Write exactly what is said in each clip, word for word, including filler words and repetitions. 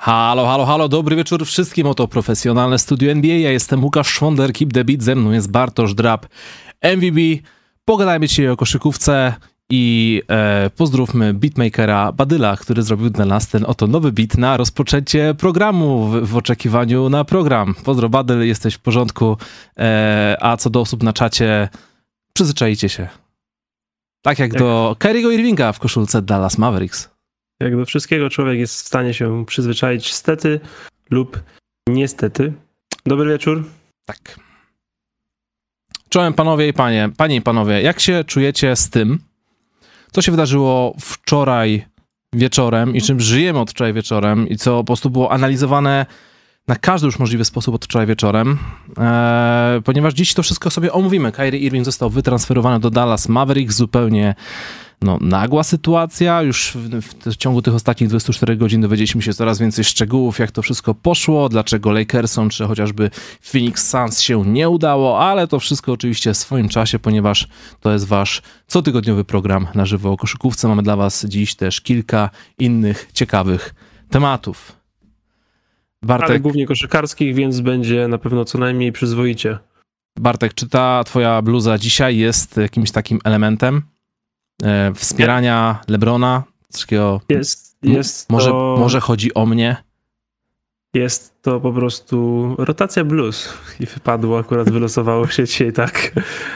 Halo, halo, halo, dobry wieczór wszystkim, oto profesjonalne studio N B A, ja jestem Łukasz Szwonder, Keep the Beat, ze mną jest Bartosz Drab, M V B, pogadajmy dzisiaj o koszykówce i e, pozdrówmy beatmakera Badyla, który zrobił dla nas ten oto nowy beat na rozpoczęcie programu w, w oczekiwaniu na program. Pozdro Badyl, jesteś w porządku, e, a co do osób na czacie, przyzwyczajcie się. Tak jak, jak do Kyriego Irvinga w koszulce Dallas Mavericks. Jak do wszystkiego człowiek jest w stanie się przyzwyczaić stety lub niestety. Dobry wieczór. Tak. Czołem panowie i panie, panie i panowie, jak się czujecie z tym, co się wydarzyło wczoraj wieczorem i czym żyjemy od wczoraj wieczorem i co po prostu było analizowane na każdy już możliwy sposób od wczoraj wieczorem, eee, ponieważ dziś to wszystko sobie omówimy. Kyrie Irving został wytransferowany do Dallas Mavericks, zupełnie no, nagła sytuacja. Już w, w ciągu tych ostatnich dwudziestu czterech godzin dowiedzieliśmy się coraz więcej szczegółów, jak to wszystko poszło, dlaczego Lakersom czy chociażby Phoenix Suns się nie udało, ale to wszystko oczywiście w swoim czasie, ponieważ to jest wasz cotygodniowy program na żywo o koszykówce. Mamy dla was dziś też kilka innych ciekawych tematów. Bartek, ale głównie koszykarskich, więc będzie na pewno co najmniej przyzwoicie. Bartek, czy ta twoja bluza dzisiaj jest jakimś takim elementem e, wspierania Nie. LeBrona? Takiego, jest, jest może, to... może chodzi o mnie? Jest to po prostu rotacja blues i wypadło, akurat wylosowało się dzisiaj tak.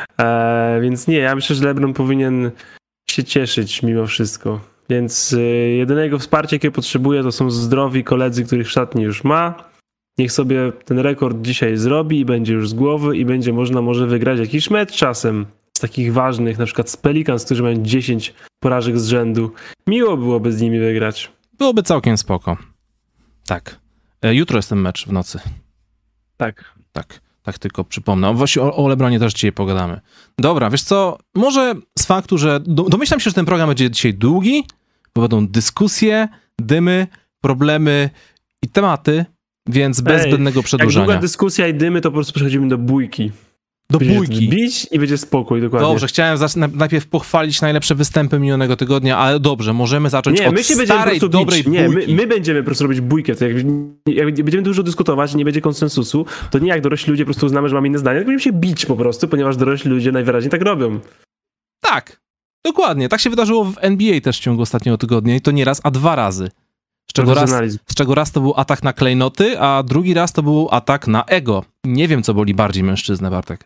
E, więc nie, ja myślę, że LeBron powinien się cieszyć mimo wszystko. Więc y, jedynego wsparcia, jakie potrzebuje, to są zdrowi koledzy, których w szatni już ma. Niech sobie ten rekord dzisiaj zrobi i będzie już z głowy i będzie można może wygrać jakiś mecz czasem z takich ważnych, na przykład z Pelicans, którzy mają dziesięć porażek z rzędu. Miło byłoby z nimi wygrać. Byłoby całkiem spoko. Tak. E, jutro jest ten mecz w nocy. Tak. Tak. Tak tylko przypomnę. Właśnie o, o LeBronie też dzisiaj pogadamy. Dobra, wiesz co, może z faktu, że do, domyślam się, że ten program będzie dzisiaj długi, bo będą dyskusje, dymy, problemy i tematy, więc bez Ej, zbędnego przedłużania. Jak długa dyskusja i dymy, to po prostu przechodzimy do bójki. Do Będziesz bójki. bić i będzie spokój, dokładnie. Dobrze, chciałem zac- najpierw pochwalić najlepsze występy minionego tygodnia, ale dobrze, możemy zacząć nie, od my się starej, dobrej bić. Nie, my, bójki. my będziemy po prostu robić bójkę. To jak, jak będziemy dużo dyskutować, nie będzie konsensusu, to nie jak dorośli ludzie po prostu uznamy, że mamy inne zdanie, tylko będziemy się bić po prostu, ponieważ dorośli ludzie najwyraźniej tak robią. Tak, dokładnie. Tak się wydarzyło w N B A też w ciągu ostatniego tygodnia i to nie raz, a dwa razy. Z czego, raz, z czego raz to był atak na klejnoty, a drugi raz to był atak na ego. Nie wiem, co boli bardziej mężczyznę, Bartek.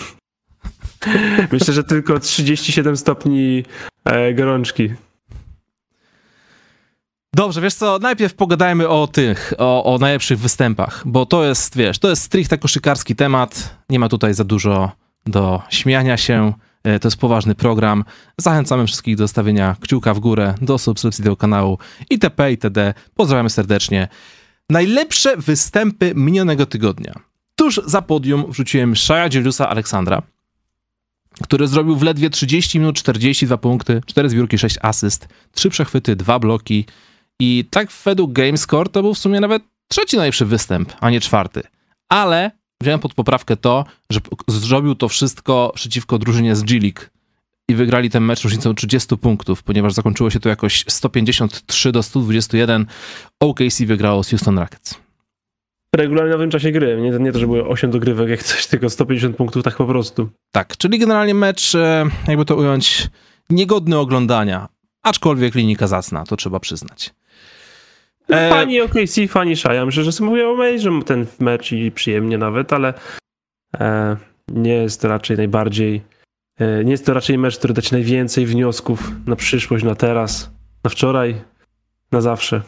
Myślę, że tylko trzydzieści siedem stopni e, gorączki. Dobrze, wiesz co, najpierw pogadajmy o tych, o, o najlepszych występach, bo to jest, wiesz, to jest stricte koszykarski temat, nie ma tutaj za dużo do śmiania się, to jest poważny program. Zachęcamy wszystkich do stawienia kciuka w górę, do subskrypcji tego kanału itp. itd. Pozdrawiamy serdecznie. Najlepsze występy minionego tygodnia. Tuż za podium wrzuciłem Shaia Gilgeousa-Alexandra, który zrobił w ledwie trzydzieści minut czterdzieści dwa punkty, cztery zbiórki, sześć asyst, trzy przechwyty, dwa bloki i tak według GameScore to był w sumie nawet trzeci najlepszy występ, a nie czwarty. Ale wziąłem pod poprawkę to, że zrobił to wszystko przeciwko drużynie z G-League i wygrali ten mecz różnicą trzydziestu punktów, ponieważ zakończyło się to jakoś sto pięćdziesiąt trzy do stu dwudziestu jeden. O K C wygrało z Houston Rockets. W regulaminowym czasie gry, nie, nie to, że były osiem dogrywek jak coś, tylko sto pięćdziesiąt punktów tak po prostu. Tak, czyli generalnie mecz, jakby to ująć, niegodny oglądania, aczkolwiek linijka zacna, to trzeba przyznać. No, e... Fani O K C, fani Shaia, myślę, że sobie mówię, obejrzę ten mecz i przyjemnie nawet, ale e, nie jest to raczej najbardziej, e, nie jest to raczej mecz, który da ci najwięcej wniosków na przyszłość, na teraz, na wczoraj, na zawsze.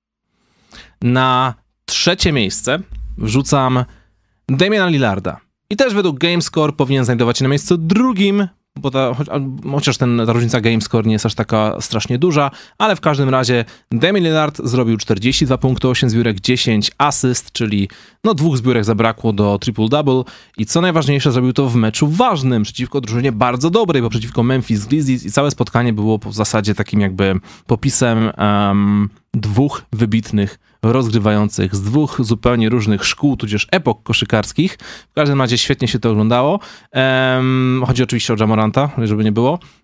Na trzecie miejsce wrzucam Damiana Lillarda. I też według GameScore powinien znajdować się na miejscu drugim, bo ta, chociaż ten, ta różnica GameScore nie jest aż taka strasznie duża, ale w każdym razie Damian Lillard zrobił czterdzieści dwa punkty, osiem zbiórek, dziesięć asyst, czyli no dwóch zbiórek zabrakło do triple-double i co najważniejsze zrobił to w meczu ważnym przeciwko drużynie bardzo dobrej, bo przeciwko Memphis Grizzlies i całe spotkanie było w zasadzie takim jakby popisem um, dwóch wybitnych rozgrywających z dwóch zupełnie różnych szkół, tudzież epok koszykarskich. W każdym razie świetnie się to oglądało. Um, chodzi oczywiście o Ja Moranta, żeby nie było.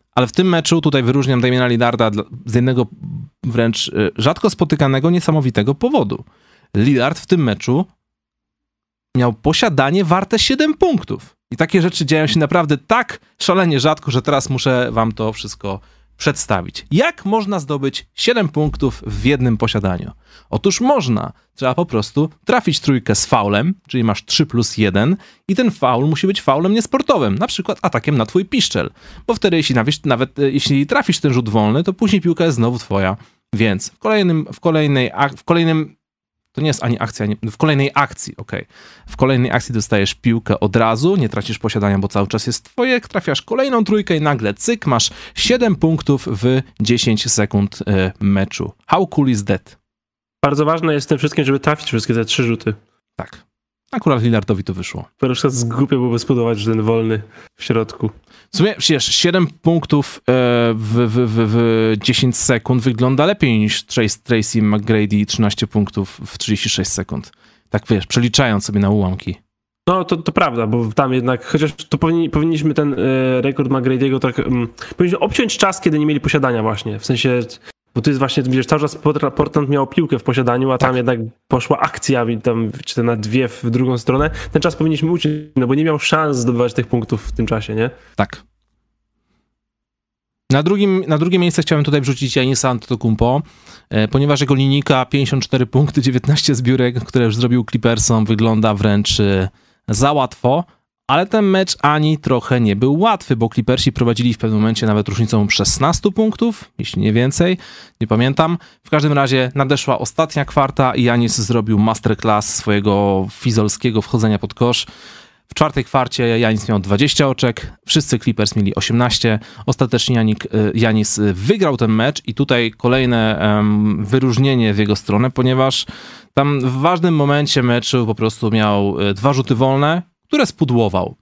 Ale w tym meczu tutaj wyróżniam Damiana Lillarda z jednego wręcz rzadko spotykanego, niesamowitego powodu. Lillard w tym meczu miał posiadanie warte siedem punktów. I takie rzeczy dzieją się naprawdę tak szalenie rzadko, że teraz muszę wam to wszystko przedstawić. Jak można zdobyć siedem punktów w jednym posiadaniu? Otóż można. Trzeba po prostu trafić trójkę z faulem, czyli masz trzy plus jeden i ten faul musi być faulem niesportowym, na przykład atakiem na twój piszczel. Bo wtedy, jeśli nawet, nawet jeśli trafisz ten rzut wolny, to później piłka jest znowu twoja. Więc w kolejnym, w kolejnej, w kolejnym to nie jest ani akcja, nie, w kolejnej akcji, okej. Okay. W kolejnej akcji dostajesz piłkę od razu, nie tracisz posiadania, bo cały czas jest twoje, trafiasz kolejną trójkę i nagle cyk, masz siedem punktów w dziesięć sekund y, meczu. How cool is that? Bardzo ważne jest w tym wszystkim, żeby trafić wszystkie te trzy rzuty. Tak. Akurat Lillardowi to wyszło. To na przykład głupio byłoby spodobać, że ten wolny w środku. W sumie, wiesz, siedem punktów w, w, w, w dziesięć sekund wygląda lepiej niż Tracy McGrady trzynaście punktów w trzydzieści sześć sekund. Tak wiesz, przeliczając sobie na ułamki. No to, to prawda, bo tam jednak, chociaż to powinni, powinniśmy ten y, rekord McGrady'ego tak, um, powinniśmy obciąć czas, kiedy nie mieli posiadania właśnie, w sensie, bo to jest właśnie, wiesz, cały czas Portland miał piłkę w posiadaniu, a tam tak. jednak poszła akcja, tam, czy to na dwie w drugą stronę, ten czas powinniśmy uczyć, no bo nie miał szans zdobywać tych punktów w tym czasie, nie? Tak. Na, drugim, na drugie miejsce chciałem tutaj wrzucić Giannisa Antetokounmpo, ponieważ jego linijka pięćdziesiąt cztery punkty, dziewiętnaście zbiórek, które już zrobił Clippersom, wygląda wręcz za łatwo, ale ten mecz ani trochę nie był łatwy, bo Clippersi prowadzili w pewnym momencie nawet różnicą szesnaście punktów, jeśli nie więcej, nie pamiętam. W każdym razie nadeszła ostatnia kwarta i Giannis zrobił masterclass swojego fizolskiego wchodzenia pod kosz. W czwartej kwarcie Giannis miał dwadzieścia oczek, wszyscy Clippers mieli osiemnaście. Ostatecznie Giannis wygrał ten mecz i tutaj kolejne um, wyróżnienie w jego stronę, ponieważ tam w ważnym momencie meczu po prostu miał dwa rzuty wolne, które spudłował,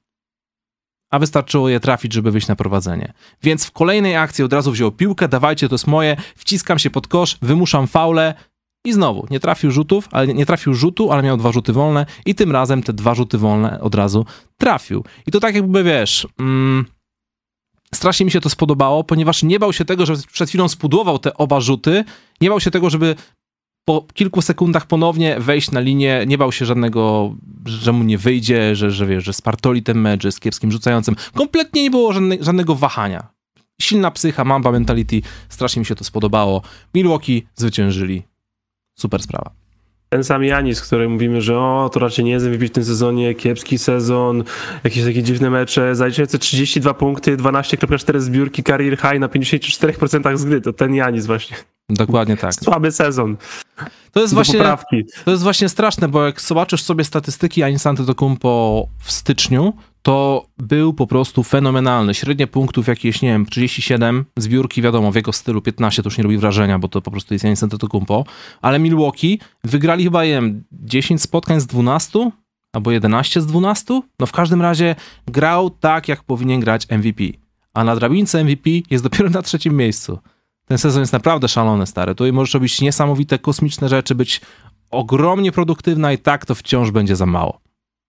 a wystarczyło je trafić, żeby wyjść na prowadzenie. Więc w kolejnej akcji od razu wziął piłkę, dawajcie, to jest moje, wciskam się pod kosz, wymuszam faulę i znowu nie trafił rzutów, ale nie trafił rzutu, ale miał dwa rzuty wolne i tym razem te dwa rzuty wolne od razu trafił. I to tak jakby, wiesz, mm, strasznie mi się to spodobało, ponieważ nie bał się tego, że przed chwilą spudłował te oba rzuty, nie bał się tego, żeby po kilku sekundach ponownie wejść na linię, nie bał się żadnego, że mu nie wyjdzie, że, że wiesz, że spartoli ten mecz, że jest kiepskim rzucającym. Kompletnie nie było żadne, żadnego wahania. Silna psycha, Mamba mentality, strasznie mi się to spodobało. Milwaukee zwyciężyli. Super sprawa. Ten sam Giannis, który mówimy, że o, to raczej nie jest M V P w tym sezonie, kiepski sezon, jakieś takie dziwne mecze, zaliczające trzydzieści dwa punkty, dwanaście przecinek cztery zbiórki, career high na pięćdziesiąt cztery procent z gry, to ten Giannis właśnie. Dokładnie tak. Słaby sezon. To jest, właśnie, to jest właśnie straszne, bo jak zobaczysz sobie statystyki Giannisa Antetokounmpo w styczniu, to był po prostu fenomenalny. Średnie punktów jakieś, nie wiem, trzydzieści siedem, zbiórki, wiadomo, w jego stylu piętnaście, to już nie robi wrażenia, bo to po prostu jest Giannis Antetokounmpo, ale Milwaukee wygrali chyba, nie wiem, dziesięć spotkań z dwunastu, albo jedenaście z dwunastu, no w każdym razie grał tak, jak powinien grać M V P, a na drabince M V P jest dopiero na trzecim miejscu. Ten sezon jest naprawdę szalony, stary. Tutaj możesz robić niesamowite, kosmiczne rzeczy, być ogromnie produktywna i tak to wciąż będzie za mało.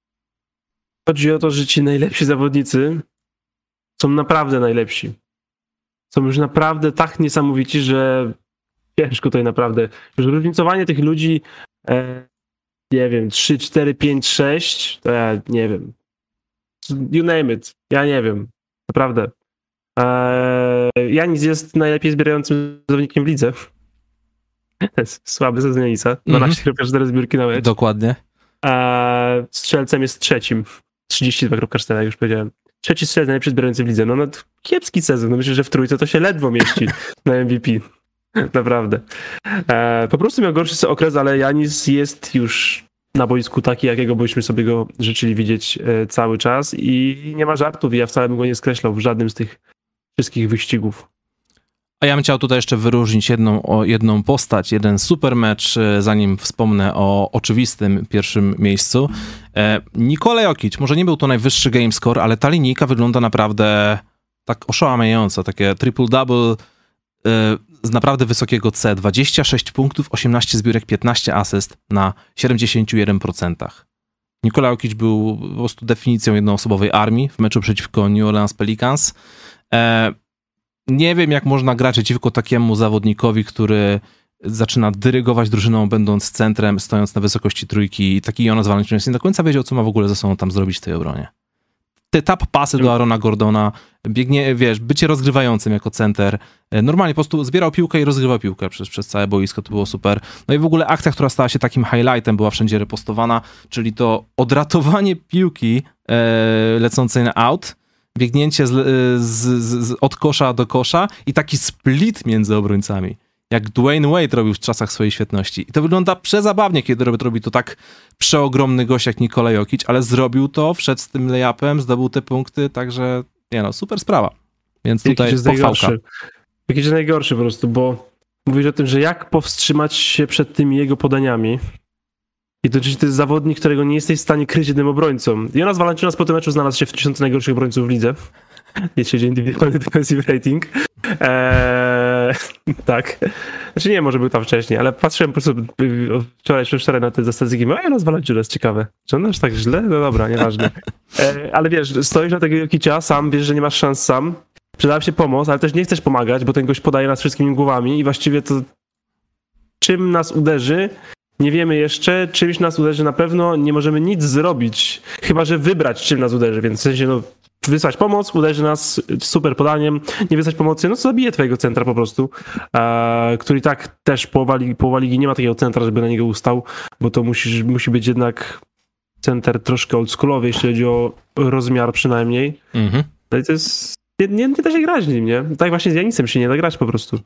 Chodzi o to, że ci najlepsi zawodnicy są naprawdę najlepsi. Są już naprawdę tak niesamowici, że ciężko tutaj naprawdę. Już różnicowanie tych ludzi, e, nie wiem, trzy, cztery, pięć, sześć, to ja nie wiem. You name it. Ja nie wiem. Naprawdę. Giannis jest najlepiej zbierającym zawodnikiem w lidze. To jest słaby sezon Giannisa. dwanaście przecinek cztery zbiórki na mecz. Dokładnie. A strzelcem jest trzecim. trzydzieści dwa przecinek cztery, jak już powiedziałem. Trzeci strzelec najlepszy zbierający w lidze. No, no kiepski sezon. No myślę, że w trójce to się ledwo mieści na M V P. Naprawdę. E, po prostu miał gorszy okres, ale Giannis jest już na boisku taki, jakiego byśmy sobie go życzyli widzieć e, cały czas i nie ma żartów i ja wcale bym go nie skreślał w żadnym z tych wszystkich wyścigów. A ja bym chciał tutaj jeszcze wyróżnić jedną, o, jedną postać, jeden super mecz, zanim wspomnę o oczywistym pierwszym miejscu. E, Nikola Jokic, może nie był to najwyższy game score, ale ta linijka wygląda naprawdę tak oszałamiająco, takie triple-double e, z naprawdę wysokiego C, dwadzieścia sześć punktów, osiemnaście zbiórek, piętnaście asyst na siedemdziesiąt jeden procent. Nikola Jokic był po prostu definicją jednoosobowej armii w meczu przeciwko New Orleans Pelicans. E, nie wiem, jak można grać przeciwko takiemu zawodnikowi, który zaczyna dyrygować drużyną, będąc centrem, stojąc na wysokości trójki i taki Jonas Valanciunas nie do końca wiedział, co ma w ogóle ze sobą tam zrobić w tej obronie. Te tap pasy do Aarona Gordona, biegnie, wiesz, bycie rozgrywającym jako center, normalnie po prostu zbierał piłkę i rozgrywał piłkę przez, przez całe boisko, to było super. No i w ogóle akcja, która stała się takim highlightem, była wszędzie repostowana, czyli to odratowanie piłki e, lecącej na out, biegnięcie z, z, z, od kosza do kosza i taki split między obrońcami. Jak Dwayne Wade robił w czasach swojej świetności. I to wygląda przezabawnie, kiedy Robert robi to tak przeogromny gość jak Nikola Jokic, ale zrobił to, wszedł z tym layupem, zdobył te punkty, także nie no, super sprawa. Więc tutaj pochwałka. Jakiś jest najgorszy po prostu, bo mówisz o tym, że jak powstrzymać się przed tymi jego podaniami. I to, to jest zawodnik, którego nie jesteś w stanie kryć jednym obrońcą. Jonas Valanciunas po tym meczu znalazł się w tysiącu najgorszych obrońców w lidze. Jeśli chodzi o indywidualny defensive rating. Eee, tak. Znaczy nie, może był tam wcześniej, ale patrzyłem po prostu wczoraj czy wczoraj na te statystyki. O, Jonas Valanciunas, ciekawe. Czy on aż tak źle? No dobra, nieważne. Eee, ale wiesz, stoisz na tego Jokicia sam, wiesz, że nie masz szans sam. Przydała się pomoc, ale też nie chcesz pomagać, bo ten gość podaje nas wszystkimi głowami i właściwie to czym nas uderzy, nie wiemy jeszcze, czymś nas uderzy na pewno, nie możemy nic zrobić, chyba że wybrać, czym nas uderzy, więc w sensie, no, wysłać pomoc, uderzy nas super podaniem, nie wysłać pomocy, no to zabije twojego centra po prostu, e, który tak też połowa ligi, połowa ligi nie ma takiego centra, żeby na niego ustał, bo to musisz, musi być jednak center troszkę oldschoolowy, jeśli chodzi o rozmiar przynajmniej. Mhm. No i to jest, nie, nie, nie da się grać nim, nie? Tak właśnie z Janisem się nie da grać po prostu.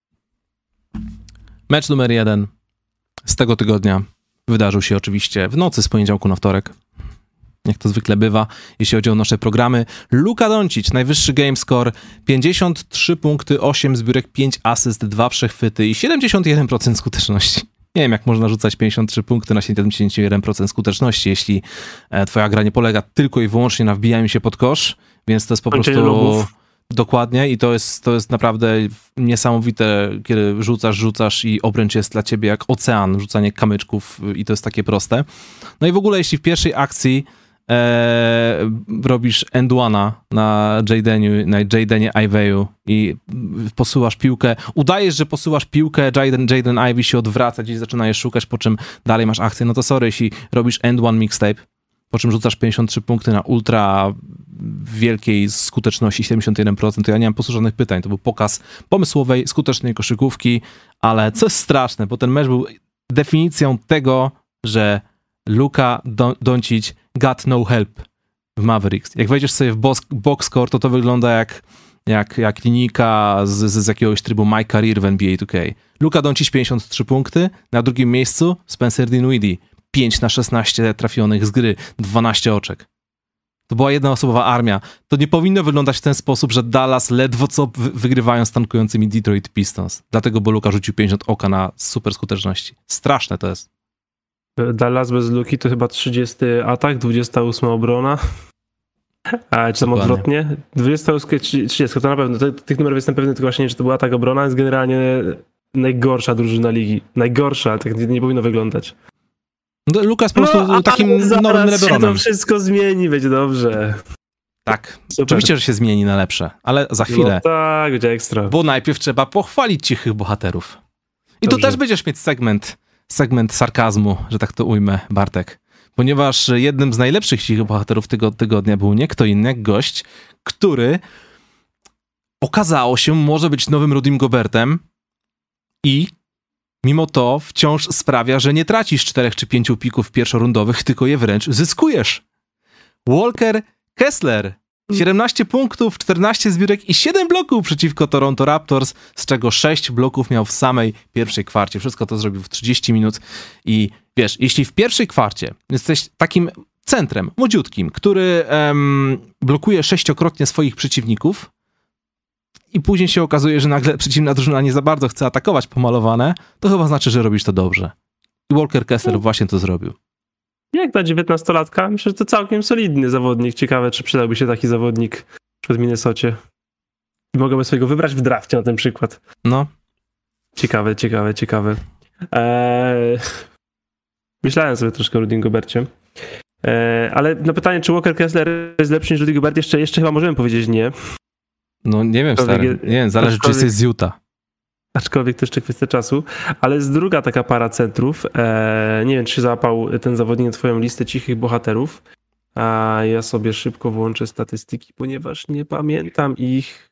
Mecz numer jeden z tego tygodnia wydarzył się oczywiście w nocy z poniedziałku na wtorek. Jak to zwykle bywa, jeśli chodzi o nasze programy. Luka Doncic, najwyższy game score, pięćdziesiąt trzy punkty, osiem zbiórek, pięć asyst, dwa przechwyty i siedemdziesiąt jeden procent skuteczności. Nie wiem, jak można rzucać pięćdziesiąt trzy punkty na siedemdziesiąt jeden procent skuteczności, jeśli twoja gra nie polega tylko i wyłącznie na wbijaniu się pod kosz, więc to jest po prostu... Dokładnie i to jest, to jest naprawdę niesamowite, kiedy rzucasz, rzucasz i obręcz jest dla ciebie jak ocean, rzucanie kamyczków i to jest takie proste. No i w ogóle jeśli w pierwszej akcji e, robisz end one'a na Jadeniu, na Jadenie Iveyu i posyłasz piłkę, udajesz, że posyłasz piłkę, Jaden, Jaden Ivey się odwraca, gdzieś zaczyna je szukać, po czym dalej masz akcję, no to sorry, jeśli robisz end one mixtape, po czym rzucasz pięćdziesiąt trzy punkty na ultra wielkiej skuteczności siedemdziesiąt jeden procent, to ja nie mam po prostu żadnych pytań. To był pokaz pomysłowej, skutecznej koszykówki, ale co jest straszne, bo ten mecz był definicją tego, że Luka Doncic got no help w Mavericks. Jak wejdziesz sobie w box score, to to wygląda jak, jak, jak linijka z, z jakiegoś trybu My Career w N B A two K. Luka Doncic pięćdziesiąt trzy punkty, na drugim miejscu Spencer Dinwiddie pięć na szesnaście trafionych z gry, dwanaście oczek. To była jednoosobowa armia. To nie powinno wyglądać w ten sposób, że Dallas ledwo co wygrywają z tankującymi Detroit Pistons. Dlatego, bo Luka rzucił pięćdziesiąt oka na super skuteczności. Straszne to jest. Dallas bez Luki to chyba trzydziesty atak, dwudziesta ósma obrona. A czy tam odwrotnie? dwudziesta ósma, trzydziesta, to na pewno. Tych numerów jestem pewny, tylko właśnie nie, czy to była atak obrona. Jest generalnie najgorsza drużyna ligi. Najgorsza, tak nie, nie powinno wyglądać. Lukas po prostu no, takim nowym LeBronem. To wszystko zmieni, będzie dobrze. Tak, super. Oczywiście, że się zmieni na lepsze, ale za chwilę. No tak, będzie ekstra. Bo najpierw trzeba pochwalić cichych bohaterów. I dobrze. Tu też będziesz mieć segment, segment sarkazmu, że tak to ujmę, Bartek. Ponieważ jednym z najlepszych cichych bohaterów tego tygodnia był nie kto inny, jak gość, który okazało się może być nowym Rudim Gobertem i mimo to wciąż sprawia, że nie tracisz czterech czy pięciu pików pierwszorundowych, tylko je wręcz zyskujesz. Walker Kessler. siedemnaście punktów, czternaście zbiórek i siedem bloków przeciwko Toronto Raptors, z czego sześć bloków miał w samej pierwszej kwarcie. Wszystko to zrobił w trzydzieści minut i wiesz, jeśli w pierwszej kwarcie jesteś takim centrem, młodziutkim, który em, blokuje sześciokrotnie swoich przeciwników, i później się okazuje, że nagle przeciwna drużyna nie za bardzo chce atakować pomalowane, to chyba znaczy, że robisz to dobrze. I Walker Kessler no. właśnie to zrobił. Jak na dziewiętnastolatka? Myślę, że to całkiem solidny zawodnik. Ciekawe, czy przydałby się taki zawodnik przed Minnesocie. I mogłoby swojego wybrać w drafcie na ten przykład. No. Ciekawe, ciekawe, ciekawe. Eee... Myślałem sobie troszkę o Rudim Gobercie. Eee, ale na pytanie, czy Walker Kessler jest lepszy niż Rudy Gobert, jeszcze, jeszcze chyba możemy powiedzieć nie. No nie wiem, stary, nie wiem, zależy czy jesteś z Utah. Aczkolwiek to jeszcze kwestia czasu, ale jest druga taka para centrów. E, nie wiem, czy załapał ten zawodnik na twoją listę cichych bohaterów, a ja sobie szybko włączę statystyki, ponieważ nie pamiętam ich,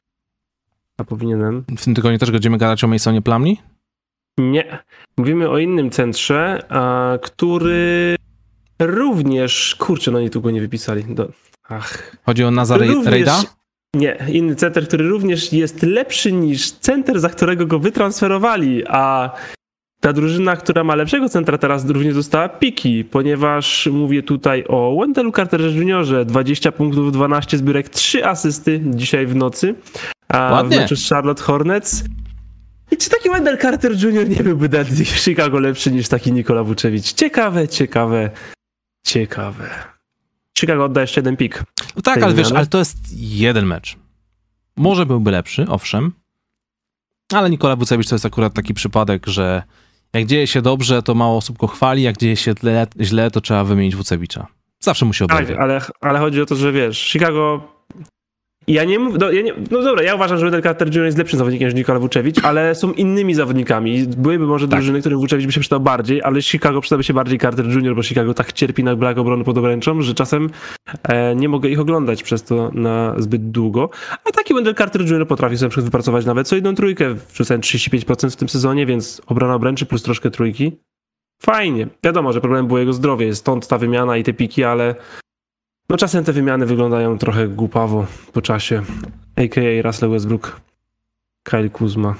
a powinienem. W tym tygodniu też będziemy gadać o Masonie Plumlee? Nie. Mówimy o innym centrze, a, który również, kurczę, no oni tu go nie wypisali. Do, ach. Chodzi o Nazara Reida? Nie, inny center, który również jest lepszy niż center, za którego go wytransferowali, a ta drużyna, która ma lepszego centra, teraz również dostała piki, ponieważ mówię tutaj o Wendelu Carterze juniorze, dwadzieścia punktów, dwanaście zbiórek, trzy asysty dzisiaj w nocy, a Ładnie. w meczu z Charlotte Hornets. I czy taki Wendell Carter junior nie byłby dla Chicago lepszy niż taki Nikola Vucevic? Ciekawe, ciekawe, ciekawe. Chicago odda jeszcze jeden pik. No tak, ale wiesz, ale to jest jeden mecz. Może byłby lepszy, owszem, ale Nikola Vucevic to jest akurat taki przypadek, że jak dzieje się dobrze, to mało osób go chwali, jak dzieje się tle, źle, to trzeba wymienić Vucevicza. Zawsze mu się oberwie. Tak, ale, ale chodzi o to, że wiesz, Chicago... Ja nie mówię, no, ja nie, no dobra, ja uważam, że Wendell Carter junior jest lepszym zawodnikiem niż Nikola Vucevic, ale są innymi zawodnikami. Byłyby może tak. drużyny, którym Vucevic by się przydał bardziej, ale Chicago przydałby się bardziej Carter junior, bo Chicago tak cierpi na brak obrony pod obręczą, że czasem e, nie mogę ich oglądać przez to na zbyt długo. A taki Wendell Carter junior potrafi sobie wypracować nawet co jedną trójkę, wrzucałem trzydzieści pięć procent w tym sezonie, więc obrona obręczy plus troszkę trójki. Fajnie. Wiadomo, że problem było jego zdrowie, stąd ta wymiana i te piki, ale no czasem te wymiany wyglądają trochę głupawo po czasie. A K A Russell Westbrook, Kyle Kuzma.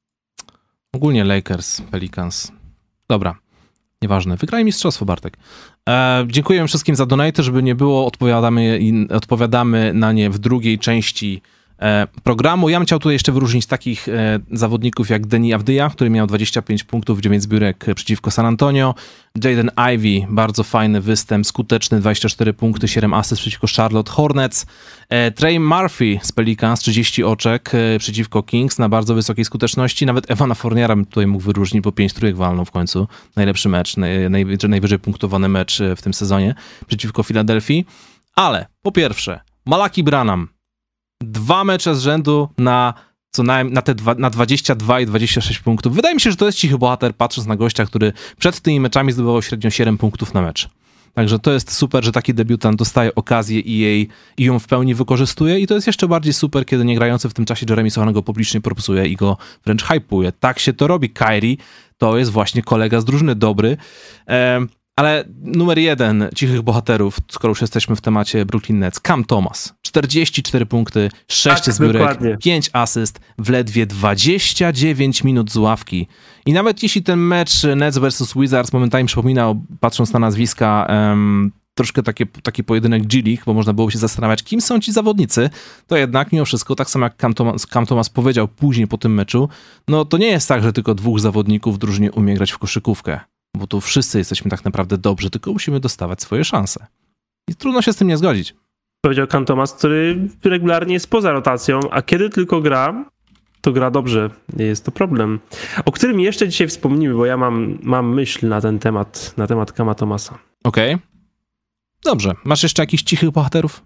Ogólnie Lakers, Pelicans. Dobra, nieważne. Wygrali mistrzostwo, Bartek. E, dziękuję wszystkim za donaty, żeby nie było, odpowiadamy, odpowiadamy na nie w drugiej części e, programu. Ja bym chciał tutaj jeszcze wyróżnić takich e, zawodników jak Deni Avdija, który miał dwadzieścia pięć punktów, dziewięć zbiórek przeciwko San Antonio. Jaden Ivey, bardzo fajny występ, skuteczny, dwadzieścia cztery punkty, siedem asyst przeciwko Charlotte Hornets. E, Trey Murphy z Pelicans, trzydzieści oczek e, przeciwko Kings na bardzo wysokiej skuteczności. Nawet Evana Fourniera bym tutaj mógł wyróżnić, bo pięć trójek walnął w końcu. Najlepszy mecz, naj, najwyżej, najwyżej punktowany mecz w tym sezonie przeciwko Filadelfii. Ale po pierwsze, Malaki Branham. Dwa mecze z rzędu na co najmniej na te dwa, na dwadzieścia dwa i dwadzieścia sześć punktów. Wydaje mi się, że to jest cichy bohater, patrząc na gościa, który przed tymi meczami zdobywał średnio siedem punktów na mecz. Także to jest super, że taki debiutant dostaje okazję i, jej, i ją w pełni wykorzystuje i to jest jeszcze bardziej super, kiedy nie grający w tym czasie Jeremy Sohan go publicznie propsuje i go wręcz hypuje. Tak się to robi. Kyrie to jest właśnie kolega z drużyny dobry. Ehm, Ale numer jeden cichych bohaterów, skoro już jesteśmy w temacie Brooklyn Nets, Cam Thomas. czterdzieści cztery punkty, sześć tak, zbiórek, dokładnie. pięć asyst w ledwie dwadzieścia dziewięć minut z ławki. I nawet jeśli ten mecz Nets versus Wizards momentami przypominał, patrząc na nazwiska, um, troszkę takie, taki pojedynek G-League, bo można było się zastanawiać, kim są ci zawodnicy, to jednak mimo wszystko, tak samo jak Cam Thomas, Cam Thomas powiedział później po tym meczu, no to nie jest tak, że tylko dwóch zawodników w drużynie umie grać w koszykówkę. Bo tu wszyscy jesteśmy tak naprawdę dobrzy, tylko musimy dostawać swoje szanse. I trudno się z tym nie zgodzić. Powiedział Cam Thomas, który regularnie jest poza rotacją, a kiedy tylko gra, to gra dobrze. Jest to problem. O którym jeszcze dzisiaj wspomnimy, bo ja mam, mam myśl na ten temat, na temat Cama Thomasa. Okej. Okay. Dobrze. Masz jeszcze jakichś cichych bohaterów?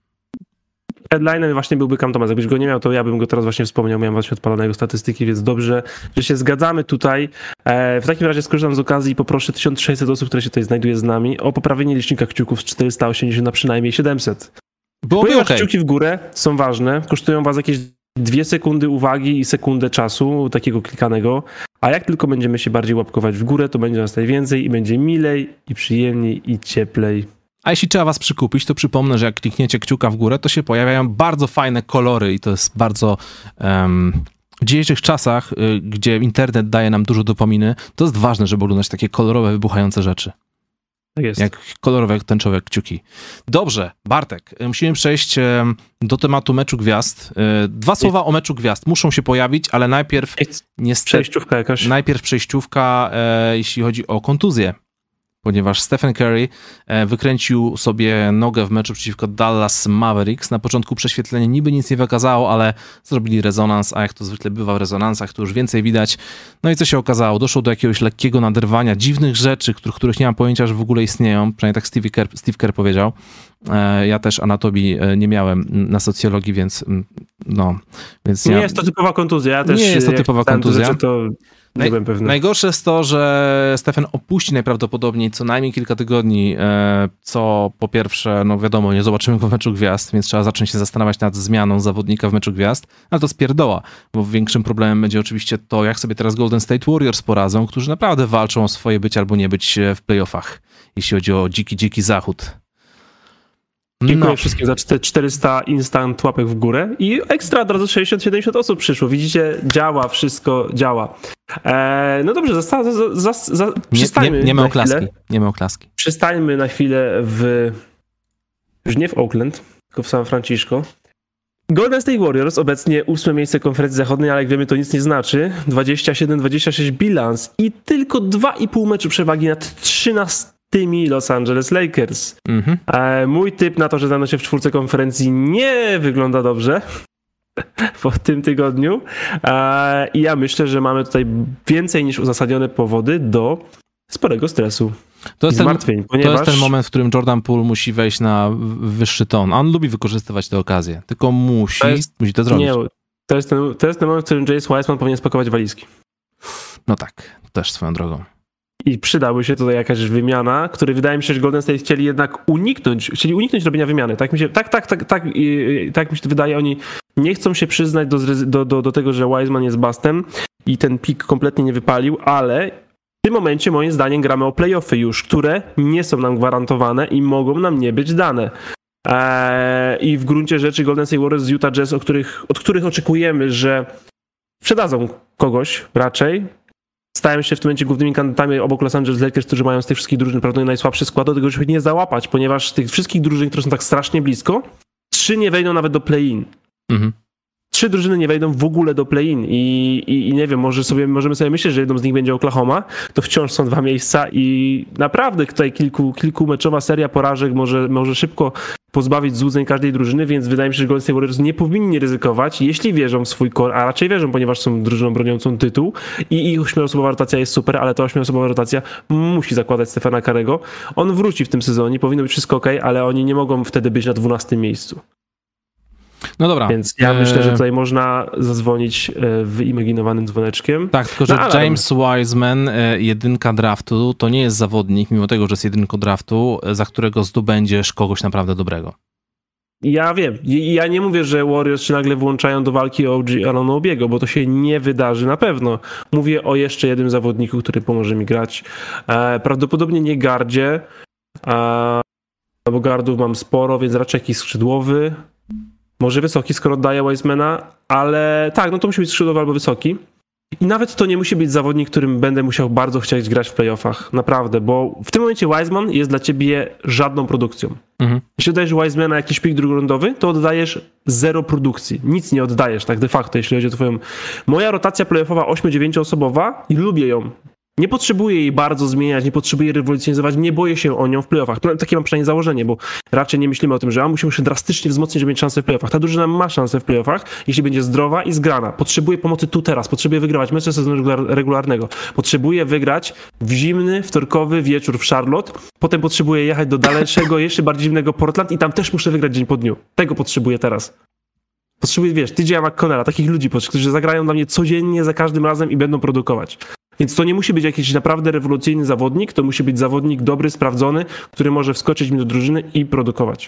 Headlinem właśnie byłby Cam Thomas. Jakbyś go nie miał, to ja bym go teraz właśnie wspomniał. Miałem właśnie odpalone jego statystyki, więc dobrze, że się zgadzamy tutaj. E, w takim razie skorzystam z okazji i poproszę tysiąc sześćset osób, które się tutaj znajduje z nami, o poprawienie licznika kciuków z czterysta osiemdziesiąt na przynajmniej siedemset. Ponieważ okay. Kciuki w górę są ważne, kosztują was jakieś dwie sekundy uwagi i sekundę czasu takiego klikanego, a jak tylko będziemy się bardziej łapkować w górę, to będzie nas najwięcej i będzie milej i przyjemniej i cieplej. A jeśli trzeba was przykupić, to przypomnę, że jak klikniecie kciuka w górę, to się pojawiają bardzo fajne kolory i to jest bardzo... Um, w dzisiejszych czasach, y, gdzie internet daje nam dużo dopaminy, to jest ważne, żeby oglądać takie kolorowe, wybuchające rzeczy. Tak jest. Jak kolorowe, tęczowe kciuki. Dobrze, Bartek, musimy przejść um, do tematu meczu gwiazd. Y, dwa słowa jest. O meczu gwiazd muszą się pojawić, ale najpierw... Jest niestety, przejściówka jakaś. Najpierw przejściówka, e, jeśli chodzi o kontuzję. ponieważ Stephen Curry wykręcił sobie nogę w meczu przeciwko Dallas Mavericks. Na początku prześwietlenie niby nic nie wykazało, ale zrobili rezonans, a jak to zwykle bywa w rezonansach, to już więcej widać. No i co się okazało? Doszło do jakiegoś lekkiego naderwania, dziwnych rzeczy, których, których nie mam pojęcia, że w ogóle istnieją. Przynajmniej tak Steve Kerr, Steve Kerr powiedział. Ja też anatomii nie miałem na socjologii, więc no... Więc nie ja... jest to typowa kontuzja. Ja też, nie jest to typowa kontuzja. Rzeczy, to... Nie byłem pewny. Najgorsze jest to, że Stephen opuści najprawdopodobniej co najmniej kilka tygodni, co po pierwsze, no wiadomo, nie zobaczymy go w meczu gwiazd, więc trzeba zacząć się zastanawiać nad zmianą zawodnika w meczu gwiazd, ale to spierdoła, bo większym problemem będzie oczywiście to, jak sobie teraz Golden State Warriors poradzą, którzy naprawdę walczą o swoje być albo nie być w playoffach, jeśli chodzi o dziki, dziki zachód. Dziękuję no. wszystkim za czterysta instant łapek w górę i ekstra od razu sześćdziesiąt siedemdziesiąt osób przyszło. Widzicie, działa, wszystko działa. Eee, no dobrze, za, za, za, za, nie, nie, nie ma oklaski. Nie ma oklaski. Przystańmy na chwilę w... już nie w Oakland, tylko w San Francisco. Golden State Warriors, obecnie ósme miejsce konferencji zachodniej, ale jak wiemy, to nic nie znaczy. dwadzieścia siedem dwadzieścia sześć bilans i tylko dwa i pół meczu przewagi nad trzynastymi Los Angeles Lakers. Mm-hmm. E, mój typ na to, że znajdą się w czwórce konferencji, nie wygląda dobrze po tym tygodniu. E, I ja myślę, że mamy tutaj więcej niż uzasadnione powody do sporego stresu. To jest, ten, ponieważ... to jest ten moment, w którym Jordan Poole musi wejść na wyższy ton. On lubi wykorzystywać te okazje, tylko musi to, jest, musi to zrobić. Nie, to, jest ten, to jest ten moment, w którym James Wiseman powinien spakować walizki. No tak, też swoją drogą. I przydałaby się tutaj jakaś wymiana, której wydaje mi się, że Golden State chcieli jednak uniknąć, chcieli uniknąć robienia wymiany. Tak mi się, tak, tak, tak, tak, tak mi się to wydaje. Oni nie chcą się przyznać do, do, do, do tego, że Wiseman jest bustem i ten pik kompletnie nie wypalił, ale w tym momencie moim zdaniem gramy o playoffy już, które nie są nam gwarantowane i mogą nam nie być dane. Eee, I w gruncie rzeczy Golden State Warriors z Utah Jazz, o których, od których oczekujemy, że sprzedadzą kogoś raczej, stają się w tym momencie głównymi kandydatami obok Los Angeles Lakers, którzy mają z tych wszystkich drużyn prawdopodobnie najsłabszy skład, do tego, żeby nie załapać, ponieważ z tych wszystkich drużyn, które są tak strasznie blisko, trzy nie wejdą nawet do play-in. Mhm. Trzy drużyny nie wejdą w ogóle do play-in i, i, i nie wiem, może sobie, możemy sobie myśleć, że jedną z nich będzie Oklahoma, to wciąż są dwa miejsca i naprawdę tutaj kilku, kilkumeczowa seria porażek może, może szybko pozbawić złudzeń każdej drużyny, więc wydaje mi się, że Golden State Warriors nie powinni ryzykować, jeśli wierzą w swój core, a raczej wierzą, ponieważ są drużyną broniącą tytuł i ich ośmioosobowa rotacja jest super, ale ta ośmioosobowa rotacja musi zakładać Stephena Curry'ego. On wróci w tym sezonie, powinno być wszystko ok, ale oni nie mogą wtedy być na dwunastym miejscu. No dobra. Więc ja myślę, że tutaj można zadzwonić wyimaginowanym dzwoneczkiem. Tak, tylko że no, James Wiseman, jedynka draftu, to nie jest zawodnik, mimo tego, że jest jedynką draftu, za którego zdobędziesz kogoś naprawdę dobrego. Ja wiem. Ja nie mówię, że Warriors się nagle włączają do walki o O G Anunobiego, bo to się nie wydarzy na pewno. Mówię o jeszcze jednym zawodniku, który pomoże mi grać. Prawdopodobnie nie gardzie, bo gardów mam sporo, więc raczej jakiś skrzydłowy. Może wysoki, skoro oddaje Wisemana, ale tak, no to musi być skrzydłowy albo wysoki. I nawet to nie musi być zawodnik, którym będę musiał bardzo chcieć grać w playoffach. Naprawdę, bo w tym momencie Wiseman jest dla ciebie żadną produkcją. Mhm. Jeśli oddajesz Wisemana jakiś pik drugorundowy, to oddajesz zero produkcji. Nic nie oddajesz tak de facto, jeśli chodzi o twoją... Moja rotacja playoffowa osiem-dziewięcioosobowa i lubię ją. Nie potrzebuję jej bardzo zmieniać, nie potrzebuję rewolucjonizować, nie boję się o nią w playoffach. Takie mam przynajmniej założenie, bo raczej nie myślimy o tym, że a musimy się drastycznie wzmocnić, żeby mieć szansę w playoffach. Ta drużyna ma szansę w playoffach, jeśli będzie zdrowa i zgrana. Potrzebuje pomocy tu teraz, potrzebuje wygrywać mecze sezonu regularnego. Potrzebuje wygrać w zimny, wtorkowy wieczór w Charlotte, potem potrzebuję jechać do dalszego, jeszcze bardziej zimnego Portland i tam też muszę wygrać dzień po dniu. Tego potrzebuję teraz. Potrzebuję, wiesz, T J McConnella, takich ludzi, którzy zagrają dla mnie codziennie, za każdym razem i będą produkować. Więc to nie musi być jakiś naprawdę rewolucyjny zawodnik, to musi być zawodnik dobry, sprawdzony, który może wskoczyć mi do drużyny i produkować.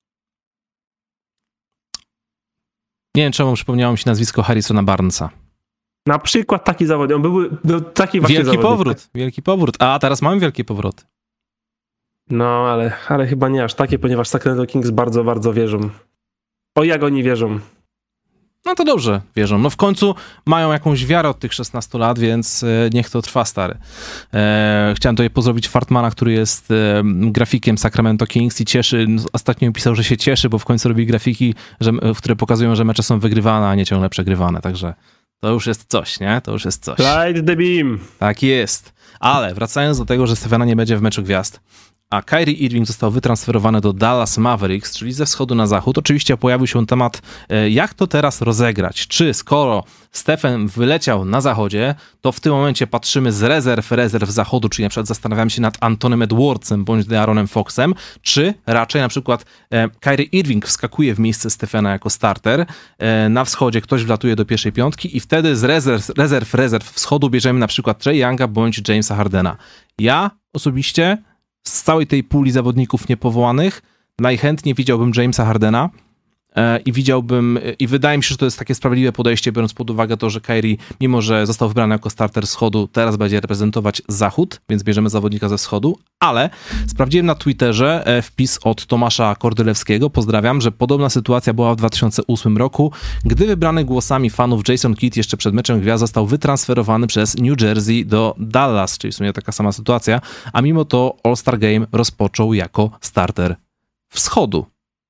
Nie wiem, czemu przypomniało mi się nazwisko Harrisona Barnesa. Na przykład taki zawodnik. On był no, taki właśnie Wielki zawodnik. powrót, wielki powrót. A teraz mamy wielkie powroty. No, ale, ale chyba nie aż takie, ponieważ Sacramento Kings bardzo, bardzo wierzą. O, jak oni wierzą. No to dobrze, wierzą. No w końcu mają jakąś wiarę od tych szesnastu lat, więc niech to trwa, stary. E, chciałem tutaj pozdrowić Fartmana, który jest e, grafikiem Sacramento Kings i cieszy, ostatnio mi pisał, że się cieszy, bo w końcu robi grafiki, że, które pokazują, że mecze są wygrywane, a nie ciągle przegrywane, także To już jest coś, nie? To już jest coś. Light the beam. Tak jest. Ale wracając do tego, że Stephena nie będzie w meczu gwiazd, a Kyrie Irving został wytransferowany do Dallas Mavericks, czyli ze wschodu na zachód, oczywiście pojawił się temat, jak to teraz rozegrać. Czy skoro Stephen wyleciał na zachodzie, to w tym momencie patrzymy z rezerw rezerw zachodu, czyli na przykład zastanawiamy się nad Antonym Edwardsem bądź De'Aaronem Foxem, czy raczej na przykład e, Kyrie Irving wskakuje w miejsce Stephena jako starter, e, na wschodzie ktoś wlatuje do pierwszej piątki i wtedy z rezerw rezerw, rezerw wschodu bierzemy na przykład Trae Younga bądź Jamesa Hardena. Ja osobiście z całej tej puli zawodników niepowołanych najchętniej widziałbym Jamesa Hardena e, i widziałbym, i wydaje mi się, że to jest takie sprawiedliwe podejście, biorąc pod uwagę to, że Kyrie, mimo że został wybrany jako starter wschodu, teraz będzie reprezentować zachód, więc bierzemy zawodnika ze wschodu, ale sprawdziłem na Twitterze e, wpis od Tomasza Kordylewskiego, pozdrawiam, że podobna sytuacja była w dwa tysiące ósmym roku, gdy wybrany głosami fanów Jason Kidd jeszcze przed meczem gwiazd został wytransferowany przez New Jersey do Dallas, czyli w sumie taka sama sytuacja, a mimo to All-Star Game rozpoczął jako starter wschodu.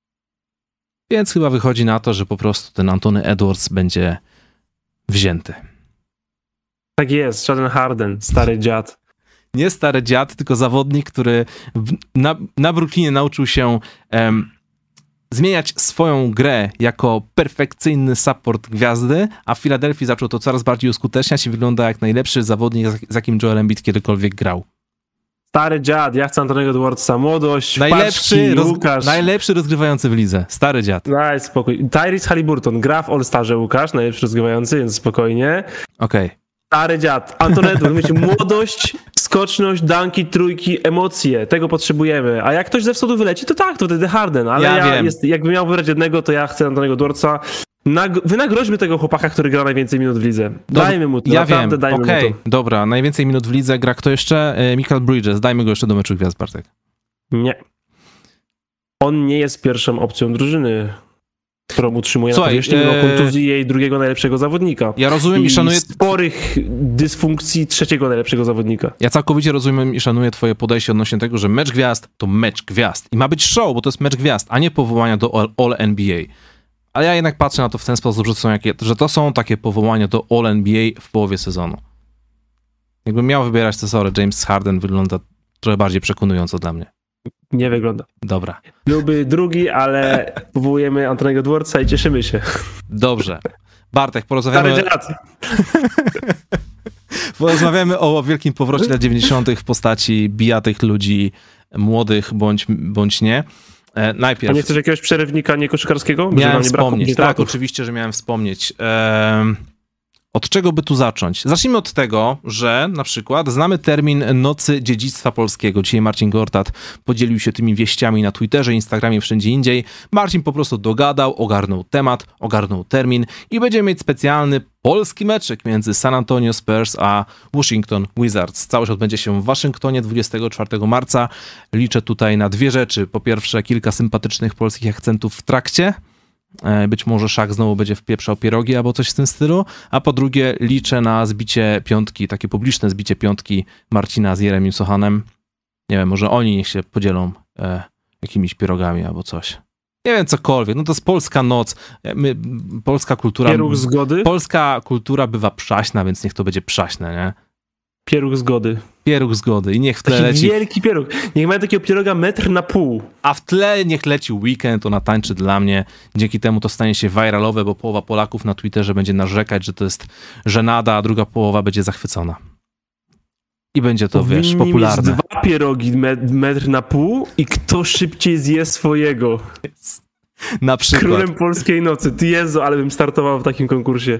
Więc chyba wychodzi na to, że po prostu ten Anthony Edwards będzie wzięty. Tak jest, żaden Harden, stary dziad. Nie stary dziad, tylko zawodnik, który w, na, na Brooklynie nauczył się em, zmieniać swoją grę jako perfekcyjny support gwiazdy, a w Filadelfii zaczął to coraz bardziej uskuteczniać i wygląda jak najlepszy zawodnik, z jakim Joel Embiid kiedykolwiek grał. Stary dziad, ja chcę Antonego Edwardsa, młodość, Najlepszy, paczki, roz, Łukasz. najlepszy rozgrywający w lidze. Stary dziad. Daj spokój. Tyrese Haliburton gra w All-Starze, Łukasz, najlepszy rozgrywający, więc spokojnie. Okej. Okay. Stary dziad, Anton Edwards, wiecie, młodość, skoczność, danki, trójki, emocje, tego potrzebujemy. A jak ktoś ze wschodu wyleci, to tak, to wtedy Harden, ale ja, ja wiem. Jest, jakbym miał wybrać jednego, to ja chcę Antonego Edwardsa. Nag- wynagrodźmy tego chłopaka, który gra najwięcej minut w lidze. Dajmy mu to, ja naprawdę wiem. dajmy okay. mu to. Dobra, najwięcej minut w lidze gra kto jeszcze? Michael Bridges, dajmy go jeszcze do meczu gwiazd, Bartek. Nie. On nie jest pierwszą opcją drużyny, którą utrzymuje Słuchaj, na powierzchni, mimo ee... kontuzji jej drugiego najlepszego zawodnika. Ja rozumiem i, i szanuję... sporych dysfunkcji trzeciego najlepszego zawodnika. Ja całkowicie rozumiem i szanuję twoje podejście odnośnie tego, że mecz gwiazd to mecz gwiazd. I ma być show, bo to jest mecz gwiazd, a nie powołania do All N B A. Ale ja jednak patrzę na to w ten sposób, że to są, jakie, że to są takie powołania do All N B A w połowie sezonu. Jakbym miał wybierać te sorry, James Harden wygląda trochę bardziej przekonująco dla mnie. Nie wygląda. Dobra. Byłby drugi, ale powołujemy Antonego Edwardsa i cieszymy się. Dobrze. Bartek, porozmawiamy... Stary dziad. Porozmawiamy o wielkim powrocie lat dziewięćdziesiątych w postaci bijatych ludzi młodych bądź, bądź nie. E, najpierw... A nie chcesz jakiegoś przerywnika niekoszykarskiego? Miałem wspomnieć, tak, oczywiście, że miałem wspomnieć. E, od czego by tu zacząć? Zacznijmy od tego, że na przykład znamy termin Nocy Dziedzictwa Polskiego. Dzisiaj Marcin Gortat podzielił się tymi wieściami na Twitterze, Instagramie, wszędzie indziej. Marcin po prostu dogadał, ogarnął temat, ogarnął termin i będziemy mieć specjalny polski meczek między San Antonio Spurs a Washington Wizards. Całość odbędzie się w Waszyngtonie dwudziestego czwartego marca. Liczę tutaj na dwie rzeczy. Po pierwsze, kilka sympatycznych polskich akcentów w trakcie. Być może Szak znowu będzie wpieprzał pierogi albo coś w tym stylu. A po drugie, liczę na zbicie piątki, takie publiczne zbicie piątki Marcina z Jeremim Sochanem. Nie wiem, może oni niech się podzielą e, jakimiś pierogami albo coś. Nie wiem, cokolwiek. No to jest polska noc. My, polska kultura... Pieróg zgody? Polska kultura bywa przaśna, więc niech to będzie przaśne, nie? Pieróg zgody. Pieróg zgody. I niech w tle Taki leci... wielki pieróg. Niech ma takiego pieroga metr na pół. A w tle niech leci Weekend, ona tańczy dla mnie. Dzięki temu to stanie się viralowe, bo połowa Polaków na Twitterze będzie narzekać, że to jest żenada, a druga połowa będzie zachwycona. I będzie to, Powinni wiesz, popularne. mieć dwa pierogi met, metr na pół i kto szybciej zje swojego. Yes. Na przykład. Królem polskiej nocy. Ty Jezu, ale bym startował w takim konkursie.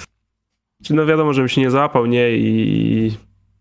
No wiadomo, żebym się nie załapał, nie? I...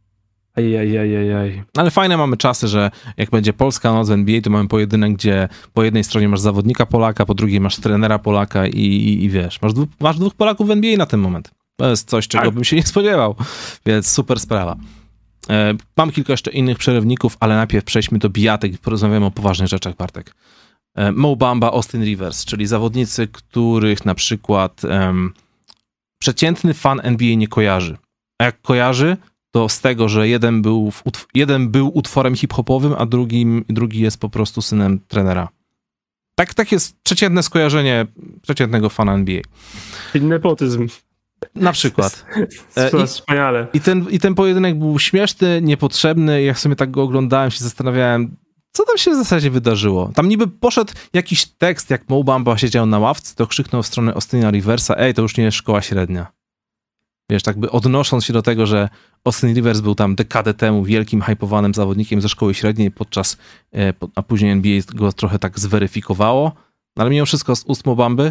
Ajajajajaj. Ale fajne mamy czasy, że jak będzie polska noc w N B A, to mamy pojedynek, gdzie po jednej stronie masz zawodnika Polaka, po drugiej masz trenera Polaka i, i, i wiesz, masz, dwu, masz dwóch Polaków w N B A na ten moment. To jest coś, czego tak. bym się nie spodziewał, więc super sprawa. E, mam kilka jeszcze innych przerywników, ale najpierw przejdźmy do bijatek i porozmawiamy o poważnych rzeczach, Bartek. E, Mo Bamba, Austin Rivers, czyli zawodnicy, których na przykład um, przeciętny fan N B A nie kojarzy. A jak kojarzy, to z tego, że jeden był, w utw- jeden był utworem hip-hopowym, a drugi, drugi jest po prostu synem trenera. Tak, tak jest przeciętne skojarzenie przeciętnego fana N B A. Nepotyzm. Na przykład. I, Wspaniale. I ten, I ten pojedynek był śmieszny, niepotrzebny. Jak sobie tak go oglądałem, się zastanawiałem, co tam się w zasadzie wydarzyło. Tam niby poszedł jakiś tekst, jak Mo Bamba siedział na ławce, to krzyknął w stronę Austina Riversa, ej, to już nie jest szkoła średnia. Wiesz, tak by odnosząc się do tego, że Austin Rivers był tam dekadę temu wielkim, hypowanym zawodnikiem ze szkoły średniej, podczas, a później N B A go trochę tak zweryfikowało, ale mimo wszystko z ust Mo Bamby.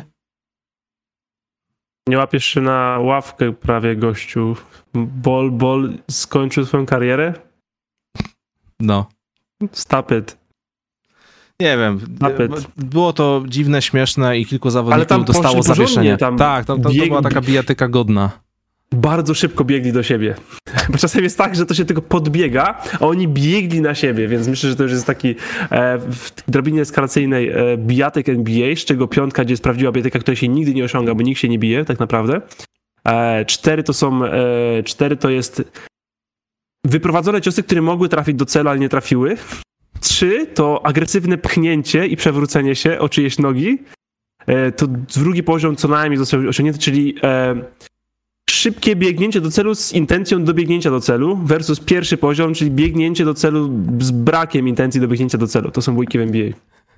Nie łapiesz się na ławkę prawie, gościu. Bol, Bol skończył swoją karierę? No. Stop it. Nie wiem. Stop it. Było to dziwne, śmieszne i kilku zawodników dostało zawieszenie. Tam tak, tam, tam to była taka bijatyka godna. Bardzo szybko biegli do siebie. Bo czasem jest tak, że to się tylko podbiega, a oni biegli na siebie, więc myślę, że to już jest taki e, w drobinie eskalacyjnej e, bijatyk N B A, z czego piątka, gdzie jest prawdziwa bijatyka, która się nigdy nie osiąga, bo nikt się nie bije tak naprawdę. E, cztery to są, e, cztery to jest wyprowadzone ciosy, które mogły trafić do celu, ale nie trafiły. Trzy to agresywne pchnięcie i przewrócenie się o czyjeś nogi. E, to drugi poziom co najmniej został osiągnięty, czyli e, szybkie biegnięcie do celu z intencją dobiegnięcia do celu versus pierwszy poziom, czyli biegnięcie do celu z brakiem intencji dobiegnięcia do celu. To są bójki w N B A.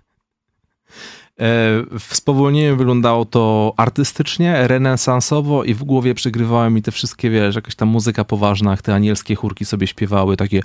W spowolnieniu wyglądało to artystycznie, renesansowo i w głowie przygrywały mi te wszystkie, wiesz, jakaś tam muzyka poważna, jak te anielskie chórki sobie śpiewały, takie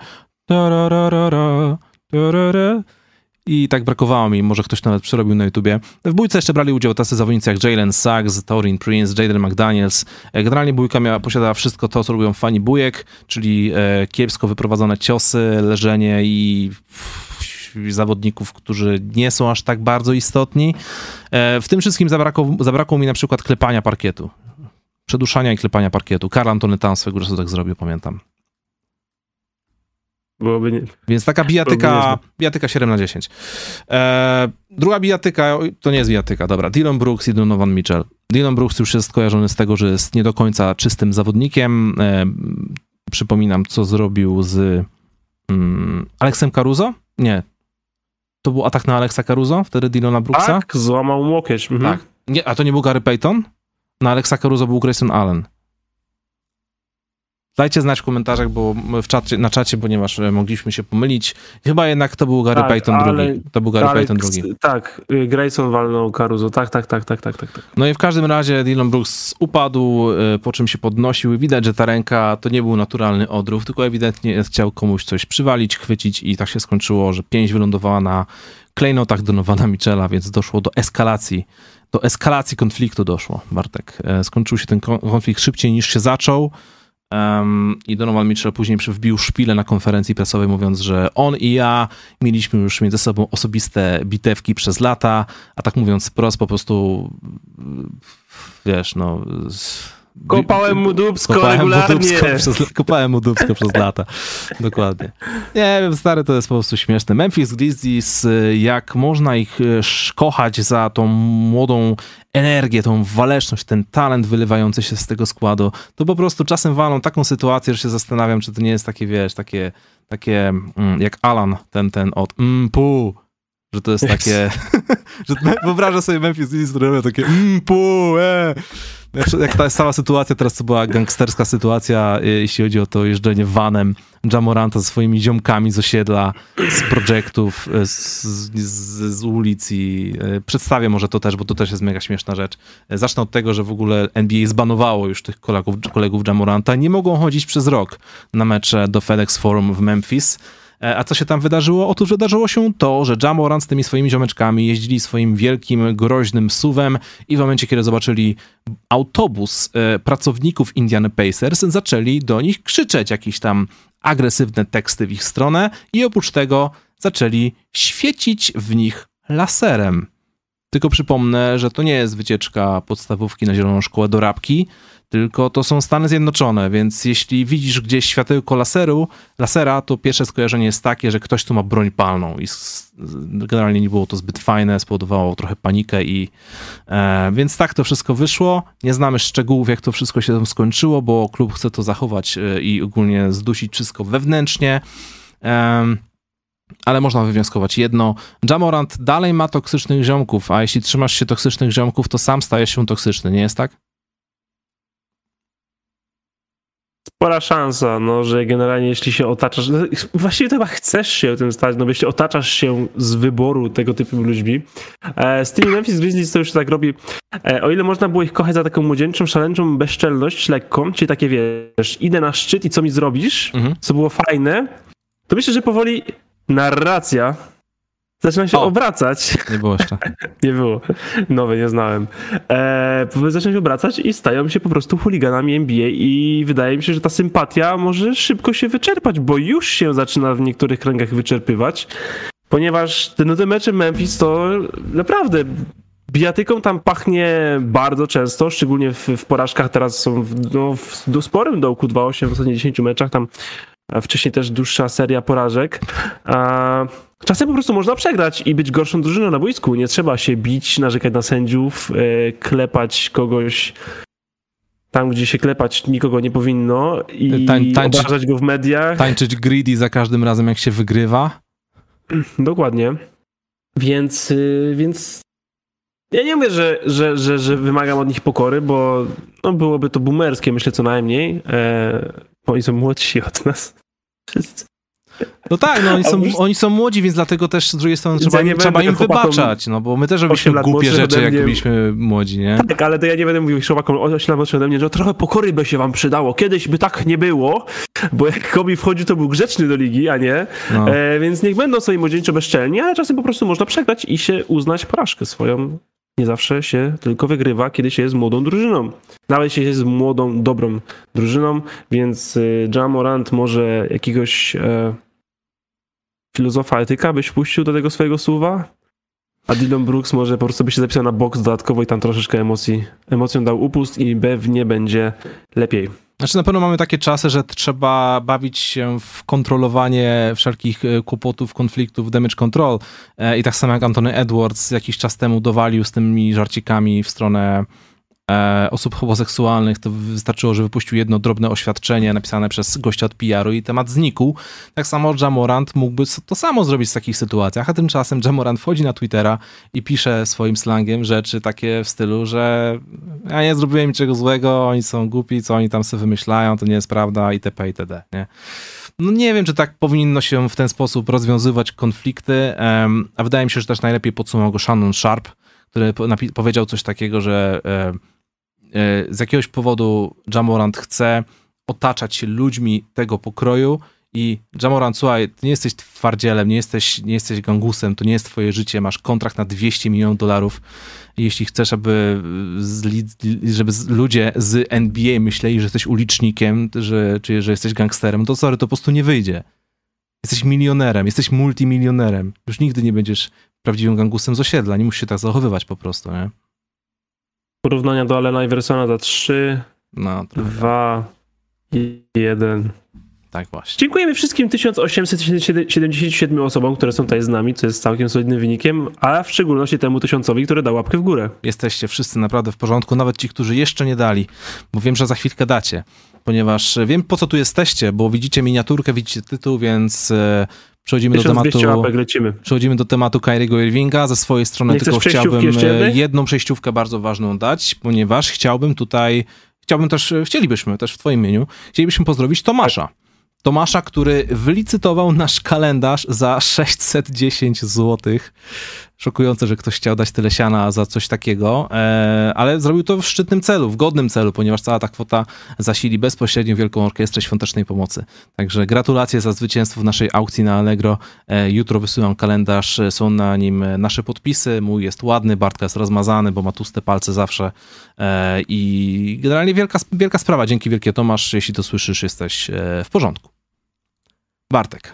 i tak brakowało mi, może ktoś nawet przerobił na YouTubie. W bójce jeszcze brali udział tacy zawodnicy jak Jalen Suggs, Taurean Prince, Jaden McDaniels. Generalnie bójka miała, posiadała wszystko to, co lubią fani bójek, czyli e, kiepsko wyprowadzone ciosy, leżenie i pff, zawodników, którzy nie są aż tak bardzo istotni. E, w tym wszystkim zabrakło, zabrakło mi na przykład klepania parkietu. Przeduszania i klepania parkietu. Karl Antony Towns swego czasu tak zrobił, pamiętam. Byłoby nie... Więc taka bijatyka, bijatyka siedem na dziesięć. E, druga bijatyka, to nie jest bijatyka, dobra. Dillon Brooks i Donovan Mitchell. Dillon Brooks już jest kojarzony z tego, że jest nie do końca czystym zawodnikiem. E, przypominam, co zrobił z mm, Alexem Caruso? Nie. To był atak na Alexa Caruso, wtedy Dillona Brooksa? Tak, złamał łokieć. Mhm. Tak. Nie, a to nie był Gary Payton? Na Alexa Caruso był Grayson Allen. Dajcie znać w komentarzach, bo w czacie, na czacie, ponieważ mogliśmy się pomylić. Chyba jednak to był Gary tak, Payton ale, drugi. To był Gary Alex, Payton drugi. Tak, Grayson walnął Caruso. Tak, tak, tak, tak, tak, tak, tak. No i w każdym razie Dillon Brooks upadł, po czym się podnosił. Widać, że ta ręka to nie był naturalny odruch, tylko ewidentnie chciał komuś coś przywalić, chwycić i tak się skończyło, że pięść wylądowała na klejnotach Donovana Mitchella, więc doszło do eskalacji. Do eskalacji konfliktu doszło, Bartek. Skończył się ten konflikt szybciej niż się zaczął. Um, I Donovan Mitchell później wbił szpilę na konferencji prasowej, mówiąc, że on i ja mieliśmy już między sobą osobiste bitewki przez lata, a tak mówiąc wprost, po prostu wiesz, no... Kopałem mu dupsko kopałem regularnie. Mu dupsko przez, kopałem mu dupsko przez lata. Dokładnie. Nie wiem, stary, to jest po prostu śmieszne. Memphis Grizzlies, jak można ich kochać za tą młodą energię, tą waleczność, ten talent wylewający się z tego składu, to po prostu czasem walą taką sytuację, że się zastanawiam, czy to nie jest takie, wiesz, takie, takie jak Alan, ten, ten od mm, pu, że to jest yes. takie, że wyobrażam sobie Memphis Grizzlies, które robią takie mm, pu, e. Jak ta cała sytuacja, teraz to była gangsterska sytuacja, jeśli chodzi o to jeżdżenie vanem Ja Moranta ze swoimi ziomkami z osiedla, z projektów, z, z, z ulic i przedstawię może to też, bo to też jest mega śmieszna rzecz. Zacznę od tego, że w ogóle N B A zbanowało już tych kolegów, kolegów Ja Moranta. Nie mogą chodzić przez rok na mecze do FedEx Forum w Memphis. A co się tam wydarzyło? Otóż wydarzyło się to, że Ja Morant z tymi swoimi ziomeczkami jeździli swoim wielkim, groźnym suwem i w momencie, kiedy zobaczyli autobus e, pracowników Indiana Pacers, zaczęli do nich krzyczeć jakieś tam agresywne teksty w ich stronę i oprócz tego zaczęli świecić w nich laserem. Tylko przypomnę, że to nie jest wycieczka podstawówki na Zieloną Szkołę Dorabki, tylko to są Stany Zjednoczone, więc jeśli widzisz gdzieś światełko laseru, lasera, to pierwsze skojarzenie jest takie, że ktoś tu ma broń palną i generalnie nie było to zbyt fajne, spowodowało trochę panikę i e, więc tak to wszystko wyszło. Nie znamy szczegółów, jak to wszystko się tam skończyło, bo klub chce to zachować e, i ogólnie zdusić wszystko wewnętrznie. E, ale można wywnioskować jedno. Ja Morant dalej ma toksycznych ziomków, a jeśli trzymasz się toksycznych ziomków, to sam stajesz się toksyczny, nie jest tak? spora szansa, no, że generalnie jeśli się otaczasz, no, właściwie to chyba chcesz się o tym stać, no bo jeśli otaczasz się z wyboru tego typu ludźmi. E, z tymi Memphis Grizzlies to już tak robi, e, o ile można było ich kochać za taką młodzieńczą, szaleńczą bezczelność lekką, czyli takie wiesz, idę na szczyt i co mi zrobisz, mhm. co było fajne, to myślę, że powoli narracja zaczyna się o, obracać. Nie było jeszcze. Nie było. Nowe, nie znałem. E, zaczyna się obracać i stają się po prostu chuliganami N B A i wydaje mi się, że ta sympatia może szybko się wyczerpać, bo już się zaczyna w niektórych kręgach wyczerpywać, ponieważ te, no, te mecze Memphis to naprawdę bijatyką tam pachnie bardzo często, szczególnie w, w porażkach. Teraz są w, no, w, w sporym dołku dwa osiem w ostatnich dziesięciu meczach, tam a wcześniej też dłuższa seria porażek. A czasem po prostu można przegrać i być gorszą drużyną na boisku. Nie trzeba się bić, narzekać na sędziów, klepać kogoś tam, gdzie się klepać nikogo nie powinno i Tań, tańczy, obrażać go w mediach. Tańczyć greedy za każdym razem, jak się wygrywa. Dokładnie. Więc, więc ja nie mówię, że, że, że, że wymagam od nich pokory, bo no, byłoby to boomerskie, myślę, co najmniej. E, oni są młodsi od nas. Wszyscy. No tak, no oni są, oni są młodzi, więc dlatego też z drugiej strony trzeba, ja trzeba im wybaczać, no bo my też robiliśmy głupie rzeczy, jak byliśmy młodzi, nie? Tak, ale to ja nie będę mówił chłopakom osiem lat młodszym ode mnie, że trochę pokory by się wam przydało. Kiedyś by tak nie było, bo jak Kobe wchodził, to był grzeczny do ligi, a nie. No. E, więc niech będą sobie młodzieńczo bezczelni, ale czasem po prostu można przegrać i się uznać porażkę swoją. Nie zawsze się tylko wygrywa, kiedy się jest młodą drużyną. Nawet jeśli jest młodą, dobrą drużyną, więc y, Ja Morant może jakiegoś e, filozofa etyka byś wpuścił do tego swojego słowa, a Dillon Brooks może po prostu by się zapisał na boks dodatkowo i tam troszeczkę emocji, emocjom dał upust i pewnie będzie lepiej. Znaczy na pewno mamy takie czasy, że trzeba bawić się w kontrolowanie wszelkich kłopotów, konfliktów, damage control i tak samo jak Anthony Edwards jakiś czas temu dowalił z tymi żarcikami w stronę osób homoseksualnych, to wystarczyło, że wypuścił jedno drobne oświadczenie napisane przez gościa od P R-u i temat znikł. Tak samo Ja Morant mógłby to samo zrobić w takich sytuacjach, a tymczasem Ja Morant wchodzi na Twittera i pisze swoim slangiem rzeczy takie w stylu, że ja nie zrobiłem niczego złego, oni są głupi, co oni tam sobie wymyślają, to nie jest prawda, itp. itd. Nie? No nie wiem, czy tak powinno się w ten sposób rozwiązywać konflikty, a wydaje mi się, że też najlepiej podsumował go Shannon Sharp, który powiedział coś takiego, że z jakiegoś powodu Ja Morant chce otaczać się ludźmi tego pokroju i Ja Morant, słuchaj, ty nie jesteś twardzielem, nie jesteś, nie jesteś gangusem, to nie jest twoje życie, masz kontrakt na dwieście milionów dolarów i jeśli chcesz, aby, żeby ludzie z N B A myśleli, że jesteś ulicznikiem, że, czy że jesteś gangsterem, to sorry, to po prostu nie wyjdzie. Jesteś milionerem, jesteś multimilionerem. Już nigdy nie będziesz prawdziwym gangusem z osiedla, nie musisz się tak zachowywać po prostu, nie? Porównania do Allena Iversona za trzy, no, dwa, jeden. Tak właśnie. Dziękujemy wszystkim tysiąc osiemset siedemdziesięciu siedmiu osobom, które są tutaj z nami, co jest całkiem solidnym wynikiem, a w szczególności temu tysiącowi, który dał łapkę w górę. Jesteście wszyscy naprawdę w porządku, nawet ci, którzy jeszcze nie dali, bo wiem, że za chwilkę dacie, ponieważ wiem, po co tu jesteście, bo widzicie miniaturkę, widzicie tytuł, więc przechodzimy do tematu łapek, lecimy. Przechodzimy do tematu Kyriego Irvinga. Ze swojej strony nie tylko chciałbym jedną przejściówkę bardzo ważną dać, ponieważ chciałbym tutaj, chciałbym też, chcielibyśmy też w twoim imieniu, chcielibyśmy pozdrowić Tomasza. Tomasza, który wylicytował nasz kalendarz za sześćset dziesięć złotych. Szokujące, że ktoś chciał dać tyle siana za coś takiego, ale zrobił to w szczytnym celu, w godnym celu, ponieważ cała ta kwota zasili bezpośrednio Wielką Orkiestrę Świątecznej Pomocy. Także gratulacje za zwycięstwo w naszej aukcji na Allegro. Jutro wysyłam kalendarz, są na nim nasze podpisy. Mój jest ładny, Bartka jest rozmazany, bo ma tłuste palce zawsze. I generalnie wielka, wielka sprawa. Dzięki wielkie, Tomasz. Jeśli to słyszysz, jesteś w porządku. Bartek.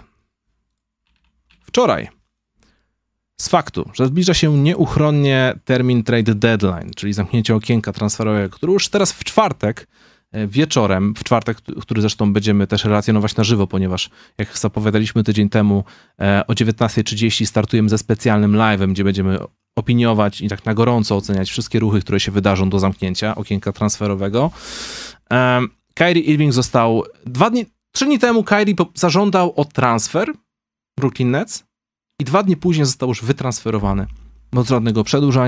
Wczoraj z faktu, że zbliża się nieuchronnie termin trade deadline, czyli zamknięcie okienka transferowego, który już teraz w czwartek wieczorem, w czwartek, który zresztą będziemy też relacjonować na żywo, ponieważ jak zapowiadaliśmy tydzień temu, o dziewiętnasta trzydzieści startujemy ze specjalnym live'em, gdzie będziemy opiniować i tak na gorąco oceniać wszystkie ruchy, które się wydarzą do zamknięcia okienka transferowego. Kyrie Irving został dwa dni, trzy dni temu Kyrie zażądał o transfer Brooklyn Nets i dwa dni później został już wytransferowany. Bez żadnego przedłużania,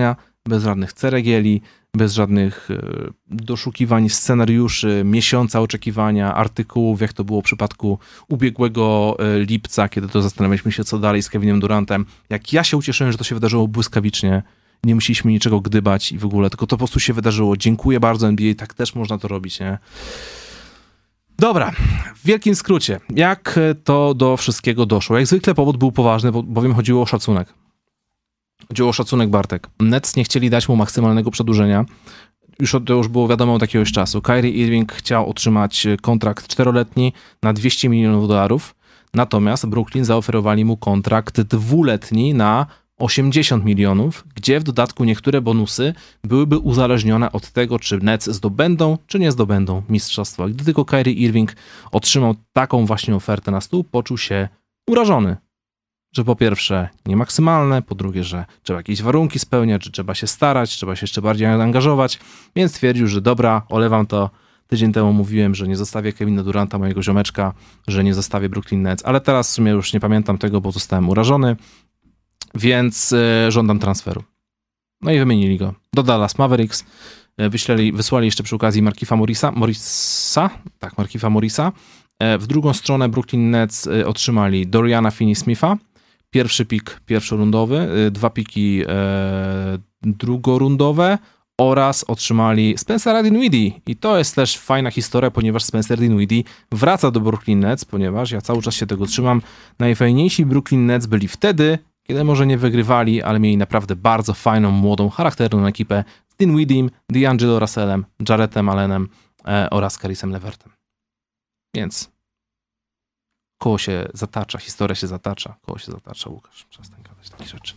bez żadnych ceregieli, bez żadnych doszukiwań scenariuszy, miesiąca oczekiwania, artykułów, jak to było w przypadku ubiegłego lipca, kiedy to zastanawialiśmy się, co dalej z Kevinem Durantem. Jak ja się ucieszyłem, że to się wydarzyło błyskawicznie, nie musieliśmy niczego gdybać i w ogóle, tylko to po prostu się wydarzyło. Dziękuję bardzo N B A, tak też można to robić, nie? Dobra, w wielkim skrócie, jak to do wszystkiego doszło? Jak zwykle powód był poważny, bowiem chodziło o szacunek. Chodziło o szacunek, Bartek. Nets nie chcieli dać mu maksymalnego przedłużenia. Już to już było wiadomo od jakiegoś czasu. Kyrie Irving chciał otrzymać kontrakt czteroletni na dwieście milionów dolarów, natomiast Brooklyn zaoferowali mu kontrakt dwuletni na osiemdziesiąt milionów, gdzie w dodatku niektóre bonusy byłyby uzależnione od tego, czy Nets zdobędą, czy nie zdobędą mistrzostwa. Gdy tylko Kyrie Irving otrzymał taką właśnie ofertę na stół, poczuł się urażony. Że po pierwsze niemaksymalne, po drugie, że trzeba jakieś warunki spełniać, że trzeba się starać, trzeba się jeszcze bardziej angażować, więc stwierdził, że dobra, olewam to. Tydzień temu mówiłem, że nie zostawię Kevina Duranta, mojego ziomeczka, że nie zostawię Brooklyn Nets, ale teraz w sumie już nie pamiętam tego, bo zostałem urażony, więc yy, żądam transferu. No i wymienili go do Dallas Mavericks, yy, wyśleli, wysłali jeszcze przy okazji Markifa Morrisa, Morrisa, tak, Markifa Morrisa. Yy, w drugą stronę Brooklyn Nets yy, otrzymali Doriana Finney-Smitha, pierwszy pik pierwszorundowy, dwa piki e, drugorundowe oraz otrzymali Spencera Dinwiddie. I to jest też fajna historia, ponieważ Spencer Dinwiddie wraca do Brooklyn Nets, ponieważ ja cały czas się tego trzymam. Najfajniejsi Brooklyn Nets byli wtedy, kiedy może nie wygrywali, ale mieli naprawdę bardzo fajną, młodą, charakterną ekipę z Dinwiddiem, D'Angelo Russellem, Jarrettem Allenem e, oraz Carisem Levertem. Więc koło się zatacza, historia się zatacza, koło się zatacza, Łukasz, przestań gadać takie rzeczy.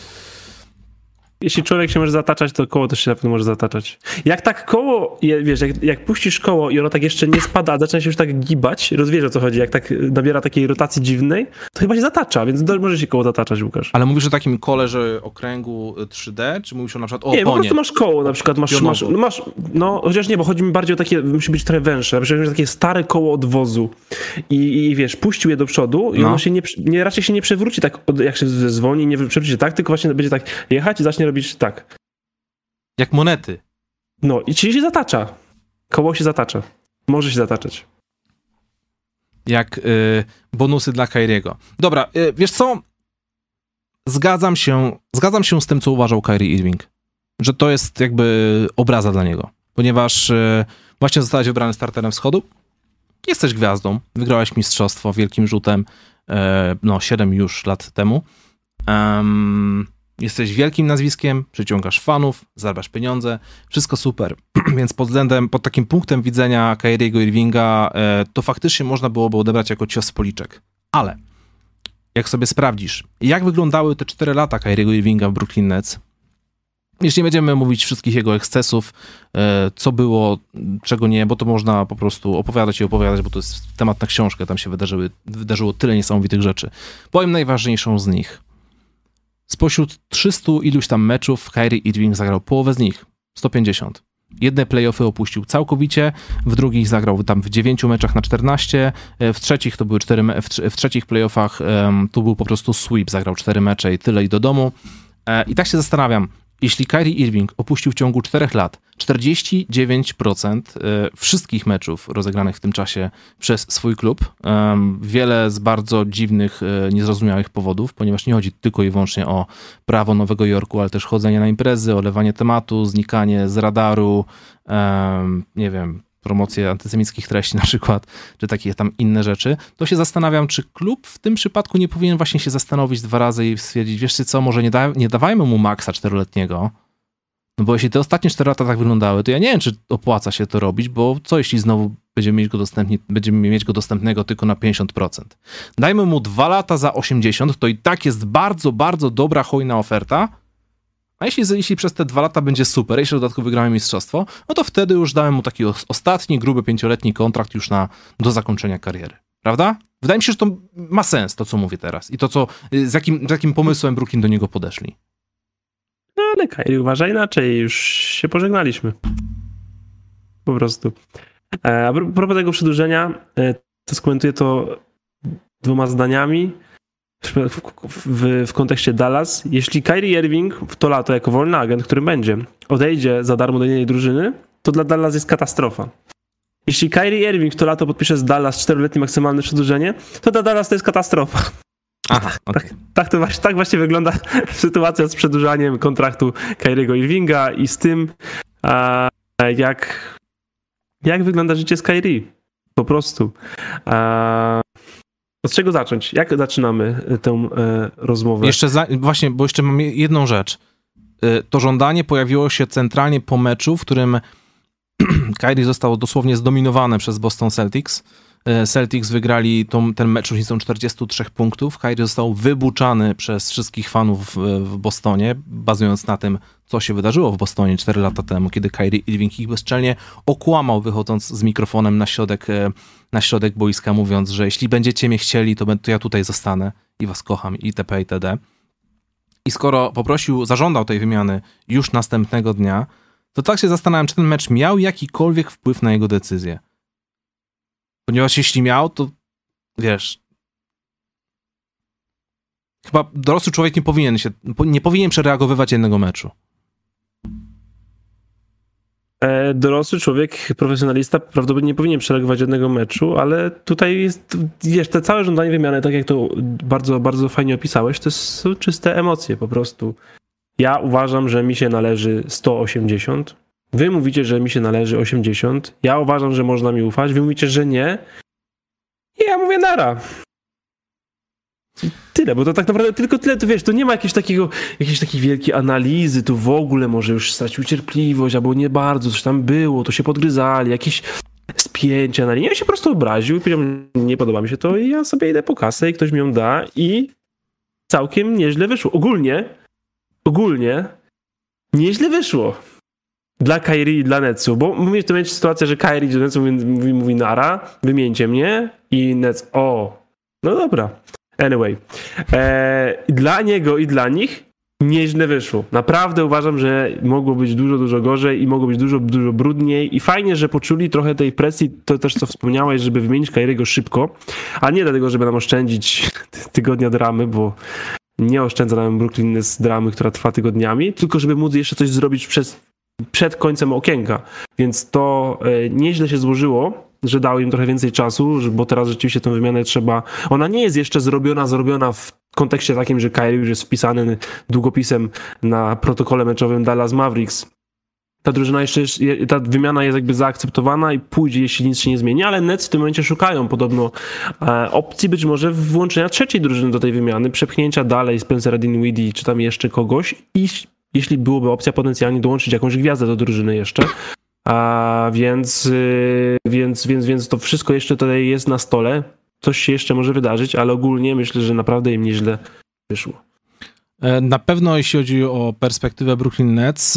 Jeśli człowiek się może zataczać, to koło też się na pewno może zataczać. Jak tak koło, wiesz, jak, jak puścisz koło i ono tak jeszcze nie spada, a zaczyna się już tak gibać, rozwiesz, o co chodzi, jak tak nabiera takiej rotacji dziwnej, to chyba się zatacza, więc może się koło zataczać, Łukasz. Ale mówisz o takim kole, że okręgu trzy D, czy mówisz o na przykład o Nie, po oponie? prostu masz koło, na przykład masz, masz, no masz, no chociaż nie, bo chodzi mi bardziej o takie, musi być trochę węższe, na przykład takie stare koło od wozu i, i wiesz, puścił je do przodu i no. ono się nie, nie, raczej się nie przewróci tak, jak się zwolni, nie przewróci się tak, tylko właśnie będzie tak jechać i zacznie robić tak. Jak monety. No i czyli się zatacza. Koło się zatacza. Może się zataczać. Jak y, bonusy dla Kyriego. Dobra, y, wiesz co? Zgadzam się, zgadzam się z tym, co uważał Kyrie Irving. Że to jest jakby obraza dla niego. Ponieważ y, właśnie zostałeś wybrany starterem wschodu. Jesteś gwiazdą. Wygrałeś mistrzostwo wielkim rzutem y, no siedem już lat temu. Um, Jesteś wielkim nazwiskiem, przyciągasz fanów, zarabiasz pieniądze, wszystko super. Więc pod względem, pod takim punktem widzenia Kyriego Irvinga, e, to faktycznie można byłoby odebrać jako cios w policzek. Ale jak sobie sprawdzisz, jak wyglądały te cztery lata Kyriego Irvinga w Brooklyn Nets, już nie będziemy mówić wszystkich jego ekscesów, e, co było, czego nie, bo to można po prostu opowiadać i opowiadać, bo to jest temat na książkę, tam się wydarzyły, wydarzyło tyle niesamowitych rzeczy. Powiem najważniejszą z nich. Spośród trzystu iluś tam meczów Kyrie Irving zagrał połowę z nich, sto pięćdziesiąt. Jedne playoffy opuścił całkowicie, w drugich zagrał tam w dziewięciu meczach na czternaście, w trzecich to były cztery, w, w trzecich playoffach um, tu był po prostu sweep, zagrał cztery mecze i tyle i do domu. E, I tak się zastanawiam, jeśli Kyrie Irving opuścił w ciągu czterech lat czterdzieści dziewięć procent wszystkich meczów rozegranych w tym czasie przez swój klub, wiele z bardzo dziwnych, niezrozumiałych powodów, ponieważ nie chodzi tylko i wyłącznie o prawo Nowego Jorku, ale też chodzenie na imprezy, olewanie tematu, znikanie z radaru, nie wiem, promocję antysemickich treści na przykład, czy takie tam inne rzeczy, to się zastanawiam, czy klub w tym przypadku nie powinien właśnie się zastanowić dwa razy i stwierdzić, wiesz co, może nie, da, nie dawajmy mu maksa czteroletniego, no bo jeśli te ostatnie cztery lata tak wyglądały, to ja nie wiem, czy opłaca się to robić, bo co jeśli znowu będziemy mieć go, dostępni, będziemy mieć go dostępnego tylko na pięćdziesiąt procent. Dajmy mu dwa lata za osiemdziesiąt, to i tak jest bardzo, bardzo dobra, hojna oferta. A jeśli, jeśli przez te dwa lata będzie super, jeśli w dodatku wygramy mistrzostwo, no to wtedy już dałem mu taki ostatni, gruby, pięcioletni kontrakt już na, do zakończenia kariery. Prawda? Wydaje mi się, że to ma sens, to co mówię teraz. I to, co, z jakim, z jakim pomysłem Brooklyn do niego podeszli. No ale Kyrie uważa inaczej, już się pożegnaliśmy. Po prostu. A propos tego przedłużenia, to skomentuję to dwoma zdaniami. w, w, w kontekście Dallas, jeśli Kyrie Irving w to lato jako wolny agent, który będzie, odejdzie za darmo do innej drużyny, to dla Dallas jest katastrofa. Jeśli Kyrie Irving w to lato podpisze z Dallas czteroletnie maksymalne przedłużenie, to dla Dallas to jest katastrofa. Aha, okay. tak, tak, to właśnie, tak właśnie wygląda sytuacja z przedłużaniem kontraktu Kyriego Irvinga i z tym, a, jak, jak wygląda życie z Kyrie. Po prostu. A, od czego zacząć? Jak zaczynamy tę e, rozmowę? Jeszcze za, właśnie, bo jeszcze mam jedną rzecz. To żądanie pojawiło się centralnie po meczu, w którym Kyrie został dosłownie zdominowany przez Boston Celtics. Celtics wygrali tą, ten mecz różnicą czterdziestu trzech punktów. Kyrie został wybuczany przez wszystkich fanów w, w Bostonie, bazując na tym, co się wydarzyło w Bostonie cztery lata temu, kiedy Kyrie Irving ich bezczelnie okłamał, wychodząc z mikrofonem na środek, na środek boiska, mówiąc, że jeśli będziecie mnie chcieli, to, to ja tutaj zostanę i was kocham, itp. itd. I skoro poprosił, zażądał tej wymiany już następnego dnia, to tak się zastanawiam, czy ten mecz miał jakikolwiek wpływ na jego decyzję. Ponieważ jeśli miał, to wiesz, chyba dorosły człowiek nie powinien się, nie powinien przereagowywać jednego meczu. Dorosły człowiek, profesjonalista prawdopodobnie nie powinien przereagować jednego meczu, ale tutaj jest, wiesz, te całe żądanie wymiany, tak jak to bardzo, bardzo fajnie opisałeś, to są czyste emocje po prostu. Ja uważam, że mi się należy sto osiemdziesiąt. Wy mówicie, że mi się należy osiemdziesiąt. Ja uważam, że można mi ufać. Wy mówicie, że nie. I ja mówię nara. I tyle, bo to tak naprawdę tylko tyle, to wiesz, to nie ma jakiegoś takiego, jakiejś takiej wielkiej analizy, tu w ogóle może już stracił cierpliwość, albo nie bardzo, coś tam było, to się podgryzali, jakieś spięcia na linii. Ja się po prostu obraził i powiedział, nie podoba mi się to i ja sobie idę po kasę i ktoś mi ją da i całkiem nieźle wyszło. Ogólnie, ogólnie nieźle wyszło. Dla Kyrie i dla Netsów, bo mówię, to będzie sytuacja, że Kyrie do Netsów mówi, mówi, mówi nara, wymieńcie mnie i Nets, o, no dobra. Anyway, eee, dla niego i dla nich nieźle wyszło. Naprawdę uważam, że mogło być dużo, dużo gorzej i mogło być dużo, dużo brudniej i fajnie, że poczuli trochę tej presji, to też co wspomniałeś, żeby wymienić Kyriego szybko, a nie dlatego, żeby nam oszczędzić tygodnia dramy, bo nie oszczędza nam Brooklyn Nets dramy, która trwa tygodniami, tylko żeby móc jeszcze coś zrobić przez, przed końcem okienka. Więc to e, nieźle się złożyło, że dało im trochę więcej czasu, bo teraz rzeczywiście tę wymianę trzeba... Ona nie jest jeszcze zrobiona, zrobiona w kontekście takim, że Kyrie już jest wpisany długopisem na protokole meczowym Dallas Mavericks. Ta drużyna jeszcze, jest, ta wymiana jest jakby zaakceptowana i pójdzie, jeśli nic się nie zmieni, ale Nets w tym momencie szukają podobno e, opcji być może włączenia trzeciej drużyny do tej wymiany, przepchnięcia dalej Spencera Dinwiddie czy tam jeszcze kogoś i jeśli byłoby opcja potencjalnie dołączyć jakąś gwiazdę do drużyny jeszcze. A więc, yy, więc, więc, więc to wszystko jeszcze tutaj jest na stole. Coś się jeszcze może wydarzyć, ale ogólnie myślę, że naprawdę im nieźle wyszło. Na pewno jeśli chodzi o perspektywę Brooklyn Nets,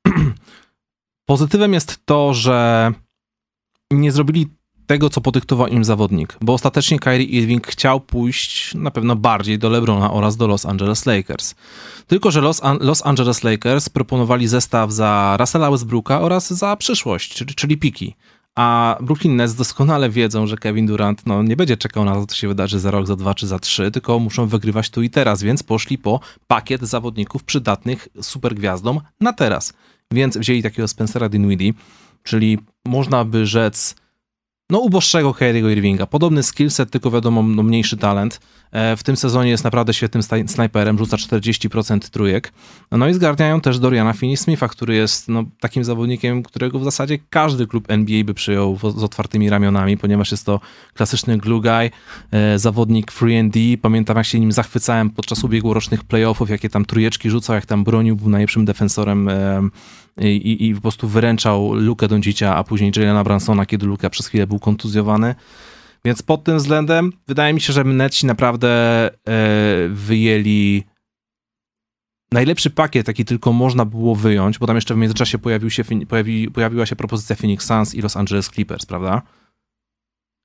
pozytywem jest to, że nie zrobili tego, co podyktował im zawodnik, bo ostatecznie Kyrie Irving chciał pójść na pewno bardziej do LeBrona oraz do Los Angeles Lakers. Tylko że Los, An- Los Angeles Lakers proponowali zestaw za Russella Westbrooka oraz za przyszłość, czyli, czyli piki. A Brooklyn Nets doskonale wiedzą, że Kevin Durant no, nie będzie czekał na to, co się wydarzy za rok, za dwa czy za trzy, tylko muszą wygrywać tu i teraz, więc poszli po pakiet zawodników przydatnych supergwiazdom na teraz. Więc wzięli takiego Spencera Dinwiddie, czyli można by rzec no uboższego Kyriego Irvinga. Podobny skillset, tylko wiadomo, no, mniejszy talent. E, w tym sezonie jest naprawdę świetnym staj- snajperem, rzuca czterdzieści procent trójek. No i zgarniają też Doriana Finney-Smitha, który jest no, takim zawodnikiem, którego w zasadzie każdy klub N B A by przyjął w, z otwartymi ramionami, ponieważ jest to klasyczny glue guy, e, zawodnik trzy and D. Pamiętam, jak się nim zachwycałem podczas ubiegłorocznych playoffów, jakie tam trójeczki rzucał, jak tam bronił, był najlepszym defensorem e, i, i po prostu wyręczał Lukę Doncicia, a później Jalena Bransona, kiedy Luka przez chwilę był kontuzjowany. Więc pod tym względem wydaje mi się, że Netsi naprawdę e, wyjęli najlepszy pakiet, jaki tylko można było wyjąć, bo tam jeszcze w międzyczasie pojawił się, pojawi, pojawiła się propozycja Phoenix Suns i Los Angeles Clippers, prawda?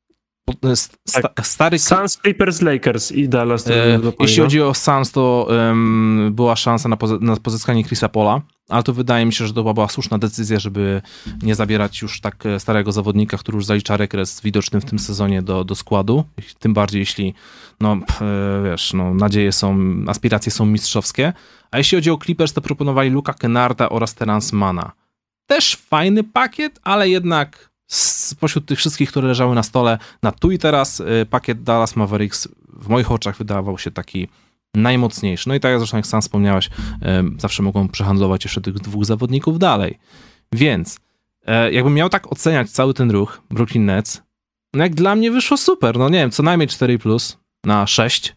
sta, stary... Suns, Clippers, Lakers i Dallas. E, jeśli chodzi o Suns, to um, była szansa na, pozy- na pozyskanie Chrisa Paula, ale to wydaje mi się, że to była słuszna decyzja, żeby nie zabierać już tak starego zawodnika, który już zalicza regres widoczny w tym sezonie do, do składu. Tym bardziej, jeśli no, wiesz, no, nadzieje są, aspiracje są mistrzowskie. A jeśli chodzi o Clippers, to proponowali Luka Kennarda oraz Terance Manna. Też fajny pakiet, ale jednak spośród tych wszystkich, które leżały na stole na tu i teraz, pakiet Dallas Mavericks w moich oczach wydawał się taki najmocniejszy. No i tak jak zresztą jak sam wspomniałeś, zawsze mogą przehandlować jeszcze tych dwóch zawodników dalej. Więc jakbym miał tak oceniać cały ten ruch Brooklyn Nets, no jak dla mnie wyszło super. No nie wiem, co najmniej cztery plus na sześć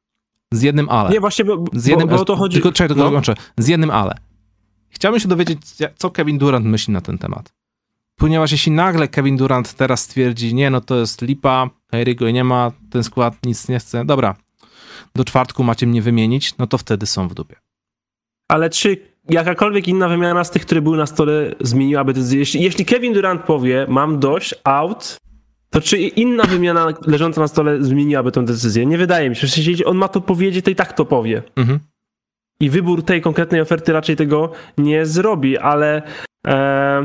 z jednym ale. Nie, właśnie, bo, z jednym, bo, bo o to chodzi. Tylko, czekaj, tylko no. dokończę. Z jednym ale. Chciałbym się dowiedzieć, co Kevin Durant myśli na ten temat. Ponieważ jeśli nagle Kevin Durant teraz stwierdzi, nie, no to jest lipa, Kyriego nie ma, ten skład nic nie chce, dobra, do czwartku macie mnie wymienić, no to wtedy są w dupie. Ale czy jakakolwiek inna wymiana z tych, które były na stole, zmieniłaby decyzję? Jeśli, jeśli Kevin Durant powie, mam dość, out, to czy inna wymiana leżąca na stole zmieniłaby tę decyzję? Nie wydaje mi się. Jeśli on ma to powiedzieć, to i tak to powie. Mhm. I wybór tej konkretnej oferty raczej tego nie zrobi, ale... E...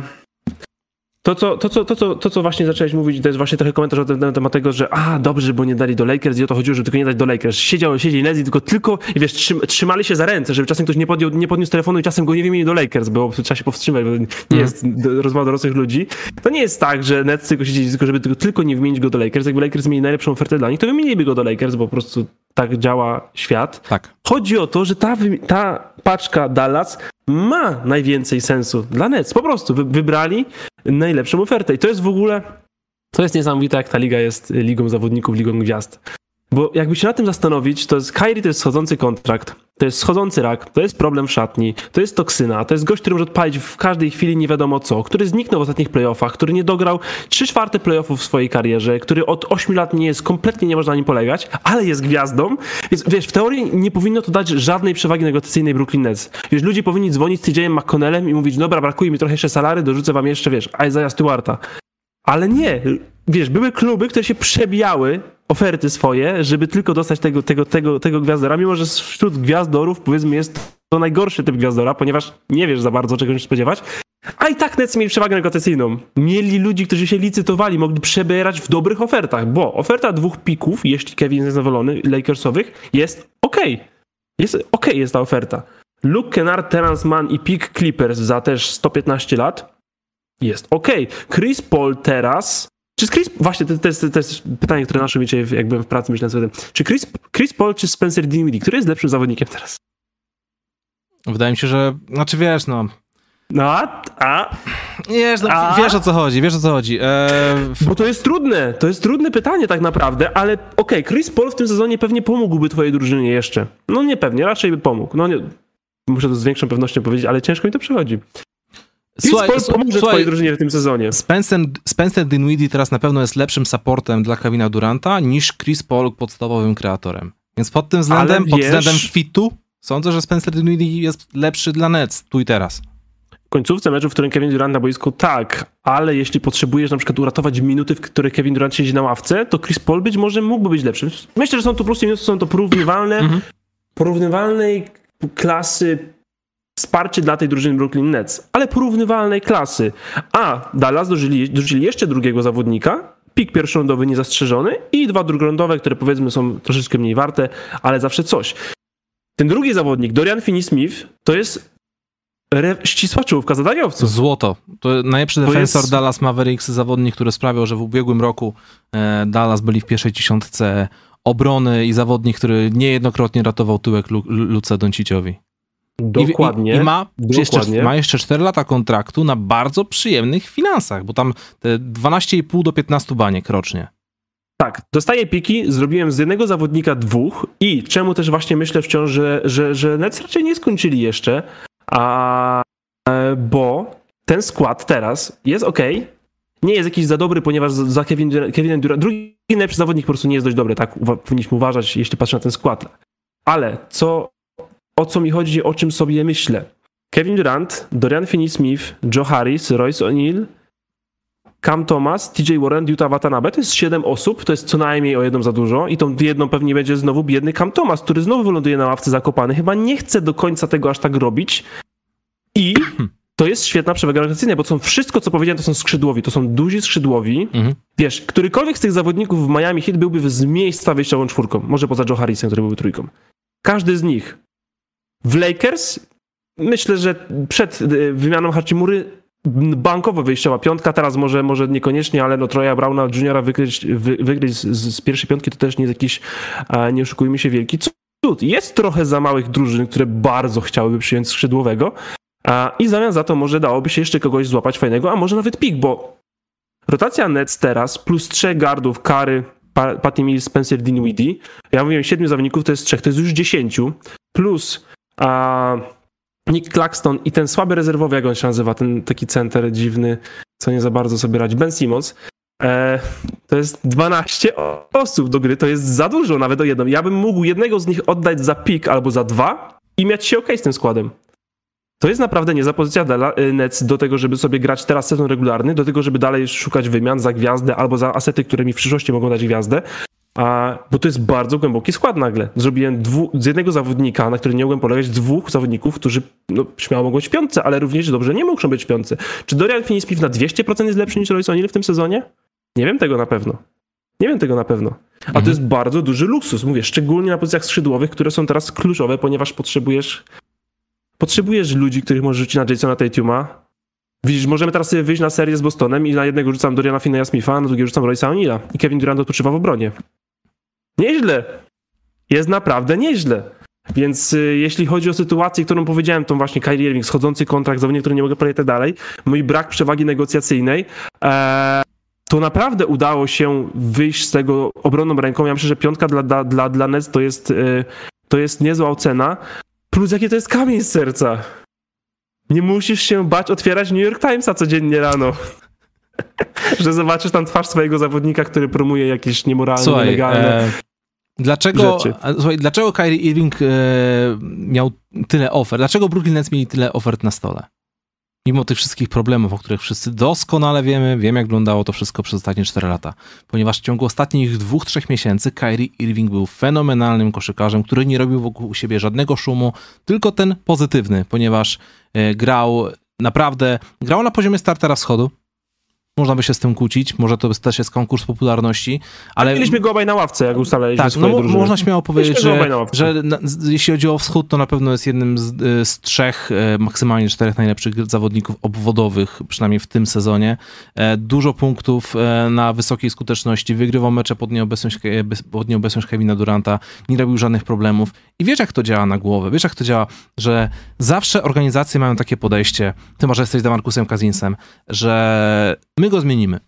To co, to, co, to, co, to, co właśnie zacząłeś mówić, to jest właśnie trochę komentarz na temat tego, że a, dobrze, bo nie dali do Lakers i o to chodziło, żeby tylko nie dać do Lakers. Siedział, siedzieli Leslie, tylko, tylko i wiesz, trzym, trzymali się za ręce, żeby czasem ktoś nie, podjął, nie podniósł telefonu i czasem go nie wymienił do Lakers, bo trzeba się powstrzymać, bo nie mm. jest do, rozmowa dorosłych ludzi. To nie jest tak, że Nets tylko siedzieli, tylko żeby tylko, tylko nie wymienić go do Lakers. Jakby Lakers mieli najlepszą ofertę dla nich, to wymieniliby go do Lakers, bo po prostu tak działa świat. Tak. Chodzi o to, że ta, ta paczka Dallas ma najwięcej sensu dla Nets. Po prostu wy, wybrali najlepszą ofertę. I to jest w ogóle, to jest niesamowite, jak ta liga jest ligą zawodników, ligą gwiazd. Bo jakby się na tym zastanowić, to jest Kyrie, to jest schodzący kontrakt, to jest schodzący rak, to jest problem w szatni, to jest toksyna, to jest gość, który może odpalić w każdej chwili nie wiadomo co, który zniknął w ostatnich playoffach, który nie dograł trzy czwarte playoffów w swojej karierze, który od ośmiu lat nie jest, kompletnie nie można na nim polegać, ale jest gwiazdą, więc wiesz, w teorii nie powinno to dać żadnej przewagi negocjacyjnej Brooklyn Nets. Wiesz, ludzie powinni dzwonić z T J-em McConnellem i mówić, dobra, brakuje mi trochę jeszcze salary, dorzucę wam jeszcze, wiesz, Isaiah Stewarta. Ale nie, wiesz, były kluby, które się przebijały oferty swoje, żeby tylko dostać tego, tego, tego, tego gwiazdora, mimo że wśród gwiazdorów, powiedzmy, jest to najgorszy typ gwiazdora, ponieważ nie wiesz za bardzo, czego się spodziewać, a i tak Nets mieli przewagę negocjacyjną. Mieli ludzi, którzy się licytowali, mogli przebierać w dobrych ofertach, bo oferta dwóch pików, jeśli Kevin jest zadowolony, Lakersowych, jest okej. Okay. Jest okej, okay, jest ta oferta. Luke Kennard, Terance Mann i pick Clippers za też sto piętnaście lat jest okej. Okay. Chris Paul teraz... Czy Chris... Właśnie, to, to, jest, to jest pytanie, które naszło mi dzisiaj, jak byłem w pracy, myślałem sobie, czy Chris, Chris Paul czy Spencer Dinwiddie, który jest lepszym zawodnikiem teraz? Wydaje mi się, że... Znaczy wiesz, no... No, a... a wiesz, no, a, wiesz o co chodzi, wiesz o co chodzi. Eee... Bo to jest trudne, to jest trudne pytanie tak naprawdę, ale okej, okay, Chris Paul w tym sezonie pewnie pomógłby twojej drużynie jeszcze. No nie pewnie, raczej by pomógł. No nie... Muszę to z większą pewnością powiedzieć, ale ciężko mi to przychodzi. Słuchaj, Chris Paul pomoże twojej drużynie w tym sezonie. Spencer, Spencer Dinwiddie teraz na pewno jest lepszym supportem dla Kevina Duranta niż Chris Paul podstawowym kreatorem. Więc pod tym względem, wiesz, pod względem fitu sądzę, że Spencer Dinwiddie jest lepszy dla Nets tu i teraz. W końcówce meczu, w którym Kevin Durant na boisku, tak, ale jeśli potrzebujesz na przykład uratować minuty, w których Kevin Durant siedzi na ławce, to Chris Paul być może mógłby być lepszym. Myślę, że są to plusy i minusy, są to porównywalne, mhm. porównywalnej klasy wsparcie dla tej drużyny Brooklyn Nets, ale porównywalnej klasy. A Dallas dorzucili, dorzucili jeszcze drugiego zawodnika, pik pierwszorądowy niezastrzeżony i dwa drugorondowe, które powiedzmy są troszeczkę mniej warte, ale zawsze coś. Ten drugi zawodnik, Dorian Finney-Smith, to jest re- ścisła czołówka zadaniowców. Złoto. To najlepszy to defensor jest... Dallas Mavericks, zawodnik, który sprawiał, że w ubiegłym roku e, Dallas byli w pierwszej dziesiątce obrony i zawodnik, który niejednokrotnie ratował tyłek Lu- Luce Donciciowi. Dokładnie. I, i ma, dokładnie. Jeszcze, ma jeszcze cztery lata kontraktu na bardzo przyjemnych finansach, bo tam te dwanaście i pół do piętnastu baniek rocznie. Tak, dostaję piki, zrobiłem z jednego zawodnika dwóch i czemu też właśnie myślę wciąż, że, że, że Nets raczej nie skończyli jeszcze, a, bo ten skład teraz jest okej, okay, nie jest jakiś za dobry, ponieważ za Kevin, Kevinem Durant, drugi najlepszy zawodnik po prostu nie jest dość dobry, tak uwa- powinniśmy uważać, jeśli patrzę na ten skład. Ale co, o co mi chodzi, o czym sobie myślę? Kevin Durant, Dorian Finney-Smith, Joe Harris, Royce O'Neal, Cam Thomas, T J Warren, Yuta Watanabe, to jest siedem osób, to jest co najmniej o jedną za dużo i tą jedną pewnie będzie znowu biedny Cam Thomas, który znowu wyląduje na ławce zakopany. Chyba nie chce do końca tego aż tak robić i to jest świetna przewaga rotacyjna, bo to są wszystko, co powiedziałem, to są skrzydłowi, to są duzi skrzydłowi. Mhm. Wiesz, którykolwiek z tych zawodników w Miami Heat byłby z miejsca wyjściową czwórką, może poza Joe Harrisem, który byłby trójką. Każdy z nich. W Lakers myślę, że przed wymianą Hachimury bankowo wyjściowa piątka, teraz może, może niekoniecznie, ale no Troya Browna juniora wygryźć, wy, wygryźć z, z pierwszej piątki to też nie jest jakiś, a nie oszukujmy się, wielki cud. Jest trochę za małych drużyn, które bardzo chciałyby przyjąć skrzydłowego a, i w zamian za to może dałoby się jeszcze kogoś złapać fajnego, a może nawet pik, bo rotacja Nets teraz plus trzech guardów, Curry, Patty Mills, Spencer Dinwiddie, ja mówiłem siedmiu zawodników, to jest trzech, to jest już dziesięciu, plus a, Nick Claxton i ten słaby rezerwowy, jak on się nazywa, ten taki center dziwny, co nie za bardzo sobie radzi, Ben Simmons, e, to jest dwanaście osób do gry, to jest za dużo nawet o jedną. Ja bym mógł jednego z nich oddać za pik albo za dwa i mieć się okej z tym składem. To jest naprawdę niezła pozycja dla Nets do tego, żeby sobie grać teraz sezon regularny, do tego, żeby dalej szukać wymian za gwiazdę albo za asety, które mi w przyszłości mogą dać gwiazdę. A, bo to jest bardzo głęboki skład nagle. Zrobiłem dwu, z jednego zawodnika, na który nie mogłem polegać, dwóch zawodników, którzy no, śmiało mogą być w piątce, ale również dobrze nie muszą być w piątce. Czy Dorian Finney-Smith na dwieście procent jest lepszy niż Royce O'Neal w tym sezonie? Nie wiem tego na pewno. Nie wiem tego na pewno. A mhm. to jest bardzo duży luksus, mówię, szczególnie na pozycjach skrzydłowych, które są teraz kluczowe, ponieważ potrzebujesz potrzebujesz ludzi, których możesz rzucić na Jasona Tatuma. Widzisz, możemy teraz sobie wyjść na serię z Bostonem i na jednego rzucam Doriana Finney-Smitha, a na drugiego rzucam Royce'a O'Neala. I Kevin Durant odpoczywa w obronie. Nieźle. Jest naprawdę nieźle. Więc y, jeśli chodzi o sytuację, którą powiedziałem, tą właśnie Kyrie Irving, schodzący kontrakt, zawodnik, który nie mogę powiedzieć i tak dalej, mój brak przewagi negocjacyjnej, e, to naprawdę udało się wyjść z tego obronną ręką. Ja myślę, że piątka dla, dla, dla, dla Nets to jest, y, to jest niezła ocena. Plus jakie to jest kamień z serca. Nie musisz się bać otwierać New York Timesa codziennie rano. Że zobaczysz tam twarz swojego zawodnika, który promuje jakieś niemoralne, słuchaj, nielegalne e, dlaczego, rzeczy. Słuchaj, dlaczego Kyrie Irving e, miał tyle ofert? Dlaczego Brooklyn Nets mieli tyle ofert na stole? Mimo tych wszystkich problemów, o których wszyscy doskonale wiemy, wiem jak wyglądało to wszystko przez ostatnie cztery lata. Ponieważ w ciągu ostatnich dwóch, trzech miesięcy Kyrie Irving był fenomenalnym koszykarzem, który nie robił wokół siebie żadnego szumu, tylko ten pozytywny, ponieważ e, grał naprawdę, grał na poziomie startera wschodu. Można by się z tym kłócić, może to też jest konkurs popularności, ale... Mieliśmy go obaj na ławce, jak ustalaliśmy tak, swoje no, drużyny. można śmiało powiedzieć, że, że na, jeśli chodzi o wschód, to na pewno jest jednym z, z trzech, maksymalnie czterech najlepszych zawodników obwodowych, przynajmniej w tym sezonie. Dużo punktów na wysokiej skuteczności, wygrywał mecze pod nieobecność, pod nieobecność Kevina Duranta, nie robił żadnych problemów. I wiesz, jak to działa na głowę, wiesz, jak to działa, że zawsze organizacje mają takie podejście, ty może jesteś DeMarcusem Cousinsem, że my go zmienimy.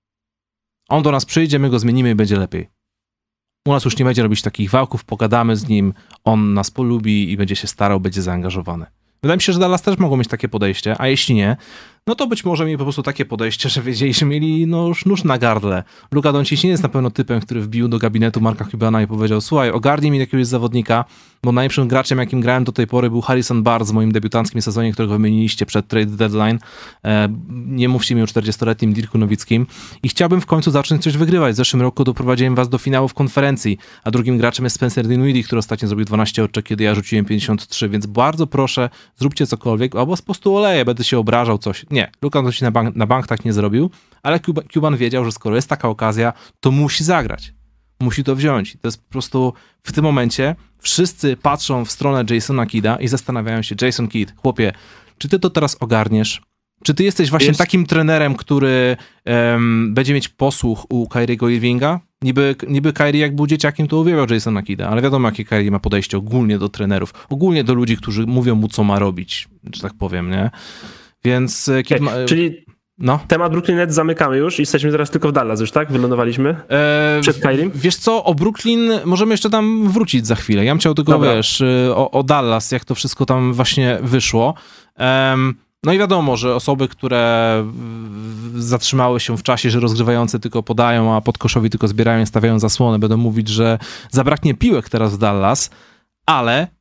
On do nas przyjdzie, my go zmienimy i będzie lepiej. U nas już nie będzie robić takich wałków, pogadamy z nim, on nas polubi i będzie się starał, będzie zaangażowany. Wydaje mi się, że Dallas też mogą mieć takie podejście, a jeśli nie, no to być może mieli po prostu takie podejście, że wiedzieli, że mieli no, już nóż na gardle. Luka Doncic nie jest na pewno typem, który wbił do gabinetu Marka Cubana i powiedział: słuchaj, ogarnij mi jakiegoś zawodnika, bo najlepszym graczem, jakim grałem do tej pory, był Harrison Barnes w moim debiutanckim sezonie, którego wymieniliście przed trade deadline. E, nie mówcie mi o czterdziestoletnim Dirku Nowickim. I chciałbym w końcu zacząć coś wygrywać. W zeszłym roku doprowadziłem was do finałów konferencji, a drugim graczem jest Spencer Dinwiddie, który ostatnio zrobił dwanaście oczek, kiedy ja rzuciłem pięćdziesiąt trzy, więc bardzo proszę, zróbcie cokolwiek, albo po prostu oleję, będę się obrażał, coś. Nie, Luka Doncic na bank, na bank tak nie zrobił, ale Cuban wiedział, że skoro jest taka okazja, to musi zagrać. Musi to wziąć. To jest po prostu w tym momencie wszyscy patrzą w stronę Jasona Kidda i zastanawiają się: Jason Kidd, chłopie, czy ty to teraz ogarniesz? Czy ty jesteś właśnie jest. takim trenerem, który um, będzie mieć posłuch u Kyriego Irvinga? Niby, niby Kyrie jak był dzieciakiem, to uwielbiał Jasona Kidda, ale wiadomo, jakie Kyrie ma podejście ogólnie do trenerów, ogólnie do ludzi, którzy mówią mu, co ma robić, że tak powiem, nie? Więc... Kid ma... Czyli... No. Temat Brooklyn Nets zamykamy już i jesteśmy teraz tylko w Dallas już, tak? Wylądowaliśmy eee, przed Kyrie. Wiesz co, o Brooklyn możemy jeszcze tam wrócić za chwilę. Ja bym chciał tylko, Dobra. wiesz, o, o Dallas, jak to wszystko tam właśnie wyszło. Um, no i wiadomo, że osoby, które zatrzymały się w czasie, że rozgrywający tylko podają, a podkoszowi tylko zbierają i stawiają zasłony, będą mówić, że zabraknie piłek teraz w Dallas, ale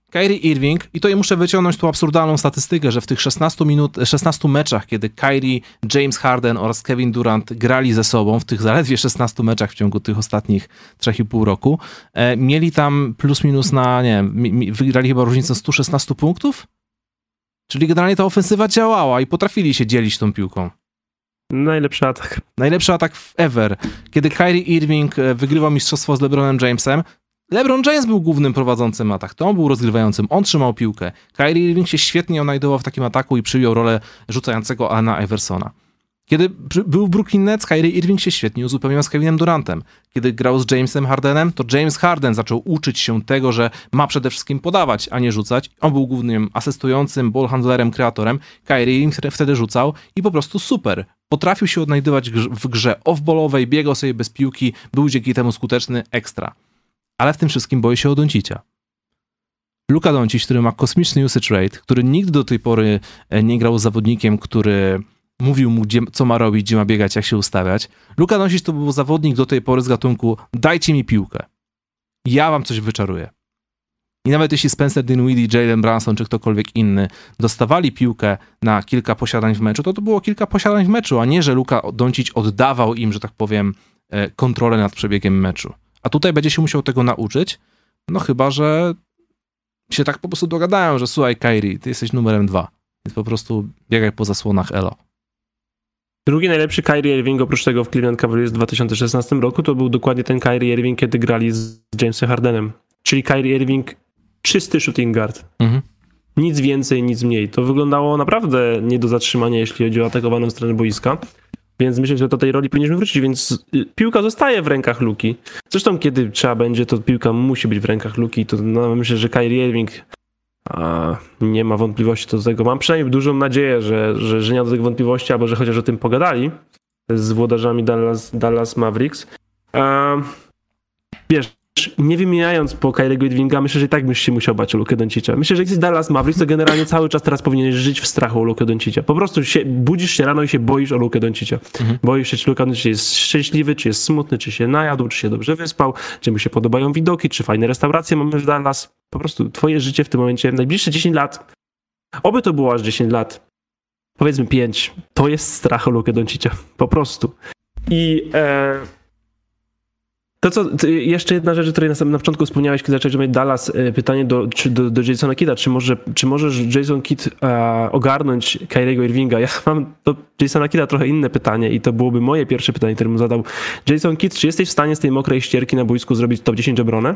Kyrie Irving, i to muszę wyciągnąć tu absurdalną statystykę, że w tych szesnastu minut, szesnastu meczach, kiedy Kyrie, James Harden oraz Kevin Durant grali ze sobą, w tych zaledwie szesnastu meczach w ciągu tych ostatnich trzech i pół roku, e, mieli tam plus minus na, nie wiem, wygrali chyba różnicę stu szesnastu punktów? Czyli generalnie ta ofensywa działała i potrafili się dzielić tą piłką. Najlepszy atak. Najlepszy atak ever. Kiedy Kyrie Irving wygrywał mistrzostwo z LeBronem Jamesem, LeBron James był głównym prowadzącym atak, to on był rozgrywającym, on trzymał piłkę. Kyrie Irving się świetnie odnajdował w takim ataku i przyjął rolę rzucającego Alana Iversona. Kiedy był w Brooklyn Nets, Kyrie Irving się świetnie uzupełniał z Kevinem Durantem. Kiedy grał z Jamesem Hardenem, to James Harden zaczął uczyć się tego, że ma przede wszystkim podawać, a nie rzucać. On był głównym asystującym, ballhandlerem, kreatorem. Kyrie Irving wtedy rzucał i po prostu super. Potrafił się odnajdywać w grze off-ballowej, biegał sobie bez piłki, był dzięki temu skuteczny, ekstra. Ale w tym wszystkim boi się o Doncicza. Luka Doncic, który ma kosmiczny usage rate, który nigdy do tej pory nie grał z zawodnikiem, który mówił mu, gdzie, co ma robić, gdzie ma biegać, jak się ustawiać. Luka Doncic to był zawodnik do tej pory z gatunku dajcie mi piłkę. Ja wam coś wyczaruję. I nawet jeśli Spencer Dinwiddie, Jalen Brunson czy ktokolwiek inny dostawali piłkę na kilka posiadań w meczu, to to było kilka posiadań w meczu, a nie, że Luka Doncic oddawał im, że tak powiem, kontrolę nad przebiegiem meczu. A tutaj będzie się musiał tego nauczyć, no chyba, że się tak po prostu dogadają, że słuchaj Kyrie, ty jesteś numerem dwa. Więc po prostu biegaj po zasłonach elo. Drugi najlepszy Kyrie Irving oprócz tego w Cleveland Cavaliers w dwa tysiące szesnastym roku to był dokładnie ten Kyrie Irving, kiedy grali z Jamesem Hardenem. Czyli Kyrie Irving czysty shooting guard. Mhm. Nic więcej, nic mniej. To wyglądało naprawdę nie do zatrzymania, jeśli chodzi o atakowaną stronę boiska. Więc myślę, że do tej roli powinniśmy wrócić, więc piłka zostaje w rękach Luki. Zresztą kiedy trzeba będzie, to piłka musi być w rękach Luki. To no, myślę, że Kyrie Irving a, nie ma wątpliwości co do tego. Mam przynajmniej dużą nadzieję, że, że, że nie ma do tego wątpliwości, albo że chociaż o tym pogadali z włodarzami Dallas, Dallas Mavericks. A, wiesz, nie wymieniając po Kyriego Irvinga, myślę, że i tak byś się musiał bać o Lukę Doncicza. Myślę, że jak jesteś Dallas Mavericks, to generalnie cały czas teraz powinieneś żyć w strachu o Lukę Doncicza. Po prostu się, budzisz się rano i się boisz o Lukę Doncicza. Mhm. Boisz się, czy Luka Doncic jest szczęśliwy, czy jest smutny, czy się najadł, czy się dobrze wyspał, czy mu się podobają widoki, czy fajne restauracje mamy w Dallas. Po prostu twoje życie w tym momencie, najbliższe dziesięć lat, oby to było aż dziesięć lat, powiedzmy pięć, to jest strach o Lukę Doncicza. Po prostu. I... E... To co, to jeszcze jedna rzecz, o której na, na początku wspomniałeś, kiedy zacząłeś mieć Dallas, pytanie do, czy, do, do Jasona Kidda, czy, może, czy możesz Jason Kidd e, ogarnąć Kyriego Irvinga? Ja mam do Jasona Kidda trochę inne pytanie i to byłoby moje pierwsze pytanie, które mu zadał. Jason Kidd, czy jesteś w stanie z tej mokrej ścierki na boisku zrobić top dziesięć obronę?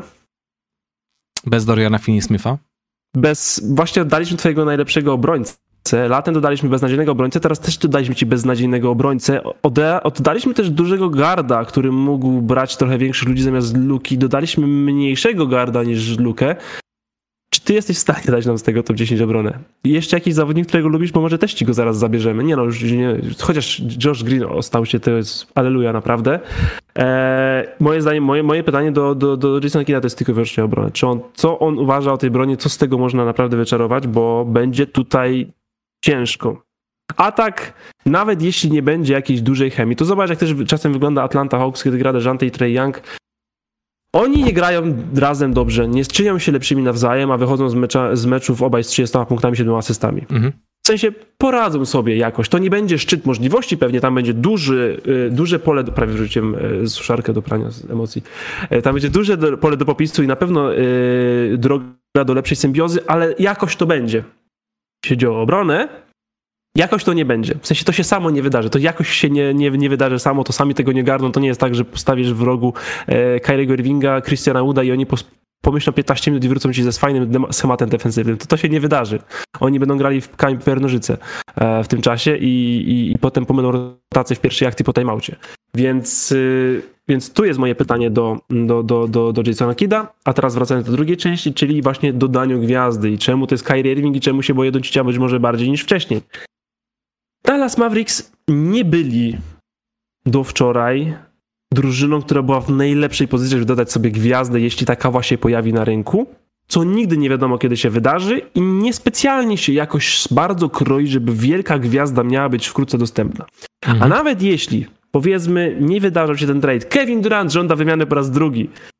Bez Doriana Finney-Smitha? Bez, właśnie oddaliśmy twojego najlepszego obrońcę. Latem dodaliśmy beznadziejnego obrońcę, teraz też dodaliśmy ci beznadziejnego obrońcę. Oddaliśmy też dużego garda, który mógł brać trochę większych ludzi zamiast Luki. Dodaliśmy mniejszego garda niż Lukę. Czy ty jesteś w stanie dać nam z tego top dziesięć obronę? I jeszcze jakiś zawodnik, którego lubisz, bo może też ci go zaraz zabierzemy. Nie no, już nie. Chociaż Josh Green ostał się, to jest alleluja naprawdę. Eee, moje zdanie, moje, moje pytanie do, do, do Jasona Kidda to jest tylko i wyłącznie obrona. Czy on, co on uważa o tej broni, co z tego można naprawdę wyczarować, bo będzie tutaj ciężko. A tak, nawet jeśli nie będzie jakiejś dużej chemii, to zobacz, jak też czasem wygląda Atlanta Hawks, kiedy gra DeJounte i Trae Young. Oni nie grają razem dobrze, nie czynią się lepszymi nawzajem, a wychodzą z, mecza, z meczów obaj z trzydziestoma punktami, siedmioma asystami. Mhm. W sensie poradzą sobie jakoś. To nie będzie szczyt możliwości, pewnie tam będzie duży, duże pole, do, prawie wrzuciłem suszarkę do prania z emocji, tam będzie duże do, pole do popisu i na pewno yy, droga do lepszej symbiozy, ale jakoś to będzie. Jeśli chodzi o obronę, jakoś to nie będzie. W sensie to się samo nie wydarzy. To jakoś się nie, nie, nie wydarzy samo, to sami tego nie garną. To nie jest tak, że postawisz w rogu e, Kyriego Irvinga, Christiana Wooda i oni pos, pomyślą piętnaście minut i wrócą ci ze fajnym schematem defensywnym. To to się nie wydarzy. Oni będą grali w kamień papier nożyce e, w tym czasie i, i, i potem pomylą rotację w pierwszej akcji po timeoutie. Więc, y, więc tu jest moje pytanie do, do, do, do, do Jasona Kidda, a teraz wracając do drugiej części, czyli właśnie dodaniu gwiazdy i czemu to jest Kyrie Irving i czemu się boję Doncicza być może bardziej niż wcześniej. Dallas Mavericks nie byli do wczoraj drużyną, która była w najlepszej pozycji, żeby dodać sobie gwiazdę, jeśli taka właśnie pojawi na rynku, co nigdy nie wiadomo, kiedy się wydarzy i niespecjalnie się jakoś bardzo kroi, żeby wielka gwiazda miała być wkrótce dostępna. Mhm. A nawet jeśli, powiedzmy, nie wydarzał się ten trade, Kevin Durant żąda wymiany po raz drugi,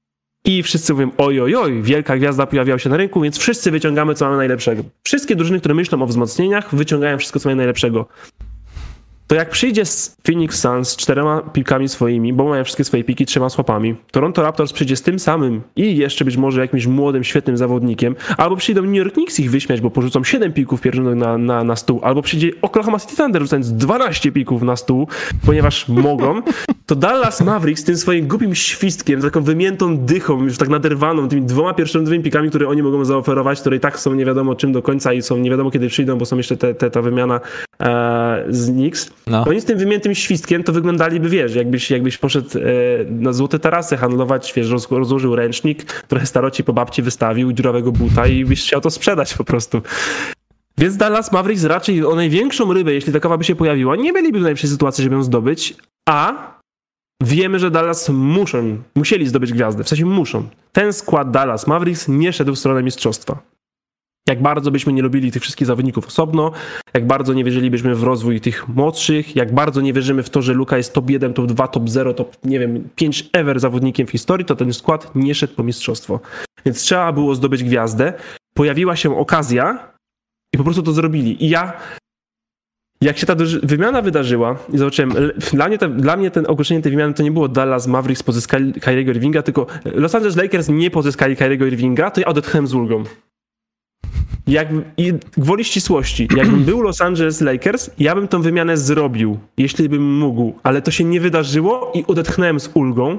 I wszyscy mówią, oj, oj, oj, wielka gwiazda pojawiła się na rynku, więc wszyscy wyciągamy, co mamy najlepszego. Wszystkie drużyny, które myślą o wzmocnieniach, wyciągają wszystko, co mają najlepszego. To jak przyjdzie z Phoenix Suns z czterema pikami swoimi, bo mają wszystkie swoje piki trzema słapami, Toronto Raptors przyjdzie z tym samym i jeszcze być może jakimś młodym, świetnym zawodnikiem, albo przyjdą New York Knicks ich wyśmiać, bo porzucą siedem pików pierwszych na, na, na stół, albo przyjdzie Oklahoma City Thunder rzucając dwanaście pików na stół, ponieważ mogą, to Dallas Mavericks z tym swoim głupim świstkiem, taką wymiętą dychą, już tak naderwaną, tymi dwoma pierwszorzędowymi pikami, które oni mogą zaoferować, które i tak są nie wiadomo czym do końca i są nie wiadomo kiedy przyjdą, bo są jeszcze te, te, ta wymiana e, z Knicks. No. Oni z tym wymiętym świstkiem to wyglądaliby, wiesz, jakbyś, jakbyś poszedł e, na złote tarasy handlować, wiesz, roz, rozłożył ręcznik, trochę staroci po babci wystawił, dziurawego buta i byś chciał to sprzedać po prostu. Więc Dallas Mavericks raczej o największą rybę, jeśli takowa by się pojawiła, nie byliby w najlepszej sytuacji, żeby ją zdobyć, a wiemy, że Dallas muszą, musieli zdobyć gwiazdę, w sensie muszą. Ten skład Dallas Mavericks nie szedł w stronę mistrzostwa. Jak bardzo byśmy nie lubili tych wszystkich zawodników osobno, jak bardzo nie wierzylibyśmy w rozwój tych młodszych, jak bardzo nie wierzymy w to, że Luka jest top jeden, top dwa, top zero, top, nie wiem, pięć ever zawodnikiem w historii, to ten skład nie szedł po mistrzostwo. Więc trzeba było zdobyć gwiazdę. Pojawiła się okazja i po prostu to zrobili. I ja, jak się ta wymiana wydarzyła i zobaczyłem, dla mnie, te, dla mnie ten ogłoszenie tej wymiany to nie było Dallas Mavericks pozyskali Kyriego Irvinga, tylko Los Angeles Lakers nie pozyskali Kyriego Irvinga, to ja odetchnąłem z ulgą. Jak, i gwoli ścisłości, jakbym był Los Angeles Lakers, ja bym tą wymianę zrobił, jeśli bym mógł, ale to się nie wydarzyło i odetchnąłem z ulgą,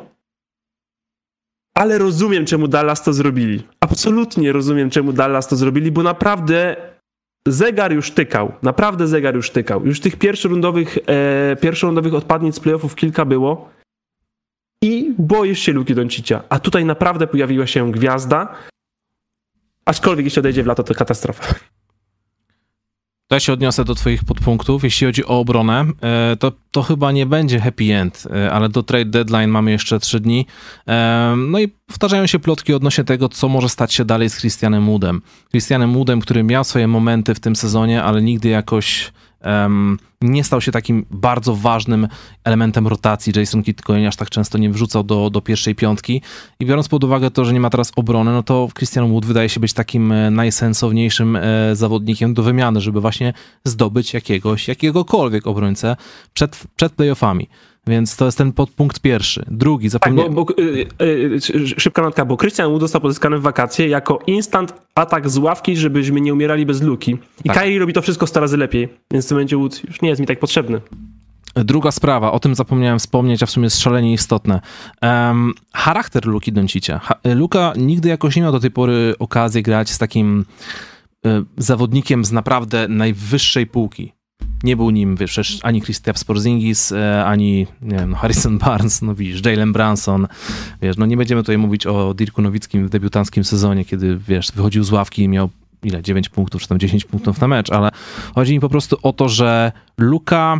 ale rozumiem, czemu Dallas to zrobili. Absolutnie rozumiem, czemu Dallas to zrobili, bo naprawdę zegar już tykał, naprawdę zegar już tykał. Już tych pierwszorundowych, e, pierwszorundowych odpadnic z playoffów kilka było i boisz się Luki Doncicia, a tutaj naprawdę pojawiła się gwiazda. Aczkolwiek jeśli odejdzie w lato, to katastrofa. To ja się odniosę do twoich podpunktów. Jeśli chodzi o obronę, to, to chyba nie będzie happy end, ale do trade deadline mamy jeszcze trzy dni. No i powtarzają się plotki odnośnie tego, co może stać się dalej z Christianem Woodem. Christianem Woodem, który miał swoje momenty w tym sezonie, ale nigdy jakoś um, nie stał się takim bardzo ważnym elementem rotacji. Jason Kidd go aż tak często nie wrzucał do, do pierwszej piątki. I biorąc pod uwagę to, że nie ma teraz obrony, no to Christian Wood wydaje się być takim najsensowniejszym zawodnikiem do wymiany, żeby właśnie zdobyć jakiegoś, jakiegokolwiek obrońcę przed, przed playoffami. Więc to jest ten podpunkt pierwszy. Drugi, zapomniałem... Tak, bo, bo, yy, yy, szybka notka, bo Christian Wood został pozyskany w wakacje jako instant atak z ławki, żebyśmy nie umierali bez luki. I tak. Kyrie robi to wszystko sto razy lepiej, więc w tym momencie Wood już nie jest mi tak potrzebny. Druga sprawa, o tym zapomniałem wspomnieć, a w sumie jest szalenie istotne. Um, charakter Luki Doncicia. Ha- Luka nigdy jakoś nie miał do tej pory okazji grać z takim y, zawodnikiem z naprawdę najwyższej półki. Nie był nim, wiesz, ani Kristaps Porzingis, ani nie wiem, no Harrison Barnes, no widzisz, Jalen Brunson, wiesz, no nie będziemy tutaj mówić o Dirku Nowickim w debiutanckim sezonie, kiedy, wiesz, wychodził z ławki i miał ile, dziewięć punktów, czy tam dziesięć punktów na mecz, ale chodzi mi po prostu o to, że Luka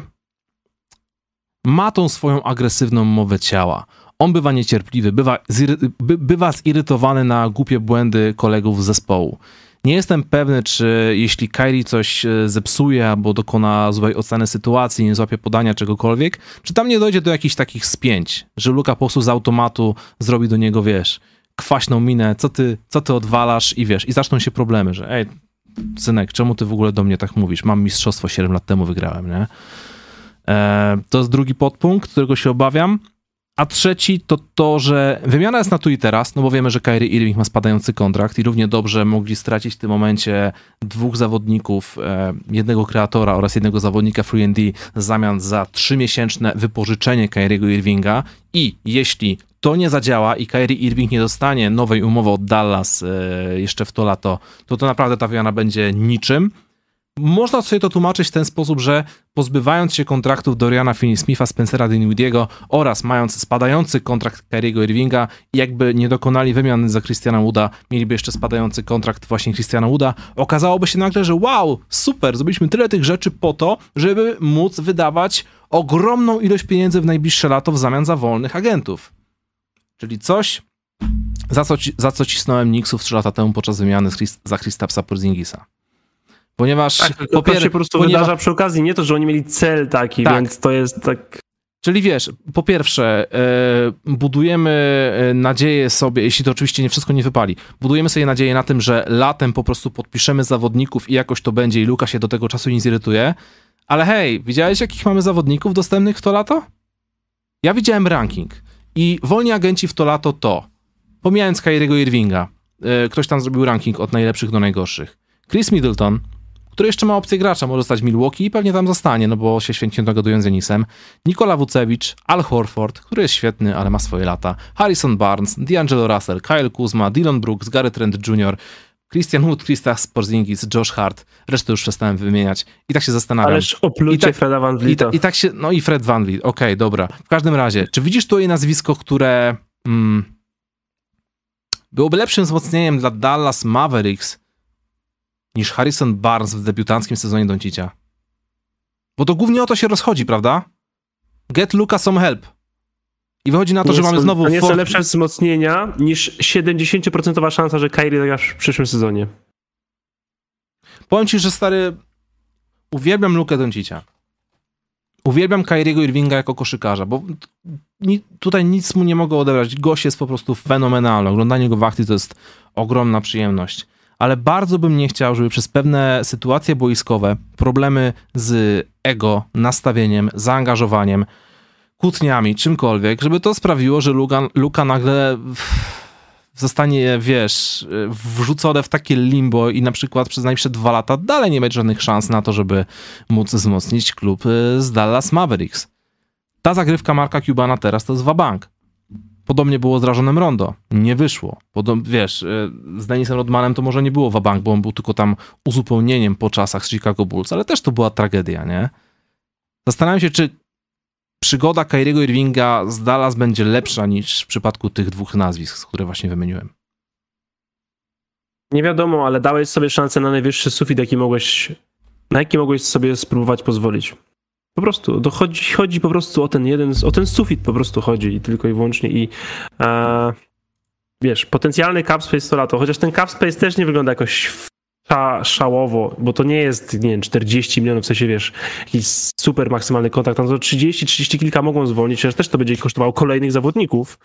ma tą swoją agresywną mowę ciała. On bywa niecierpliwy, bywa, ziry- by, bywa zirytowany na głupie błędy kolegów z zespołu. Nie jestem pewny, czy jeśli Kyrie coś zepsuje albo dokona złej oceny sytuacji, nie złapie podania czegokolwiek, czy tam nie dojdzie do jakichś takich spięć, że Luka po prostu z automatu zrobi do niego, wiesz, kwaśną minę, co ty, co ty odwalasz i wiesz, i zaczną się problemy, że ej, synek, czemu ty w ogóle do mnie tak mówisz? Mam mistrzostwo, siedem lat temu wygrałem, nie? Eee, to jest drugi podpunkt, którego się obawiam. A trzeci to to, że wymiana jest na tu i teraz, no bo wiemy, że Kyrie Irving ma spadający kontrakt i równie dobrze mogli stracić w tym momencie dwóch zawodników, e, jednego kreatora oraz jednego zawodnika free and D w zamian za trzymiesięczne wypożyczenie Kyriego Irvinga i jeśli to nie zadziała i Kyrie Irving nie dostanie nowej umowy od Dallas e, jeszcze w to lato, to to naprawdę ta wymiana będzie niczym. Można sobie to tłumaczyć w ten sposób, że pozbywając się kontraktów Doriana Finney-Smitha, Spencera Dinwidiego oraz mając spadający kontrakt Kyriego Irvinga, jakby nie dokonali wymiany za Christiana Wooda, mieliby jeszcze spadający kontrakt właśnie Christiana Wooda, okazałoby się nagle, że wow, super, zrobiliśmy tyle tych rzeczy po to, żeby móc wydawać ogromną ilość pieniędzy w najbliższe lato w zamian za wolnych agentów. Czyli coś, za co, za co cisnąłem Knicksów trzy lata temu podczas wymiany z Chris, za Kristapsa Porzingisa. Ponieważ tak, po to się po prostu ponieważ... wydarza przy okazji, nie to, że oni mieli cel taki, tak. Więc to jest tak Czyli wiesz, po pierwsze, yy, budujemy nadzieję sobie, jeśli to oczywiście nie wszystko nie wypali, budujemy sobie nadzieję na tym, że latem po prostu podpiszemy zawodników i jakoś to będzie i Luka się do tego czasu nie zirytuje. Ale hej, widziałeś jakich mamy zawodników dostępnych w to lato? Ja widziałem ranking i wolni agenci w to lato to, pomijając Kyriego Irvinga, yy, ktoś tam zrobił ranking od najlepszych do najgorszych. Chris Middleton, który jeszcze ma opcję gracza, może stać Milwaukee i pewnie tam zostanie, no bo się świetnie dogadują z Janisem. Nikola Vucevic, Al Horford, który jest świetny, ale ma swoje lata. Harrison Barnes, D'Angelo Russell, Kyle Kuzma, Dillon Brooks, Gary Trent junior, Christian Wood, Kristaps Porzingis, Josh Hart. Resztę już przestałem wymieniać. I tak się zastanawiam. Ależ oplucie tak, Freda VanVleeta. I, ta, I tak się, no i Fred VanVleet, okej, okay, dobra. W każdym razie, czy widzisz tutaj nazwisko, które mm, byłoby lepszym wzmocnieniem dla Dallas Mavericks niż Harrison Barnes w debiutanckim sezonie Doncicia? Bo to głównie o to się rozchodzi, prawda? Get Luka some help. I wychodzi na to, nie że mamy są, znowu... To nie for... są lepsze wzmocnienia niż siedemdziesiąt procent szansa, że Kyrie zagra w przyszłym sezonie. Powiem ci, że stary, uwielbiam Lukę Doncicia. Uwielbiam Kyriego Irvinga jako koszykarza, bo ni, tutaj nic mu nie mogę odebrać. Gość jest po prostu fenomenalny. Oglądanie go w akcji to jest ogromna przyjemność. Ale bardzo bym nie chciał, żeby przez pewne sytuacje boiskowe, problemy z ego, nastawieniem, zaangażowaniem, kłótniami, czymkolwiek, żeby to sprawiło, że Luka, Luka nagle zostanie, wiesz, wrzucone w takie limbo i na przykład przez najbliższe dwa lata dalej nie będzie żadnych szans na to, żeby móc wzmocnić klub z Dallas Mavericks. Ta zagrywka Marka Cubana teraz to jest wabank. Podobnie było z Rajonem Rondo. Nie wyszło. Podob, wiesz, z Dennisem Rodmanem to może nie było wabank, bo on był tylko tam uzupełnieniem po czasach z Chicago Bulls, ale też to była tragedia, nie? Zastanawiam się, czy przygoda Kyriego Irvinga z Dallas będzie lepsza niż w przypadku tych dwóch nazwisk, które właśnie wymieniłem. Nie wiadomo, ale dałeś sobie szansę na najwyższy sufit, jaki mogłeś, na jaki mogłeś sobie spróbować pozwolić. Po prostu, to chodzi, chodzi po prostu o ten jeden, o ten sufit po prostu chodzi i tylko i wyłącznie i e, wiesz, potencjalny cap space to lato, chociaż ten cap space też nie wygląda jakoś sza, szałowo, bo to nie jest, nie wiem, czterdzieści milionów, w sensie, wiesz, jakiś super maksymalny kontrakt, tam to trzydzieści, trzydzieści kilka mogą zwolnić, przecież też to będzie kosztowało kolejnych zawodników.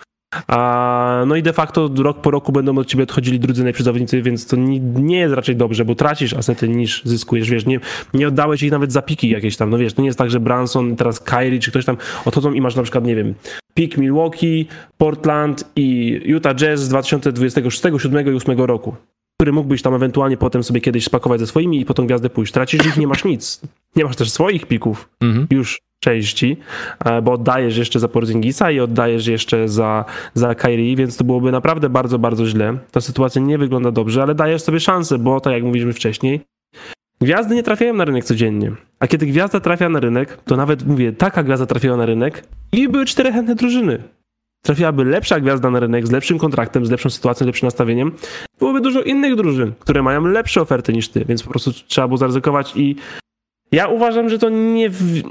A, no i de facto rok po roku będą od ciebie odchodzili drudzy najlepsi zawodnicy, więc to nie, nie jest raczej dobrze, bo tracisz asety niż zyskujesz, wiesz, nie, nie oddałeś ich nawet za piki jakieś tam, no wiesz, to nie jest tak, że Branson, teraz Kyrie czy ktoś tam odchodzą i masz na przykład, nie wiem, pik Milwaukee, Portland i Utah Jazz z dwa tysiące dwudziestego szóstego, siódmego i ósmego roku, który mógłbyś tam ewentualnie potem sobie kiedyś spakować ze swoimi i po tą gwiazdę pójść. Tracisz ich, nie masz nic. Nie masz też swoich pików mhm. już części, bo oddajesz jeszcze za Porzingisa i oddajesz jeszcze za, za Kyrie, więc to byłoby naprawdę bardzo, bardzo źle. Ta sytuacja nie wygląda dobrze, ale dajesz sobie szansę, bo tak jak mówiliśmy wcześniej, gwiazdy nie trafiają na rynek codziennie. A kiedy gwiazda trafia na rynek, to nawet mówię, taka gwiazda trafiła na rynek i były cztery chętne drużyny. Trafiłaby lepsza gwiazda na rynek z lepszym kontraktem, z lepszą sytuacją, z lepszym nastawieniem. Byłoby dużo innych drużyn, które mają lepsze oferty niż ty, więc po prostu trzeba było zaryzykować i ja uważam, że to nie... W...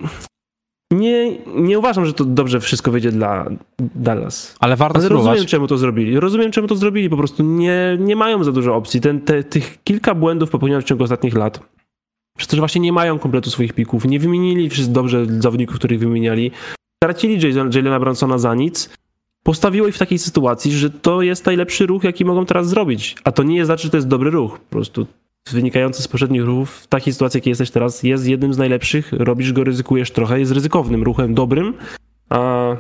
Nie, nie uważam, że to dobrze wszystko wyjdzie dla Dallas. Ale warto Ale spróbować. rozumiem, czemu to zrobili. Rozumiem, czemu to zrobili. Po prostu nie, nie mają za dużo opcji. Ten, te, tych kilka błędów popełnionych w ciągu ostatnich lat, przez to, że właśnie nie mają kompletu swoich pików, nie wymienili wszyscy dobrze zawodników, których wymieniali, stracili Jalena Bransona za nic, postawiło ich w takiej sytuacji, że to jest najlepszy ruch, jaki mogą teraz zrobić. A to nie znaczy, że to jest dobry ruch. Po prostu wynikający z poprzednich ruchów, w takiej sytuacji, jakiej jesteś teraz, jest jednym z najlepszych, robisz go, ryzykujesz trochę, jest ryzykownym ruchem, dobrym, a,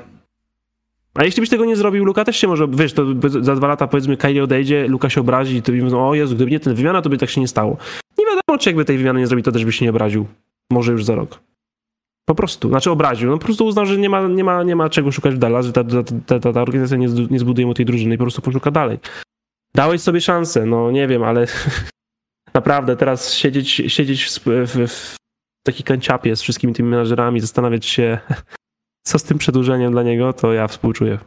a jeśli byś tego nie zrobił, Luka też się może, wiesz, to za dwa lata powiedzmy Kyrie odejdzie, Luka się obrazi i to mówią, o Jezu, gdyby nie ten wymiana, to by tak się nie stało. Nie wiadomo, czy jakby tej wymiany nie zrobił, to też by się nie obraził. Może już za rok. Po prostu, znaczy obraził, no po prostu uznał, że nie ma, nie ma, nie ma czego szukać w Dallas, że ta, ta, ta, ta organizacja nie, nie zbuduje mu tej drużyny i po prostu poszuka dalej. Dałeś sobie szansę, no nie wiem, ale naprawdę teraz siedzieć, siedzieć w, w, w takiej kanciapie z wszystkimi tymi menadżerami, zastanawiać się, co z tym przedłużeniem dla niego, to ja współczuję.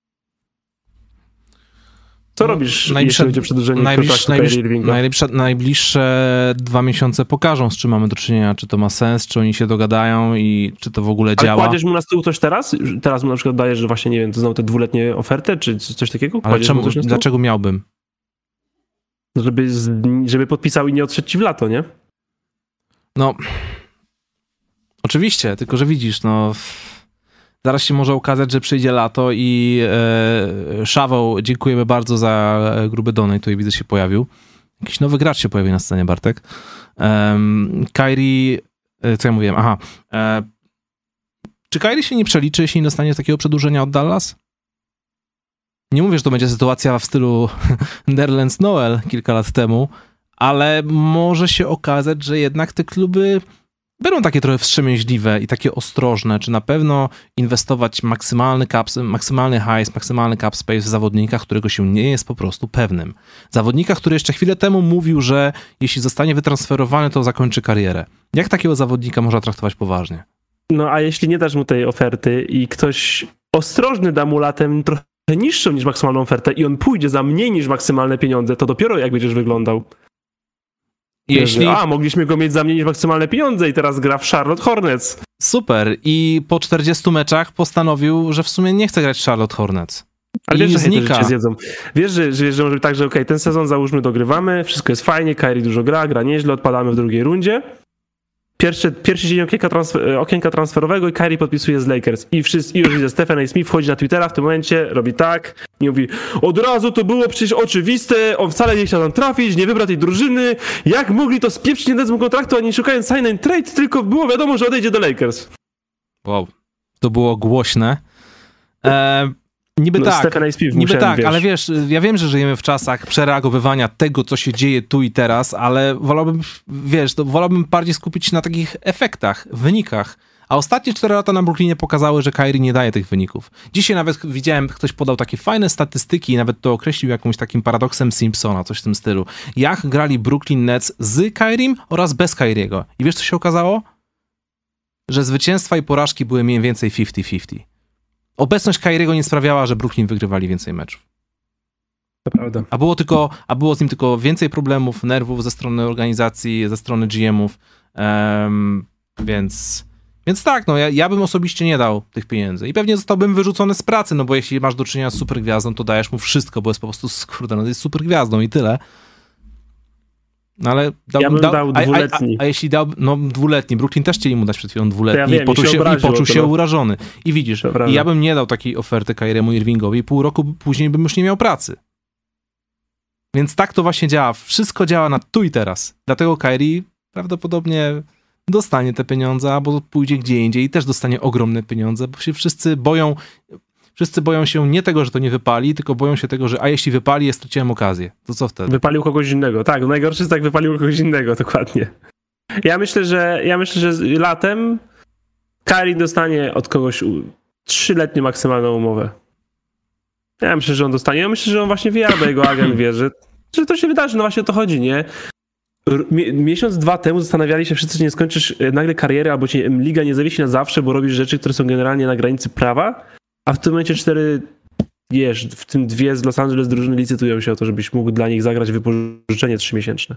Co no, robisz, jeśli będzie przedłużenie kontraktu Kyrie Irvinga? Najbliższe, najbliższe dwa miesiące pokażą, z czym mamy do czynienia, czy to ma sens, czy oni się dogadają i czy to w ogóle Ale działa. Ale kładziesz mu na stół coś teraz? Teraz mu na przykład dajesz, że właśnie, nie wiem, to znowu te dwuletnie ofertę, czy coś takiego? Ale czemu, dlaczego miałbym? Żeby, żeby podpisał i nie odszedł ci w lato, nie? No, oczywiście, tylko że widzisz, no zaraz się może okazać, że przyjdzie lato i e, Szaweł, dziękujemy bardzo za gruby donate, tutaj widzę się pojawił. Jakiś nowy gracz się pojawił na scenie, Bartek. Um, Kyrie, co ja mówiłem? Aha. E, czy Kyrie się nie przeliczy, jeśli nie dostanie takiego przedłużenia od Dallas? Nie mówię, że to będzie sytuacja w stylu Nerlens Noel kilka lat temu, ale może się okazać, że jednak te kluby będą takie trochę wstrzemięźliwe i takie ostrożne, czy na pewno inwestować maksymalny, cap, maksymalny hajs, maksymalny cap space w zawodnika, którego się nie jest po prostu pewnym. Zawodnika, który jeszcze chwilę temu mówił, że jeśli zostanie wytransferowany, to zakończy karierę. Jak takiego zawodnika można traktować poważnie? No a jeśli nie dasz mu tej oferty i ktoś ostrożny da mu latem trochę niższą niż maksymalną ofertę i on pójdzie za mniej niż maksymalne pieniądze, to dopiero jak będziesz wyglądał. Jeśli... A, mogliśmy go mieć za mniej niż maksymalne pieniądze i teraz gra w Charlotte Hornets. Super. I po czterdziestu meczach postanowił, że w sumie nie chce grać w Charlotte Hornets. Ale wiesz, że hejterzy cię zjedzą. Wiesz, że, że, że może być tak, że okej, okay, ten sezon załóżmy dogrywamy, wszystko jest fajnie, Kyrie dużo gra, gra nieźle, odpadamy w drugiej rundzie. Pierwszy, pierwszy dzień okienka, transfer, okienka transferowego i Kyrie podpisuje z Lakers. I, wszyscy, i już widzę, Stephen A. Smith wchodzi na Twittera w tym momencie, robi tak i mówi: od razu to było przecież oczywiste, on wcale nie chciał tam trafić, nie wybrał tej drużyny, jak mogli to spieprzyć, nie dać mu kontraktu, ani szukając sign and trade, tylko było wiadomo, że odejdzie do Lakers. Wow, to było głośne. E, niby no, tak, Stephen A. Smith niby musiałem, tak, wiesz. ale wiesz, ja wiem, że żyjemy w czasach przereagowywania tego, co się dzieje tu i teraz, ale wolałbym, wiesz, to wolałbym bardziej skupić się na takich efektach, wynikach. A ostatnie cztery lata na Brooklynie pokazały, że Kyrie nie daje tych wyników. Dzisiaj nawet widziałem, ktoś podał takie fajne statystyki i nawet to określił jakimś takim paradoksem Simpsona, coś w tym stylu. Jak grali Brooklyn Nets z Kyriem oraz bez Kyriego. I wiesz, co się okazało? Że zwycięstwa i porażki były mniej więcej pięćdziesiąt pięćdziesiąt. Obecność Kyriego nie sprawiała, że Brooklyn wygrywali więcej meczów. To prawda. A było, tylko, a było z nim tylko więcej problemów, nerwów ze strony organizacji, ze strony G M-ów, um, więc... Więc tak, no ja, ja bym osobiście nie dał tych pieniędzy i pewnie zostałbym wyrzucony z pracy, no bo jeśli masz do czynienia z supergwiazdą, to dajesz mu wszystko, bo jest po prostu, kurde, no jest supergwiazdą i tyle. No ale dał, ja bym dał, dał dwuletni. A, a, a jeśli dał, no dwuletni, Brooklyn też chcieli mu dać przed chwilą dwuletni ja wiem, i poczuł się, się, i poczuł się to, urażony. I widzisz, i ja bym nie dał takiej oferty Kyriemu Irvingowi, pół roku później bym już nie miał pracy. Więc tak to właśnie działa. Wszystko działa na tu i teraz. Dlatego Kyrie prawdopodobnie dostanie te pieniądze, albo pójdzie gdzie indziej i też dostanie ogromne pieniądze, bo się wszyscy boją, wszyscy boją się nie tego, że to nie wypali, tylko boją się tego, że a jeśli wypali, ja straciłem okazję. To co wtedy? Wypalił kogoś innego. Tak, najgorsze jest tak, wypalił kogoś innego, dokładnie. Ja myślę, że ja myślę, że latem Kyrie dostanie od kogoś trzyletnią maksymalną umowę. Ja myślę, że on dostanie. Ja myślę, że on właśnie wie, albo jego agent wie, że, że to się wydarzy. No właśnie o to chodzi, nie? Miesiąc, dwa temu zastanawiali się wszyscy, czy nie skończysz nagle kariery, albo cię liga nie zawiesi na zawsze, bo robisz rzeczy, które są generalnie na granicy prawa, a w tym momencie cztery, wiesz, w tym dwie z Los Angeles drużyny licytują się o to, żebyś mógł dla nich zagrać wypożyczenie trzymiesięczne.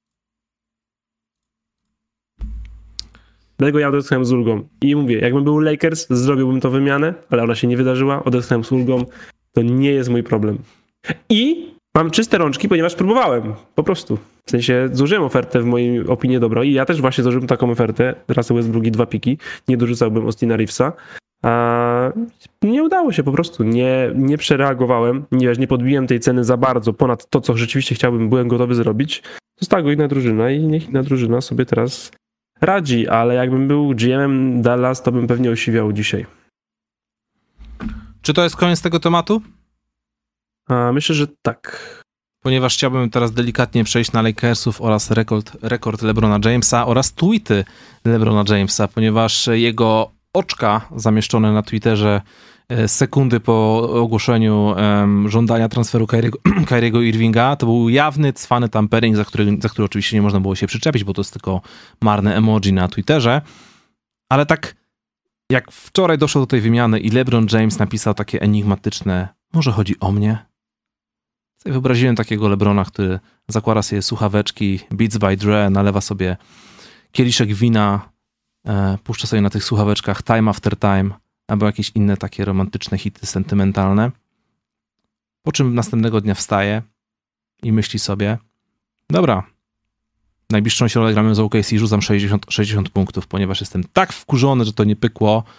Dlatego ja odetchnąłem z ulgą. I mówię, jakbym był Lakers, zrobiłbym to wymianę, ale ona się nie wydarzyła, odetchnąłem z ulgą. To nie jest mój problem. I mam czyste rączki, ponieważ próbowałem. Po prostu. W sensie złożyłem ofertę w mojej opinii dobro i ja też właśnie złożyłem taką ofertę. Russell Westbrook i dwa piki. Nie dorzucałbym Austina Reevesa. A nie udało się po prostu. Nie, nie przereagowałem. Nie, nie podbiłem tej ceny za bardzo ponad to, co rzeczywiście chciałbym, byłem gotowy zrobić. Została go inna drużyna i niech inna drużyna sobie teraz radzi. Ale jakbym był G M-em Dallas, to bym pewnie osiwiał dzisiaj. Czy to jest koniec tego tematu? A myślę, że tak. Ponieważ chciałbym teraz delikatnie przejść na Lakersów oraz rekord, rekord LeBrona Jamesa oraz tweety LeBrona Jamesa, ponieważ jego oczka zamieszczone na Twitterze sekundy po ogłoszeniu um, żądania transferu Kyriego, Kyriego Irvinga, to był jawny, cwany tampering, za który, za który oczywiście nie można było się przyczepić, bo to jest tylko marne emoji na Twitterze, ale tak jak wczoraj doszło do tej wymiany i LeBron James napisał takie enigmatyczne: może chodzi o mnie? Sobie wyobraziłem takiego LeBrona, który zakłada sobie słuchaweczki Beats by Dre, nalewa sobie kieliszek wina, e, puszcza sobie na tych słuchaweczkach Time After Time, albo jakieś inne takie romantyczne hity sentymentalne. Po czym następnego dnia wstaje i myśli sobie: dobra, najbliższą środę gramy z O K C, rzucam sześćdziesiąt, sześćdziesiąt punktów, ponieważ jestem tak wkurzony, że to nie pykło,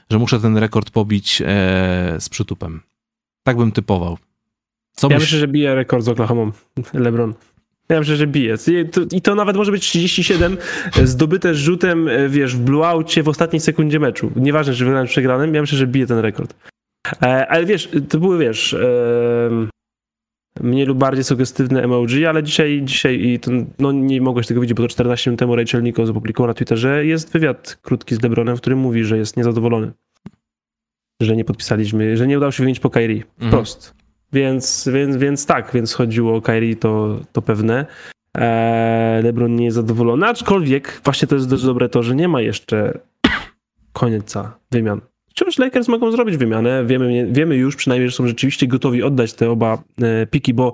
że muszę ten rekord pobić e, z przytupem. Tak bym typował. Co ja myśl... myślę, że bije rekord z Oklahomą, LeBron. Ja myślę, że bije. I to nawet może być trzydzieści siedem zdobyte rzutem, wiesz, w blowoutcie w ostatniej sekundzie meczu. Nieważne, czy wygrałem, czy przegranym, ja myślę, że bije ten rekord. Ale wiesz, to były, wiesz, mniej lub bardziej sugestywne emoji, ale dzisiaj, dzisiaj i to, no nie mogłeś tego widzieć, bo to czternaście minut temu Rachel Nichols opublikował na Twitterze, jest wywiad krótki z LeBronem, w którym mówi, że jest niezadowolony. Że nie podpisaliśmy, że nie udało się wymienić po Kyrie. Wprost. Mhm. Więc, więc, więc tak, więc chodziło o Kyrie, to, to pewne. Eee, LeBron nie jest zadowolony, aczkolwiek właśnie to jest dość dobre to, że nie ma jeszcze końca wymian. Wciąż Lakers mogą zrobić wymianę. Wiemy, wiemy już przynajmniej, że są rzeczywiście gotowi oddać te oba e, piki, bo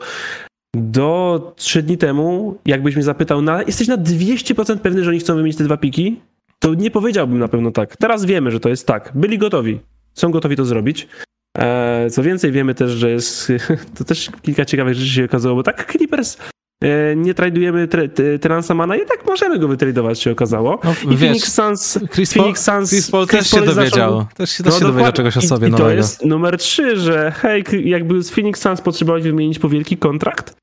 do trzy dni temu, jakbyś mnie zapytał, na, jesteś na dwieście procent pewny, że oni chcą wymienić te dwa piki, to nie powiedziałbym na pewno tak. Teraz wiemy, że to jest tak. Byli gotowi. Są gotowi to zrobić. E, co więcej, wiemy też, że jest to też kilka ciekawych rzeczy się okazało, bo tak Clippers e, nie tradujemy Terrance'a Manna, jednak możemy go wytradować, się okazało. No, I wiesz, Phoenix Suns, Chris Phoenix Suns, Chris Paul też się dowiedział. Też się, też no, się dowiedział czegoś o sobie I, nowego. I to jest numer trzy, że hej, jakby z Phoenix Suns potrzebowali wymienić po wielki kontrakt,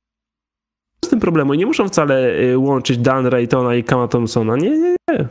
z tym problemu. I nie muszą wcale łączyć Dan Raytona i Kama Thompsona. Nie, nie, nie.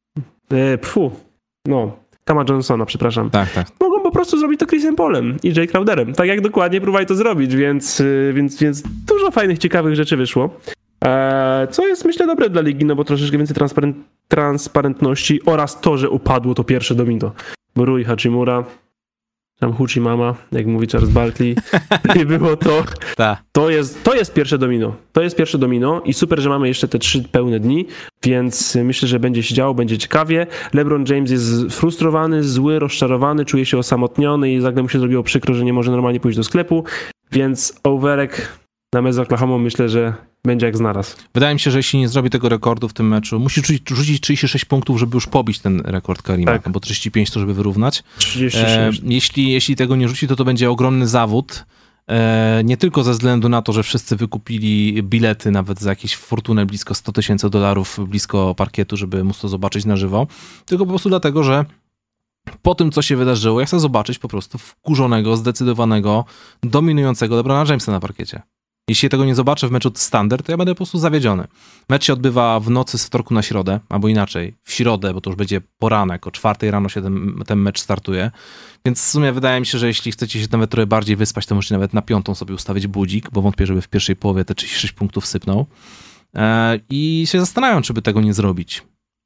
E, pfu. No. Kama Johnsona, przepraszam. Tak, tak. Mogą po prostu zrobić to Chrisem Paulem i Jay Crowderem. Tak jak dokładnie próbowali to zrobić, więc, więc, więc dużo fajnych, ciekawych rzeczy wyszło. Eee, co jest, myślę, dobre dla ligi, no bo troszeczkę więcej transparent, transparentności oraz to, że upadło to pierwsze domino. Bo Rui Hachimura, tam Huchi Mama, jak mówi Charles Barkley, nie było to. To jest, to jest pierwsze domino. To jest pierwsze domino i super, że mamy jeszcze te trzy pełne dni, więc myślę, że będzie się działo, będzie ciekawie. LeBron James jest frustrowany, zły, rozczarowany, czuje się osamotniony i nagle mu się zrobiło przykro, że nie może normalnie pójść do sklepu, więc overek na mecz z Oklahomą myślę, że będzie jak znalazł. Wydaje mi się, że jeśli nie zrobi tego rekordu w tym meczu, musi rzucić, rzucić trzydzieści sześć punktów, żeby już pobić ten rekord Karima, tak. Bo trzydzieści pięć to, żeby wyrównać. trzydzieści sześć. E, jeśli, jeśli tego nie rzuci, to to będzie ogromny zawód. E, nie tylko ze względu na to, że wszyscy wykupili bilety nawet za jakieś fortunę blisko sto tysięcy dolarów blisko parkietu, żeby móc to zobaczyć na żywo, tylko po prostu dlatego, że po tym, co się wydarzyło, ja chcę zobaczyć po prostu wkurzonego, zdecydowanego, dominującego LeBrona Jamesa na parkiecie. Jeśli tego nie zobaczę w meczu standard, to ja będę po prostu zawiedziony. Mecz się odbywa w nocy z wtorku na środę, albo inaczej, w środę, bo to już będzie poranek, o czwartej rano się ten, ten mecz startuje. Więc w sumie wydaje mi się, że jeśli chcecie się nawet trochę bardziej wyspać, to możecie nawet na piątą sobie ustawić budzik, bo wątpię, żeby w pierwszej połowie te trzydzieści sześć punktów sypnął. Eee, I się zastanawiam, czy by tego nie zrobić.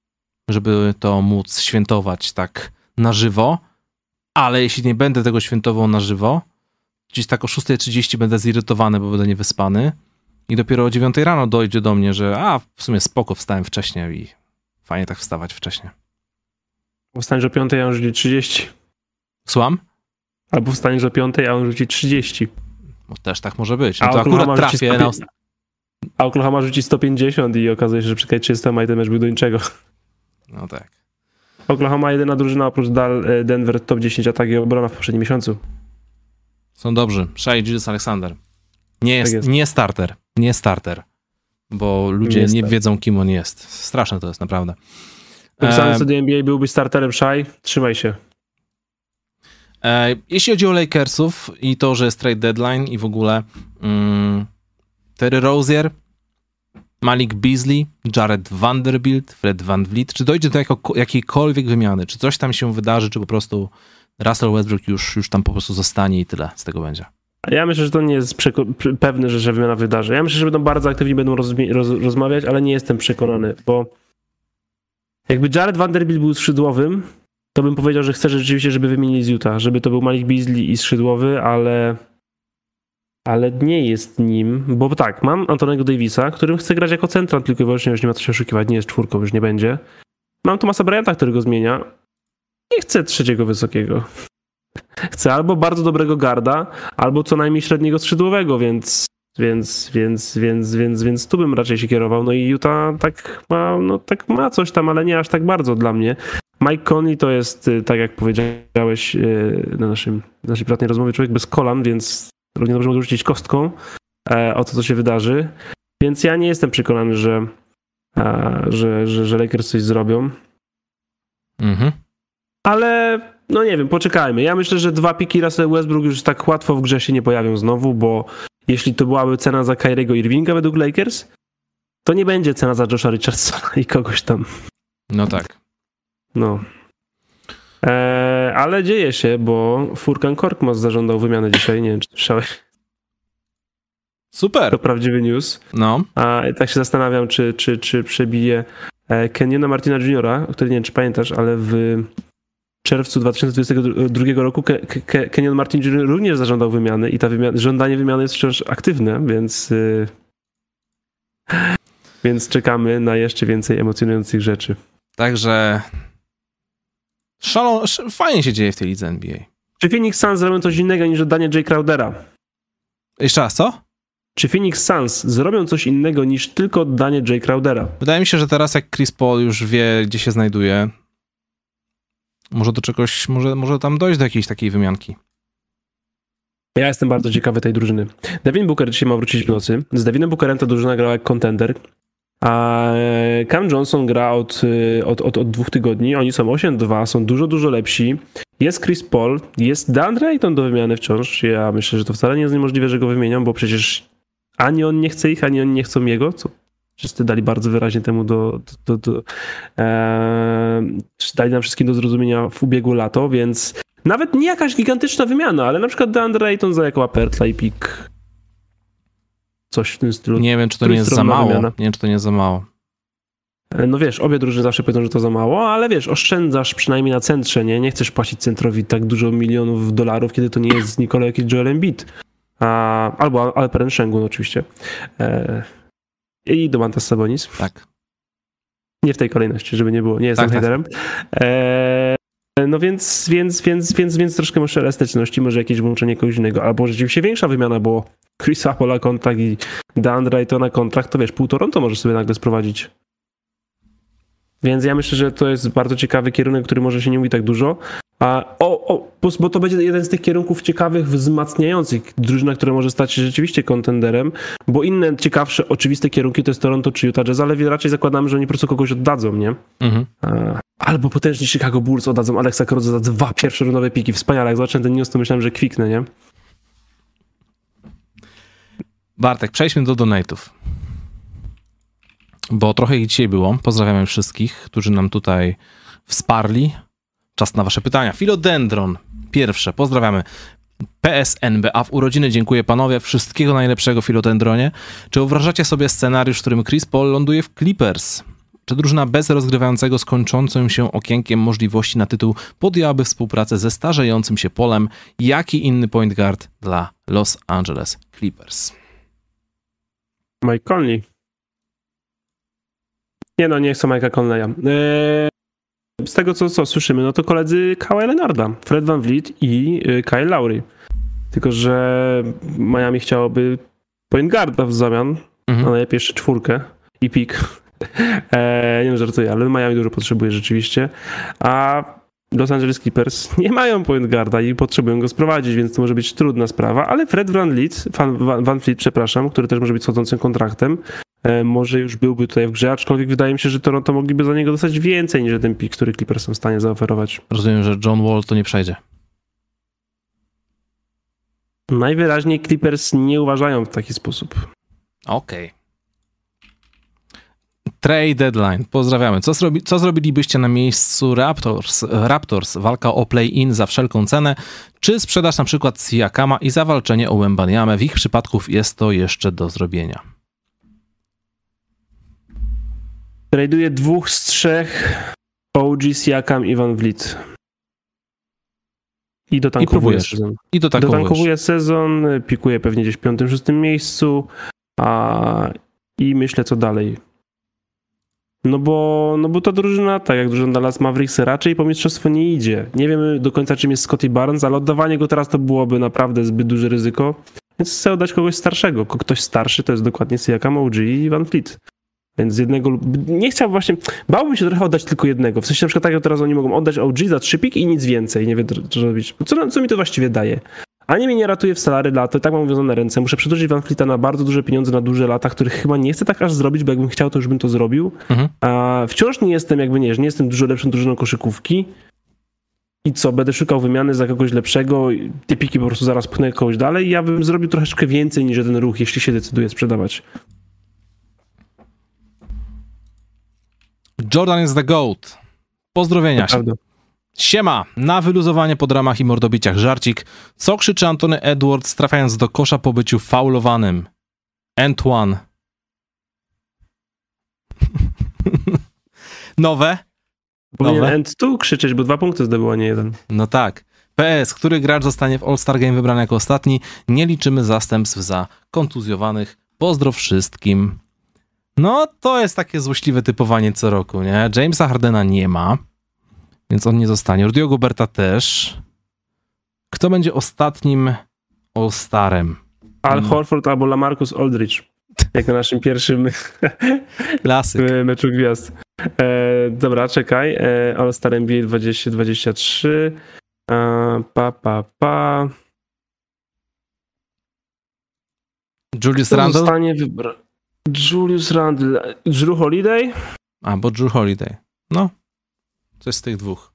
Żeby to móc świętować tak na żywo, ale jeśli nie będę tego świętował na żywo, gdzieś tak o szósta trzydzieści będę zirytowany, bo będę niewyspany i dopiero o dziewiątej rano dojdzie do mnie, że a, w sumie spoko, wstałem wcześniej i fajnie tak wstawać wcześniej. Wstaniesz o piątej, a on rzuci trzydzieści. Słucham? Albo wstaniesz o piątej, a on rzuci trzydzieści. No, też tak może być. No a to akurat trafię na... A Oklahoma rzuci sto pięćdziesiąt i okazuje się, że przy trzydzieści i ten mecz był do niczego. No tak. Oklahoma jedyna drużyna oprócz Denver top dziesięć ataki i obrona w poprzednim miesiącu. Są dobrzy. Shai Gilgeous-Alexander. Nie jest, tak jest. Nie starter. Nie starter. Bo ludzie nie, nie wiedzą, kim on jest. Straszne to jest, naprawdę. Napisany e... do N B A byłby starterem Shai. Trzymaj się. E, jeśli chodzi o Lakersów i to, że jest trade deadline i w ogóle mm, Terry Rozier, Malik Beasley, Jared Vanderbilt, Fred VanVleet, czy dojdzie do jako, jakiejkolwiek wymiany? Czy coś tam się wydarzy, czy po prostu Russell Westbrook już, już tam po prostu zostanie i tyle z tego będzie? Ja myślę, że to nie jest przeko- pewne, że, że wymiana wydarzy. Ja myślę, że będą bardzo aktywni, będą rozmi- roz- rozmawiać, ale nie jestem przekonany, bo jakby Jared Vanderbilt był skrzydłowym, to bym powiedział, że chcę rzeczywiście, żeby wymienili z Utah, żeby to był Malik Beasley i skrzydłowy, ale ale nie jest nim, bo tak, mam Antonego Davisa, którym chcę grać jako central, tylko i wyłącznie już nie ma co się oszukiwać, nie jest czwórką, już nie będzie. Mam Thomasa Bryanta, który go zmienia. Nie chcę trzeciego wysokiego. Chcę albo bardzo dobrego garda, albo co najmniej średniego skrzydłowego, więc więc, więc, więc, więc, więc tu bym raczej się kierował. No i Utah tak ma, no tak ma coś tam, ale nie aż tak bardzo dla mnie. Mike Conley to jest, tak jak powiedziałeś na naszym, naszej prywatnej rozmowie, człowiek bez kolan, więc równie dobrze mogę rzucić kostką e, o to, co się wydarzy. Więc ja nie jestem przekonany, że, e, że, że, że Lakers coś zrobią. Mhm. Ale no nie wiem, poczekajmy. Ja myślę, że dwa piki Russell Westbrook już tak łatwo w grze się nie pojawią znowu, bo jeśli to byłaby cena za Kyriego Irvinga według Lakers, to nie będzie cena za Josha Richardsona i kogoś tam. No tak. No. Eee, ale dzieje się, bo Furkan Korkmaz zażądał wymiany dzisiaj, nie wiem, czy słyszałeś. Super. To prawdziwy news. No. A tak się zastanawiam, czy, czy, czy przebije Kenyona Martina juniora, który nie wiem, czy pamiętasz, ale w czerwcu dwa tysiące dwudziestego drugiego roku Ke- Ke- Kenyon Martin junior również zażądał wymiany i ta wymiana, żądanie wymiany jest wciąż aktywne, więc yy, więc czekamy na jeszcze więcej emocjonujących rzeczy. Także szalon, fajnie się dzieje w tej lidze N B A. Czy Phoenix Suns zrobią coś innego niż oddanie Jay Crowdera? Jeszcze raz, co? Czy Phoenix Suns zrobią coś innego niż tylko oddanie Jay Crowdera? Wydaje mi się, że teraz jak Chris Paul już wie, gdzie się znajduje, może do czegoś, może, może tam dojść do jakiejś takiej wymianki. Ja jestem bardzo ciekawy tej drużyny. Devin Booker dzisiaj ma wrócić w nocy. Z Devinem Bookerem ta drużyna grała jak contender, a Cam Johnson gra od, od, od, od dwóch tygodni. Oni są osiem dwa, są dużo, dużo lepsi. Jest Chris Paul, jest DeAndre Ayton do wymiany wciąż. Ja myślę, że to wcale nie jest niemożliwe, że go wymienią, bo przecież ani on nie chce ich, ani oni nie chcą jego, co wszyscy dali bardzo wyraźnie temu do... do, do, do e, dali nam wszystkim do zrozumienia w ubiegłe lato, więc nawet nie jakaś gigantyczna wymiana, ale na przykład DeAndre Ayton za Jakoba Pertla i pik. Coś w tym stylu. Nie wiem, czy to nie jest za mało. Wymiana. Nie wiem, czy to nie jest za mało. No wiesz, obie drużyny zawsze powiedzą, że to za mało, ale wiesz, oszczędzasz przynajmniej na centrze, nie? Nie chcesz płacić centrowi tak dużo milionów dolarów, kiedy to nie jest Nikola jakiś Joel Embiid. A, albo Alperen Sengun oczywiście. E, I Domantas Sabonis. Tak. Nie w tej kolejności, żeby nie było. Nie jestem tak, haterem. Tak. E, no więc, więc, więc, więc, więc troszkę może elastyczności, może jakieś włączenie kogoś innego, albo rzeczywiście większa wymiana, bo Chrisa Paula kontrakt i DeAndre Aytona kontrakt, to wiesz, pół Toronto możesz sobie nagle sprowadzić. Więc ja myślę, że to jest bardzo ciekawy kierunek, który może się nie mówi tak dużo. A, o, o, bo to będzie jeden z tych kierunków ciekawych, wzmacniających drużyna, która może stać się rzeczywiście kontenderem, bo inne ciekawsze, oczywiste kierunki to jest Toronto czy Utah Jazz, ale raczej zakładamy, że oni po prostu kogoś oddadzą, nie? Mhm. A, albo potężni Chicago Bulls oddadzą Alexa Caruso za dwa pierwszorundowe piki. Wspaniale, jak zobaczyłem ten news, to myślałem, że kwiknę, nie? Bartek, przejdźmy do donate'ów. Bo trochę ich dzisiaj było. Pozdrawiamy wszystkich, którzy nam tutaj wsparli. Czas na wasze pytania. Philodendron. Pierwsze. Pozdrawiamy. P S N B A w urodziny. Dziękuję panowie. Wszystkiego najlepszego, Philodendronie. Czy wyobrażacie sobie scenariusz, w którym Chris Paul ląduje w Clippers? Czy drużyna bez rozgrywającego z kończącym się okienkiem możliwości na tytuł podjęłaby współpracę ze starzejącym się Polem? Jaki inny point guard dla Los Angeles Clippers? Mike Conley. Nie no, nie chcę Mike'a Conleya. Eee, z tego, co, co słyszymy, no to koledzy Kawhi Leonarda, Fred VanVleet i y, Kyle Lowry. Tylko, że Miami chciałoby point guarda w zamian, mhm. a najlepiej jeszcze czwórkę i pik. eee, nie no, żartuję, ale Miami dużo potrzebuje rzeczywiście. A Los Angeles Clippers nie mają point guarda i potrzebują go sprowadzić, więc to może być trudna sprawa, ale Fred VanVleet, Van, VanVleet, przepraszam, który też może być schodzącym kontraktem, może już byłby tutaj w grze, aczkolwiek wydaje mi się, że Toronto mogliby za niego dostać więcej niż ten pik, który Clippers są w stanie zaoferować. Rozumiem, że John Wall to nie przejdzie. Najwyraźniej Clippers nie uważają w taki sposób. Okej. Okay. Trade deadline. Pozdrawiamy. Co, zrobi, co zrobilibyście na miejscu Raptors? Raptors. Walka o play-in za wszelką cenę. Czy sprzedaż na przykład Siakama i zawalczenie o Wembanyamę? W ich przypadku jest to jeszcze do zrobienia. Traduję dwóch z trzech, O G, Siakam i VanVleet. I dotankowuję sezon. I dotankowuję sezon, pikuję pewnie gdzieś w piątym, szóstym miejscu a, i myślę, co dalej. No bo, no bo ta drużyna, tak jak drużyna Dallas Mavericks, raczej po mistrzostwo nie idzie. Nie wiemy do końca, czym jest Scottie Barnes, ale oddawanie go teraz to byłoby naprawdę zbyt duże ryzyko. Więc chcę oddać kogoś starszego. Ktoś starszy to jest dokładnie Siakam, O G i VanVleet. Więc z jednego, nie chciałbym właśnie, bałbym się trochę oddać tylko jednego. W sensie na przykład tak jak teraz oni mogą oddać O G za trzy piki i nic więcej, nie wiem co robić. Co, co mi to właściwie daje? Ani mnie nie ratuje w salary lato, tak mam uwiązane ręce. Muszę przedłużyć VanVleeta na bardzo duże pieniądze, na duże lata, których chyba nie chcę tak aż zrobić, bo jakbym chciał, to już bym to zrobił. Mhm. A wciąż nie jestem jakby, nie, nie jestem dużo lepszą drużyną koszykówki. i co, będę szukał wymiany za kogoś lepszego, te piki po prostu zaraz pchnę kogoś dalej i ja bym zrobił troszeczkę więcej niż jeden ruch, jeśli się decyduje sprzedawać. Jordan is the GOAT. Pozdrowienia. Siema, na wyluzowanie po dramach i mordobiciach żarcik. Co krzyczy Anthony Edwards, trafiając do kosza po byciu faulowanym? Antoine. Nowe? Powinien End tu krzyczeć, bo dwa punkty zdobył, a nie jeden. No tak. P S. Który gracz zostanie w All-Star Game wybrany jako ostatni? Nie liczymy zastępstw za kontuzjowanych. Pozdro wszystkim. No, to jest takie złośliwe typowanie co roku, nie? Jamesa Hardena nie ma, więc on nie zostanie. Rudy'ego Goberta też. Kto będzie ostatnim All-Starem? Al hmm. Horford albo LaMarcus Aldridge. Jak na naszym pierwszym Klasyk. meczu gwiazd. E, dobra, czekaj. E, All-Star N B A dwadzieścia dwadzieścia trzy. E, pa, pa, pa. Julius Randle? Zostanie wybra- Julius Randle. Drew Holiday? A, bo Drew Holiday. No. Coś z tych dwóch.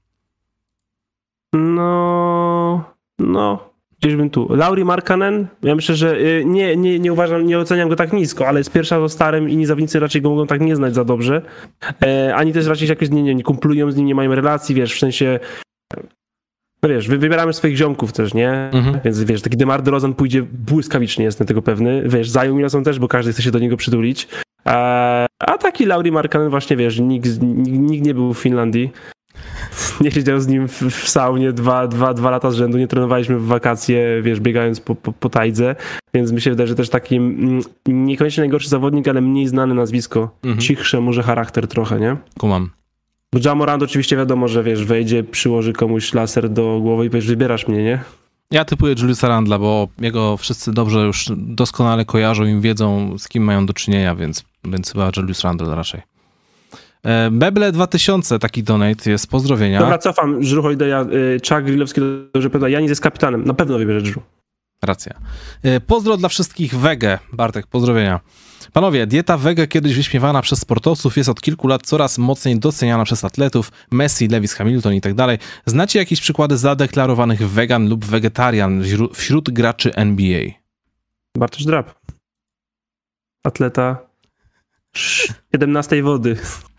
No... No... Gdzieś bym tu. Lauri Markkanen? Ja myślę, że nie, nie, nie uważam, nie oceniam go tak nisko, ale jest pierwsza z starym i zawodnicy raczej go mogą tak nie znać za dobrze. E, ani też raczej jakoś nie, nie, nie kumplują z nim, nie mają relacji, wiesz, w sensie... No wiesz, wy, wybieramy swoich ziomków też, nie? Mhm. Więc wiesz, taki DeMar DeRozan pójdzie błyskawicznie, jestem tego pewny. Wiesz, Zion Williamson też, bo każdy chce się do niego przytulić. E, a taki Lauri Markkanen właśnie, wiesz, nikt, nikt nie był w Finlandii. Nie siedział z nim w, w saunie dwa, dwa, dwa lata z rzędu, nie trenowaliśmy w wakacje, wiesz, biegając po, po, po tajdze, więc mi się wydaje, że też taki mm, niekoniecznie najgorszy zawodnik, ale mniej znane nazwisko, mhm. cichsze może charakter trochę, nie? Kumam. Bo Ja Morant oczywiście wiadomo, że wiesz, wejdzie, przyłoży komuś laser do głowy i powiesz, wybierasz mnie, nie? Ja typuję Juliusa Randla, bo jego wszyscy dobrze już doskonale kojarzą i wiedzą, z kim mają do czynienia, więc, więc chyba Julius Randle raczej. Beble dwa tysiące, taki donate jest, pozdrowienia. Dobra, cofam, Drew Holiday'a, Chuck Grillowski dobrze pyta, Janis jest kapitanem, na pewno wybierze Drew. Racja. Pozdro dla wszystkich wege, Bartek, pozdrowienia. Panowie, dieta wege, kiedyś wyśmiewana przez sportowców, jest od kilku lat coraz mocniej doceniana przez atletów, Messi, Lewis Hamilton i tak dalej. Znacie jakieś przykłady zadeklarowanych wegan lub wegetarian wśród graczy N B A? Bartosz Drab. Atleta siedemnastej wody.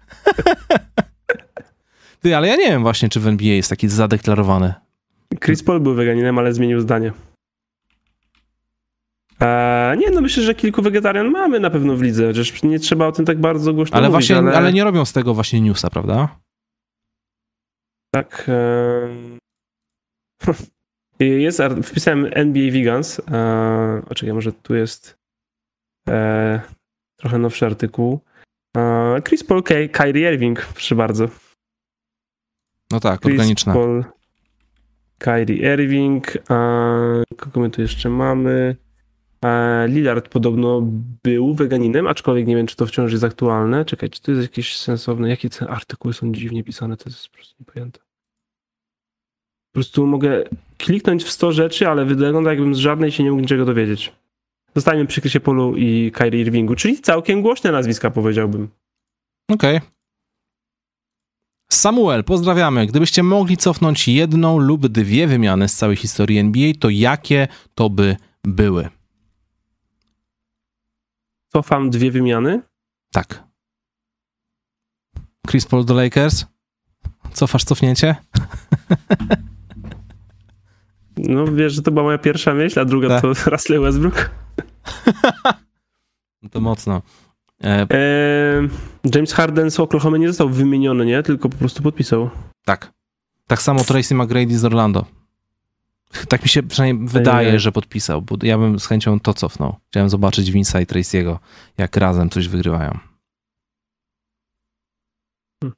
Ty, ale ja nie wiem właśnie, czy w N B A jest taki zadeklarowany. Chris Paul był weganinem, ale zmienił zdanie. Eee, nie, no myślę, że kilku wegetarian mamy na pewno w lidze, przecież nie trzeba o tym tak bardzo głośno ale mówić. Właśnie, ale... ale nie robią z tego właśnie newsa, prawda? Tak. Eee... Jest, wpisałem N B A Vegans. Eee... O, czekaj, może tu jest eee... trochę nowszy artykuł. Eee... Chris Paul, K- Kyrie Irving, proszę bardzo. No tak, Chris organiczna. Paul, Kyrie Irving. Eee... Kogo my tu jeszcze mamy? Lillard podobno był weganinem, aczkolwiek nie wiem, czy to wciąż jest aktualne. Czekaj, czy to jest jakieś sensowne? Jakie te artykuły są dziwnie pisane? To jest po prostu niepojęte. Po prostu mogę kliknąć w sto rzeczy, ale wygląda, jakbym z żadnej się nie mógł niczego dowiedzieć. Zostańmy przy Chrisie Paulu i Kyrie Irvingu, czyli całkiem głośne nazwiska, powiedziałbym. Okej. Okay. Samuel, pozdrawiamy. Gdybyście mogli cofnąć jedną lub dwie wymiany z całej historii N B A, to jakie to by były? Cofam dwie wymiany? Tak. Chris Paul do Lakers? Cofasz cofnięcie? No wiesz, że to była moja pierwsza myśl, a druga tak. To Russell Westbrook. No to mocno. E... E... James Harden z Oklahoma nie został wymieniony, nie? Tylko po prostu podpisał. Tak. Tak samo Tracy McGrady z Orlando. Tak mi się przynajmniej wydaje, nie. że podpisał, bo ja bym z chęcią to cofnął. Chciałem zobaczyć Vince'a i Tracy'ego, jak razem coś wygrywają. Hmm.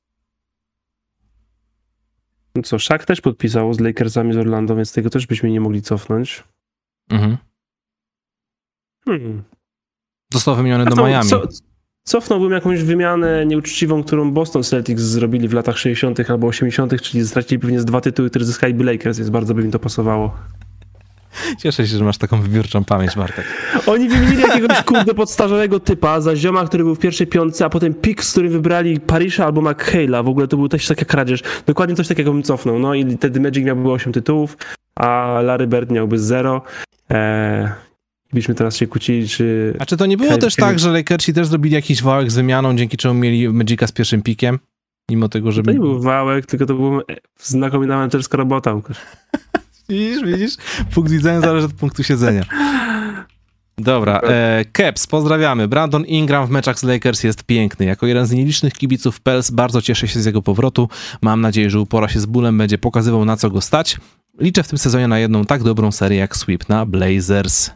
No co, Shaq też podpisał z Lakersami z Orlando, więc tego też byśmy nie mogli cofnąć. Mhm. Hmm. Został wymieniony do to, Miami. Co, cofnąłbym jakąś wymianę nieuczciwą, którą Boston Celtics zrobili w latach sześćdziesiątych albo osiemdziesiątych, czyli stracili pewnie z dwa tytuły, które zyskaliby Lakers, więc bardzo by mi to pasowało. Cieszę się, że masz taką wybiórczą pamięć, Bartek. Oni wymienili jakiegoś kurde podstarzonego typa za zioma, który był w pierwszej piątce, a potem pik, z którym wybrali Parisha albo McHale'a. W ogóle to był też taka kradzież. Dokładnie coś takiego bym cofnął. No i wtedy Magic miałby osiem tytułów, a Larry Bird miałby zero. Eee, byśmy teraz się kłócili, czy... A czy to nie było Kyle, też Kyle... tak, że Lakersi też zrobili jakiś wałek z wymianą, dzięki czemu mieli Magica z pierwszym pikiem? Mimo tego, że... To nie był wałek, tylko to była znakomita menedżerska robota, Łukasz. Widzisz, widzisz? Punkt widzenia zależy od punktu siedzenia. Dobra, e, Caps, pozdrawiamy. Brandon Ingram w meczach z Lakers jest piękny. Jako jeden z nielicznych kibiców Pels bardzo cieszę się z jego powrotu. Mam nadzieję, że upora się z bólem, będzie pokazywał, na co go stać. Liczę w tym sezonie na jedną tak dobrą serię jak sweep na Blazers.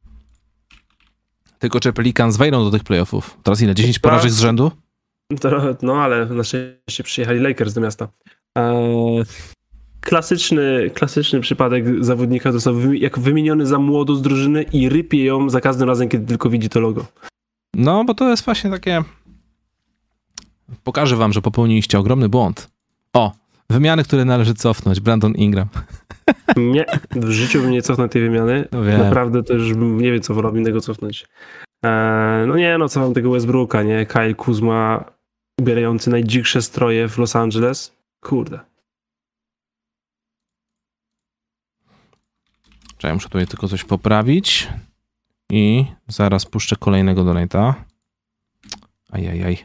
Tylko czy Pelicans wejdą do tych playoffów? Teraz ile? dziesięć porażek z rzędu? To, no ale na szczęście przyjechali Lakers do miasta. Eee, klasyczny, klasyczny przypadek zawodnika, który został jak wymieniony za młodo z drużyny i rypie ją za każdym razem, kiedy tylko widzi to logo. No, bo to jest właśnie takie... Pokażę wam, że popełniliście ogromny błąd. O, wymiany, które należy cofnąć. Brandon Ingram. Nie, w życiu bym nie cofnął tej wymiany. No Naprawdę to już bym nie wiem, co wolałbym innego cofnąć. Eee, no nie, no cofam tego Westbrooka, nie? Kyle Kuzma ubierający najdziksze stroje w Los Angeles. Kurde. Czekaj, muszę tutaj tylko coś poprawić. I zaraz puszczę kolejnego donate'a. Ajajaj.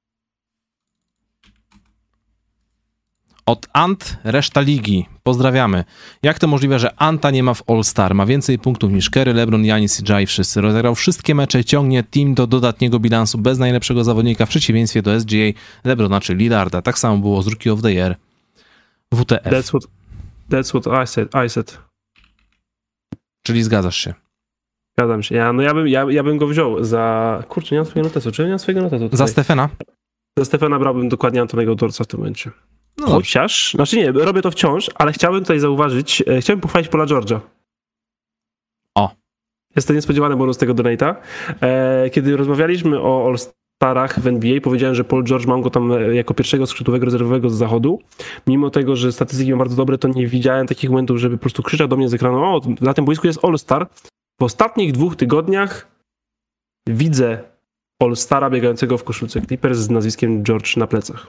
Od Ant, reszta ligi. Pozdrawiamy. Jak to możliwe, że Anta nie ma w All-Star? Ma więcej punktów niż Kerry, LeBron, Giannis i Jai wszyscy. Rozegrał wszystkie mecze, ciągnie team do dodatniego bilansu bez najlepszego zawodnika w przeciwieństwie do S G A, LeBrona czy Lillarda. Tak samo było z Rookie of the Year. W T F. That's what, that's what I said. I said. Czyli zgadzasz się? Zgadzam się. Ja, no ja bym, ja, ja bym go wziął za... Kurczę, nie mam swojego notesu. Czy nie mam swojego notesu tutaj? Za Stefana? Za Stefana brałbym dokładnie Antonego Dorsa w tym momencie. No Chociaż, znaczy nie, robię to wciąż, ale chciałbym tutaj zauważyć, e, chciałbym pochwalić Paula George'a. O. Jest to niespodziewany bonus tego donate'a. E, kiedy rozmawialiśmy o All-Starach w N B A, powiedziałem, że Paul George, mam go tam jako pierwszego skrzydłowego rezerwowego z zachodu. Mimo tego, że statystyki ma bardzo dobre, to nie widziałem takich momentów, żeby po prostu krzyczał do mnie z ekranu: o, na tym boisku jest All-Star. W ostatnich dwóch tygodniach widzę All-Stara biegającego w koszulce Clippers z nazwiskiem George na plecach.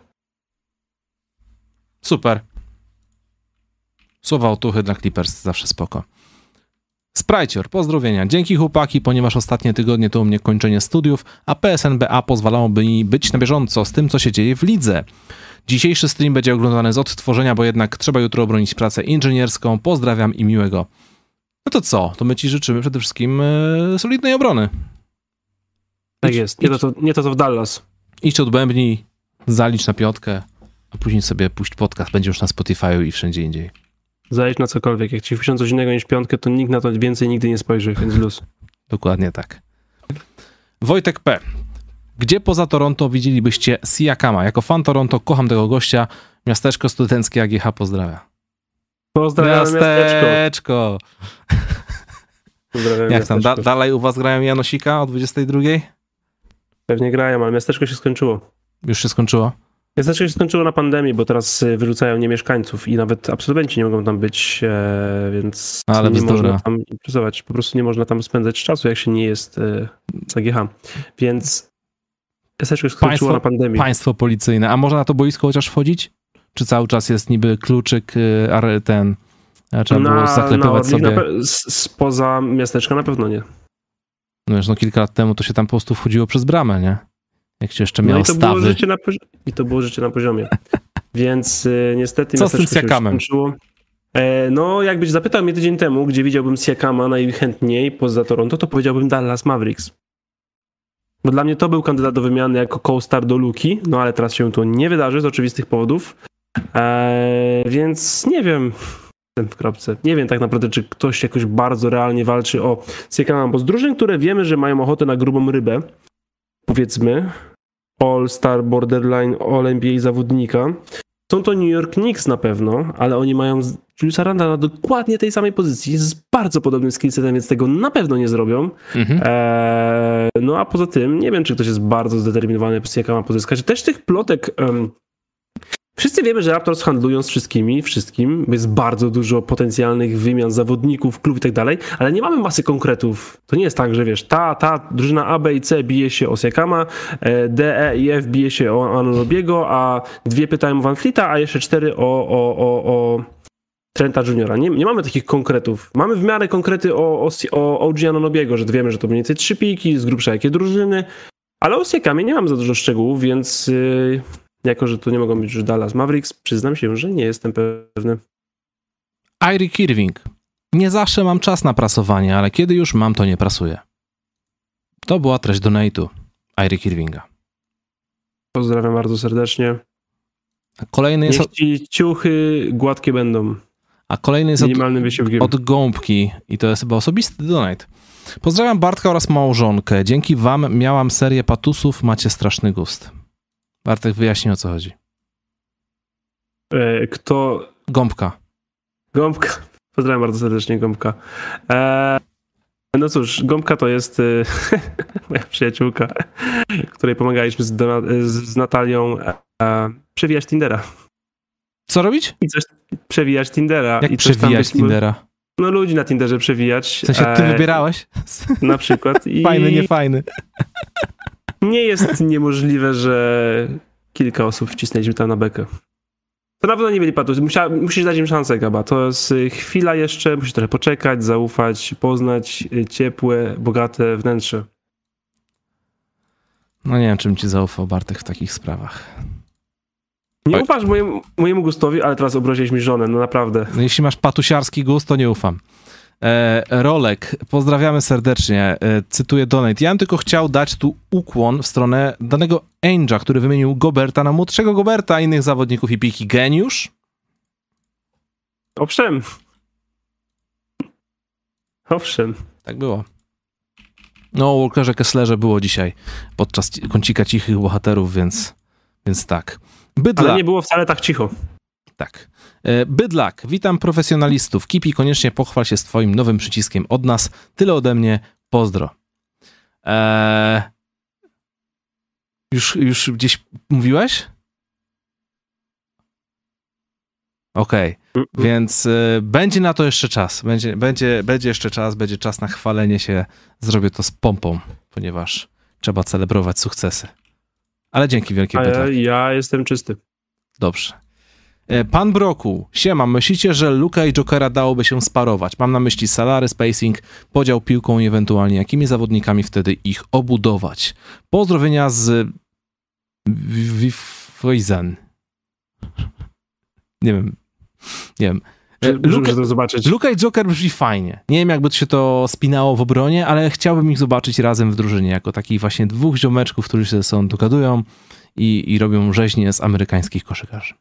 Super. Słowa otuchy dla Clippers, zawsze spoko. Sprajcior, pozdrowienia. Dzięki chłopaki, ponieważ ostatnie tygodnie to u mnie kończenie studiów, a P S N B A pozwalałoby mi być na bieżąco z tym, co się dzieje w lidze. Dzisiejszy stream będzie oglądany z odtworzenia, bo jednak trzeba jutro obronić pracę inżynierską. Pozdrawiam i miłego. No to co? To my ci życzymy przede wszystkim yy, solidnej obrony. Tak jest. Nie to, to, nie to, co w Dallas. Idź odbębnij, zalicz na piątkę, a później sobie puść podcast. Będzie już na Spotify'u i wszędzie indziej. Zależ na cokolwiek. Jak ci wpiszą coś innego niż piątkę, to nikt na to więcej nigdy nie spojrzy, więc luz. Dokładnie tak. Wojtek P. Gdzie poza Toronto widzielibyście Siakama? Jako fan Toronto kocham tego gościa. Miasteczko studenckie A G H pozdrawia. Pozdrawiam miasteczko. miasteczko. Pozdrawiam Jak miasteczko. tam? Da- dalej u was grają Janosika o dwudziestej drugiej? Pewnie grają, ale miasteczko się skończyło. Już się skończyło? Miasteczko się skończyło na pandemii, bo teraz wyrzucają niemieszkańców i nawet absolwenci nie mogą tam być, e, więc ale nie bzdura. można tam imprezować. Po prostu nie można tam spędzać czasu, jak się nie jest e, z A G H. Więc miasteczko się skończyło Państwo, na pandemii. państwo policyjne. A można na to boisko chociaż wchodzić? Czy cały czas jest niby kluczyk, y, ten... A trzeba było zaklepywać na, sobie... Na pe- spoza miasteczka na pewno nie. No wiesz, no kilka lat temu to się tam po prostu wchodziło przez bramę, nie? Jak się jeszcze No miało i to stawy. było życie na, pozi- I to było życie na poziomie. Więc y, niestety Co z tym miasteczko się Siakamem? skończyło. E, no jakbyś zapytał mnie tydzień temu, gdzie widziałbym Siakama najchętniej poza Toronto, to powiedziałbym Dallas Mavericks. Bo dla mnie to był kandydat do wymiany jako co-star do Luki, no ale teraz się to nie wydarzy z oczywistych powodów. E, więc nie wiem... w kropce. Nie wiem tak naprawdę, czy ktoś jakoś bardzo realnie walczy o Siakama, bo z drużyn, które wiemy, że mają ochotę na grubą rybę, powiedzmy All-Star, Borderline, All-N B A zawodnika, są to New York Knicks na pewno, ale oni mają Juliusa Randla na dokładnie tej samej pozycji, z bardzo podobnym skillsetem, więc tego na pewno nie zrobią. Mhm. Eee, no a poza tym, nie wiem, czy ktoś jest bardzo zdeterminowany Siakama pozyskać. Też tych plotek um, Wszyscy wiemy, że Raptors handlują z wszystkimi, wszystkim, jest bardzo dużo potencjalnych wymian zawodników, klub i tak dalej, ale nie mamy masy konkretów. To nie jest tak, że wiesz, ta, ta drużyna A, B i C bije się o Siakama, D, E i F bije się o Anunobiego, a dwie pytają o Van Fleeta, a jeszcze cztery o, o, o, o Trenta Juniora. Nie, nie mamy takich konkretów. Mamy w miarę konkrety o, o, o O G Anunobiego, że wiemy, że to mniej więcej trzy piki, z grubsza jakie drużyny, ale o Siakamie nie mam za dużo szczegółów, więc... Yy... Jako, że to nie mogą być już Dallas Mavericks, przyznam się, że nie jestem pewny. Kyrie Irving. Nie zawsze mam czas na prasowanie, ale kiedy już mam, to nie prasuję. To była treść donate'u Kyrie Irvinga. Pozdrawiam bardzo serdecznie. A kolejny jest... Niech ci ciuchy gładkie będą. A kolejny jest minimalnym wysiłkiem. Od, od Gąbki i to jest chyba osobisty donate. Pozdrawiam Bartka oraz małżonkę. Dzięki wam miałam serię patusów, macie straszny gust. Bartek, wyjaśnij, o co chodzi. E, kto? Gąbka. Gąbka. Pozdrawiam bardzo serdecznie, Gąbka. E, no cóż, Gąbka to jest e, moja przyjaciółka, której pomagaliśmy z, Dona, z, z Natalią e, przewijać Tindera. Co robić? I coś przewijać Tindera. Jak i coś przewijać tam Tindera? No ludzi na Tinderze przewijać. W sensie ty e, wybierałeś? Na przykład. I fajny, nie fajny. Nie jest niemożliwe, że kilka osób wcisnęliśmy tam na bekę. To na pewno nie byli patusy. Musia, musisz dać im szansę, Gaba. To jest chwila jeszcze, musisz trochę poczekać, zaufać, poznać ciepłe, bogate wnętrze. No nie wiem, czym ci zaufał Bartek w takich sprawach. Nie Oj. ufasz mojemu, mojemu gustowi, ale teraz obraziłeś mi żonę, no naprawdę. No jeśli masz patusiarski gust, to nie ufam. E, Rolek, pozdrawiamy serdecznie. E, cytuję donate. Ja bym tylko chciał dać tu ukłon w stronę danego Ainge'a, który wymienił Goberta na młodszego Goberta, innych zawodników i piki. Geniusz? Owszem. Owszem. Tak było. No, o Walkerze Kesslerze było dzisiaj podczas kącika cichych bohaterów, więc, więc tak. Bydla. Ale nie było wcale tak cicho. Tak. Bydlak, witam profesjonalistów. Kipi, koniecznie pochwal się z twoim nowym przyciskiem od nas. Tyle ode mnie. Pozdro. Eee... Już, już gdzieś mówiłeś? Okej, okay. Więc y, będzie na to jeszcze czas. Będzie, będzie, będzie jeszcze czas, będzie czas na chwalenie się. Zrobię to z pompą, ponieważ trzeba celebrować sukcesy. Ale dzięki wielkie, Bydlak. Ale ja jestem czysty. Dobrze. Pan Broku, siema, myślicie, że Luka i Jokera dałoby się sparować? Mam na myśli salary, spacing, podział piłką i ewentualnie jakimi zawodnikami wtedy ich obudować. Pozdrowienia z Wifoizan. Nie wiem. Nie wiem. Luka, to zobaczyć. Luka i Joker brzmi fajnie. Nie wiem, jakby to się to spinało w obronie, ale chciałbym ich zobaczyć razem w drużynie, jako takich właśnie dwóch ziomeczków, którzy się ze sobą dogadują i, i robią rzeźnie z amerykańskich koszykarzy.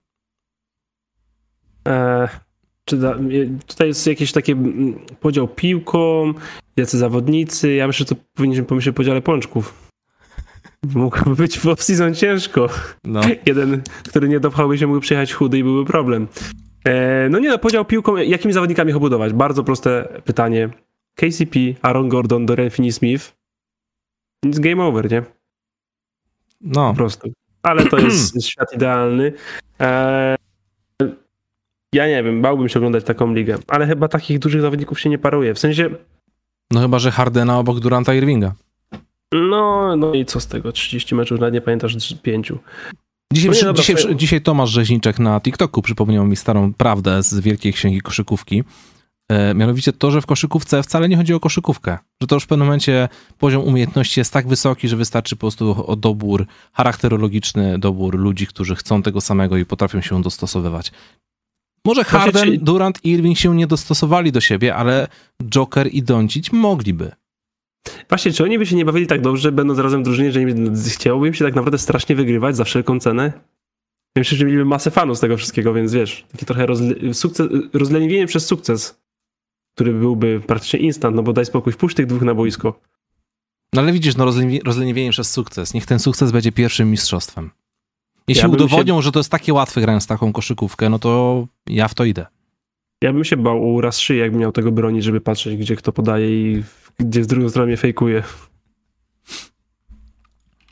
E, czy da, tutaj jest jakiś taki podział piłką, jacy zawodnicy. Ja myślę, że to powinniśmy pomyśleć o podziale pączków. Mógłby być w off-season ciężko. No. Jeden, który nie dopchałby się, mógł przyjechać chudy i byłby problem. E, no nie, no, podział piłką, jakimi zawodnikami ich obudować? Bardzo proste pytanie. K C P, Aaron Gordon, Dorian Finney-Smith. It's game over, nie? No. Po prostu. Ale to jest świat idealny. E, Ja nie wiem, bałbym się oglądać taką ligę, ale chyba takich dużych zawodników się nie paruje. W sensie... No chyba, że Hardena obok Duranta i Irvinga. No, no i co z tego? trzydzieści meczów, nawet nie pamiętasz pięciu. Dzisiaj, no nie, dobra, dzisiaj, sobie... dzisiaj Tomasz Rzeźniczek na TikToku przypomniał mi starą prawdę z Wielkiej Księgi Koszykówki. E, mianowicie to, że w koszykówce wcale nie chodzi o koszykówkę. Że to już w pewnym momencie poziom umiejętności jest tak wysoki, że wystarczy po prostu o dobór charakterologiczny, dobór ludzi, którzy chcą tego samego i potrafią się dostosowywać. Może Harden, Właśnie, czy... Durant i Irving się nie dostosowali do siebie, ale Joker i Doncic mogliby. Właśnie, czy oni by się nie bawili tak dobrze, będąc razem w drużynie, że chciałoby im się tak naprawdę strasznie wygrywać za wszelką cenę? Ja myślę, że mieliby masę fanów z tego wszystkiego, więc wiesz, taki trochę rozle... sukces... rozleniwienie przez sukces, który byłby praktycznie instant, no bo daj spokój, wpuść tych dwóch na boisko. No ale widzisz, no rozleniwi... rozleniwienie przez sukces. Niech ten sukces będzie pierwszym mistrzostwem. Jeśli ja udowodnią, się... się... że to jest takie łatwe grając taką koszykówkę, no to ja w to idę. Ja bym się bał o uraz szyi, jakbym miał tego bronić, żeby patrzeć, gdzie kto podaje i gdzie z drugą stroną mnie fejkuje.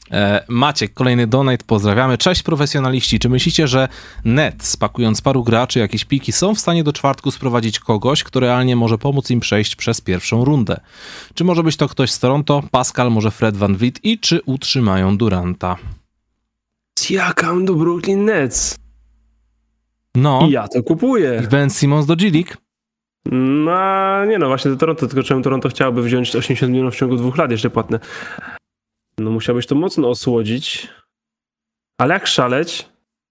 E, Maciek, kolejny donate, pozdrawiamy. Cześć profesjonaliści, czy myślicie, że net, spakując paru graczy, jakieś piki, są w stanie do czwartku sprowadzić kogoś, kto realnie może pomóc im przejść przez pierwszą rundę? Czy może być to ktoś z Toronto, Pascal, może Fred VanVleet i czy utrzymają Duranta? Siakam do Brooklyn Nets. No. I ja to kupuję. I Ben Simmons do G-League? No, nie no, właśnie do Toronto, tylko czemu Toronto chciałoby wziąć osiemdziesiąt milionów w ciągu dwóch lat jeszcze płatne? No musiałbyś to mocno osłodzić. Ale jak szaleć?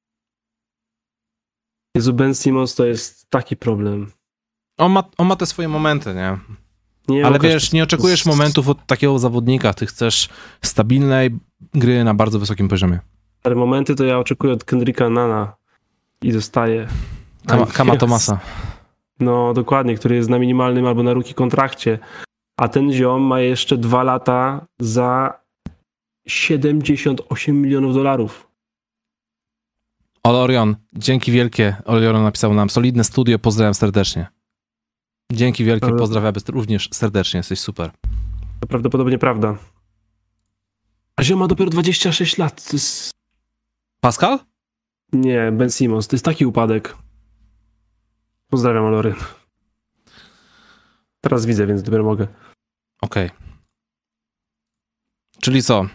Jezu, Ben Simmons to jest taki problem. On ma, on ma te swoje momenty, nie? Nie, Ale Łukasz, wiesz, nie oczekujesz to... momentów od takiego zawodnika. Ty chcesz stabilnej gry na bardzo wysokim poziomie. Ale momenty to ja oczekuję od Kendricka Nana i dostaję. Kama, Kama Thomasa. No dokładnie, który jest na minimalnym albo na rookie kontrakcie. A ten ziom ma jeszcze dwa lata za siedemdziesiąt osiem milionów dolarów. Olorion, dzięki wielkie. Olorion napisał nam solidne studio, pozdrawiam serdecznie. Dzięki wielkie, Ale... pozdrawiamy również serdecznie, jesteś super. To prawdopodobnie prawda. A ziom ma dopiero dwadzieścia sześć lat. To jest... Pascal? Nie, Ben Simmons. To jest taki upadek. Pozdrawiam, Oloryn. Teraz widzę, więc dopiero mogę. Okej. Okay. Czyli co?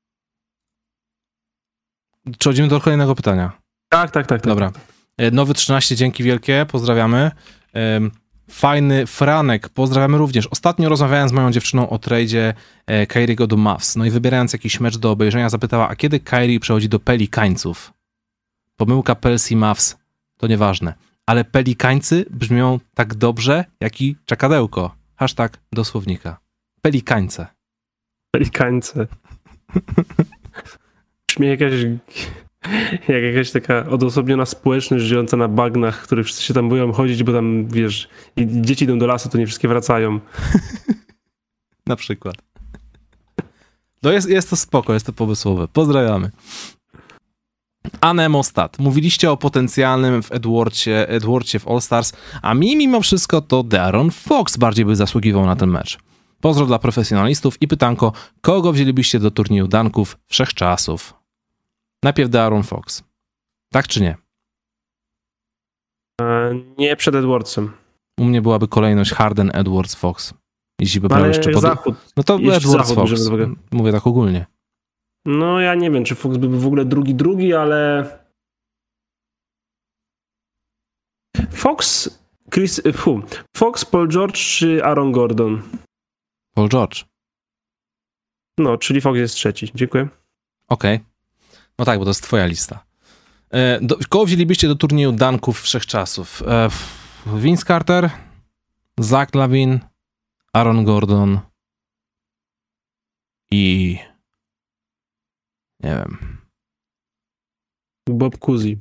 Przechodzimy do kolejnego pytania. Tak, tak, tak. tak Dobra. Tak. Nowy trzynaście, dzięki wielkie, pozdrawiamy. Fajny Franek, pozdrawiamy również. Ostatnio rozmawiałem z moją dziewczyną o tradzie Kyriego do Mavs. No i wybierając jakiś mecz do obejrzenia, zapytała, a kiedy Kyrie przechodzi do Pelikańców? Pomyłka Pels i Mavs, to nieważne. Ale Pelikańcy brzmią tak dobrze, jak i czekadełko. Hashtag do słownika. Pelikańce. Pelikańce. Brzmi jakaś, jak jakaś taka odosobniona społeczność żyjąca na bagnach, które wszyscy się tam boją chodzić, bo tam, wiesz, i dzieci idą do lasu, to nie wszystkie wracają. Na przykład. No jest, jest to spoko, jest to pomysłowe. Pozdrawiamy. Anemostat. Mówiliście o potencjalnym w Edwardsie, Edwardsie w All Stars, a mi mimo wszystko to De'Aaron Fox bardziej by zasługiwał na ten mecz. Pozdro dla profesjonalistów i pytanko, kogo wzięlibyście do turnieju danków wszechczasów? Najpierw De'Aaron Fox. Tak czy nie? E, nie przed Edwardsem. U mnie byłaby kolejność Harden, Edwards, Fox. Jeśli by brał Ale jeszcze pod... zachód. No to Jeszcze Edwards, zachód Fox. Mówię tak ogólnie. No ja nie wiem, czy Fox by był w ogóle drugi, drugi, ale... Fox, Chris, fu, Fox, Paul George czy Aaron Gordon? Paul George. No, czyli Fox jest trzeci. Dziękuję. Okej. Okay. No tak, bo to jest twoja lista. E, do, kogo wzięlibyście do turnieju danków wszechczasów? E, Vince Carter, Zach LaVine, Aaron Gordon i... nie wiem. Bob Cousy.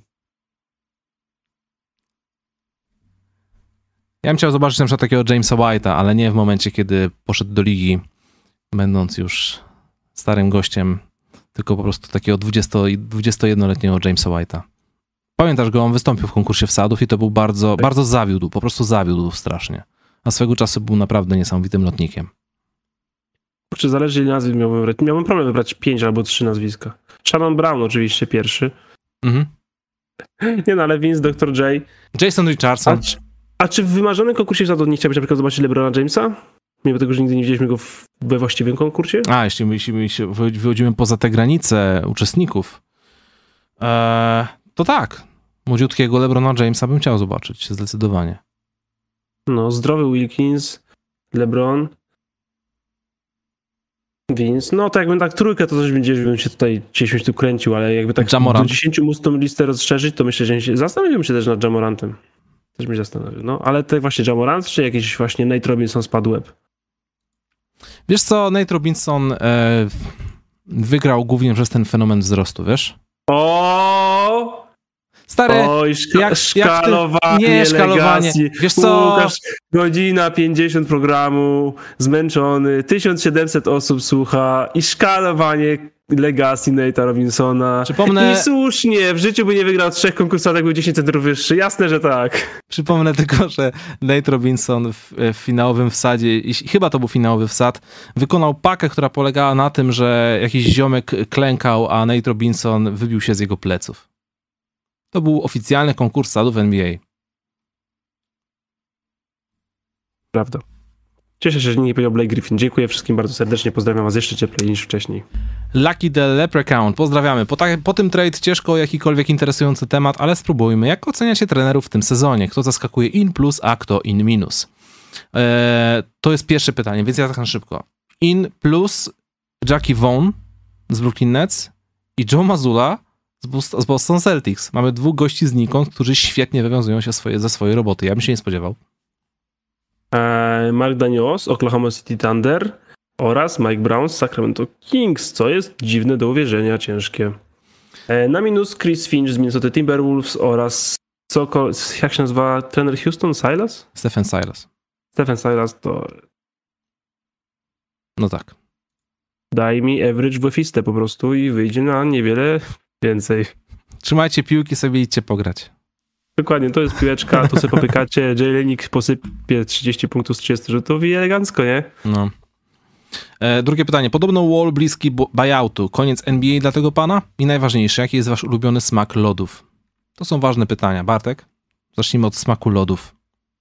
Ja bym chciał zobaczyć na przykład takiego Jamesa White'a, ale nie w momencie, kiedy poszedł do ligi, będąc już starym gościem, tylko po prostu takiego dwudziestojednoletniego Jamesa White'a. Pamiętasz go, on wystąpił w konkursie wsadów i to był bardzo, tak. bardzo zawiódł, po prostu zawiódł strasznie. A swego czasu był naprawdę niesamowitym lotnikiem. Czy zależy, ile nazwisk miałbym wybrać? Miałbym problem wybrać pięć albo trzy nazwiska. Shannon Brown oczywiście pierwszy. Mhm. Nie no, ale Vince, doktor J. Jason Richardson. A, a czy w wymarzonym konkursie wsadów nie chciałbyś na przykład zobaczyć LeBrona Jamesa? Mimo tego, że nigdy nie widzieliśmy go w, we właściwym konkursie? A, jeśli my, jeśli my się wychodzimy poza te granice uczestników, ee, to tak. Młodziutkiego LeBrona Jamesa bym chciał zobaczyć, zdecydowanie. No, zdrowy Wilkins, LeBron, Vince. No, to jakbym tak trójkę, to też będzie, bym się tutaj gdzieś tu kręcił, ale jakby tak Jamorant. do dziesięciu móc tą listę rozszerzyć, to myślę, że się zastanowiłbym się też nad Jamorantem. Też mnie zastanowił. No, ale to właśnie Jamorant, czy jakiś właśnie Nate Robinson spadł łeb? Wiesz co, Nate Robinson e, wygrał głównie przez ten fenomen wzrostu, wiesz? O! Stary, Oj, szka- jak, szkalowanie, jak ty, nie szkalowanie, legacji. wiesz co? Łukasz, godzina pięćdziesiąt programu, zmęczony, tysiąc siedemset osób słucha i szkalowanie legacy Nate'a Robinsona. Przypomnę... I słusznie, w życiu by nie wygrał trzech konkursów, jak był dziesięć centymetrów wyższy. Jasne, że tak. Przypomnę tylko, że Nate Robinson w, w finałowym wsadzie, i chyba to był finałowy wsad, wykonał pakę, która polegała na tym, że jakiś ziomek klękał, a Nate Robinson wybił się z jego pleców. To był oficjalny konkurs wsadów N B A. Prawda. Cieszę się, że nie powiedział Blake Griffin. Dziękuję wszystkim bardzo serdecznie. Pozdrawiam was jeszcze cieplej niż wcześniej. Lucky the Leprechaun. Pozdrawiamy. Po, ta, po tym trade ciężko o jakikolwiek interesujący temat, ale spróbujmy. Jak oceniacie trenerów w tym sezonie? Kto zaskakuje in plus, a kto in minus? Eee, to jest pierwsze pytanie, więc ja tak na szybko. In plus Jackie Vaughn z Brooklyn Nets i Joe Mazzulla z Boston Celtics. Mamy dwóch gości znikąd, którzy świetnie wywiązują się swoje, ze swojej roboty. Ja bym się nie spodziewał. Mark Daniels, Oklahoma City Thunder oraz Mike Brown z Sacramento Kings, co jest dziwne do uwierzenia, ciężkie. Na minus Chris Finch z Minnesota Timberwolves oraz co, jak się nazywa trener Houston? Silas? Stephen Silas. Stephen Silas to... No tak. Daj mi average w F-istę po prostu i wyjdzie na niewiele więcej. Trzymajcie piłki, sobie idźcie pograć. Dokładnie, to jest piłeczka, tu sobie popykacie, Jalenik posypie trzydzieści punktów z trzydziestu rzutów i elegancko, nie? No. E, drugie pytanie. Podobno Wall bliski buyoutu. Koniec N B A dla tego pana? I najważniejsze, jaki jest wasz ulubiony smak lodów? To są ważne pytania. Bartek? Zacznijmy od smaku lodów.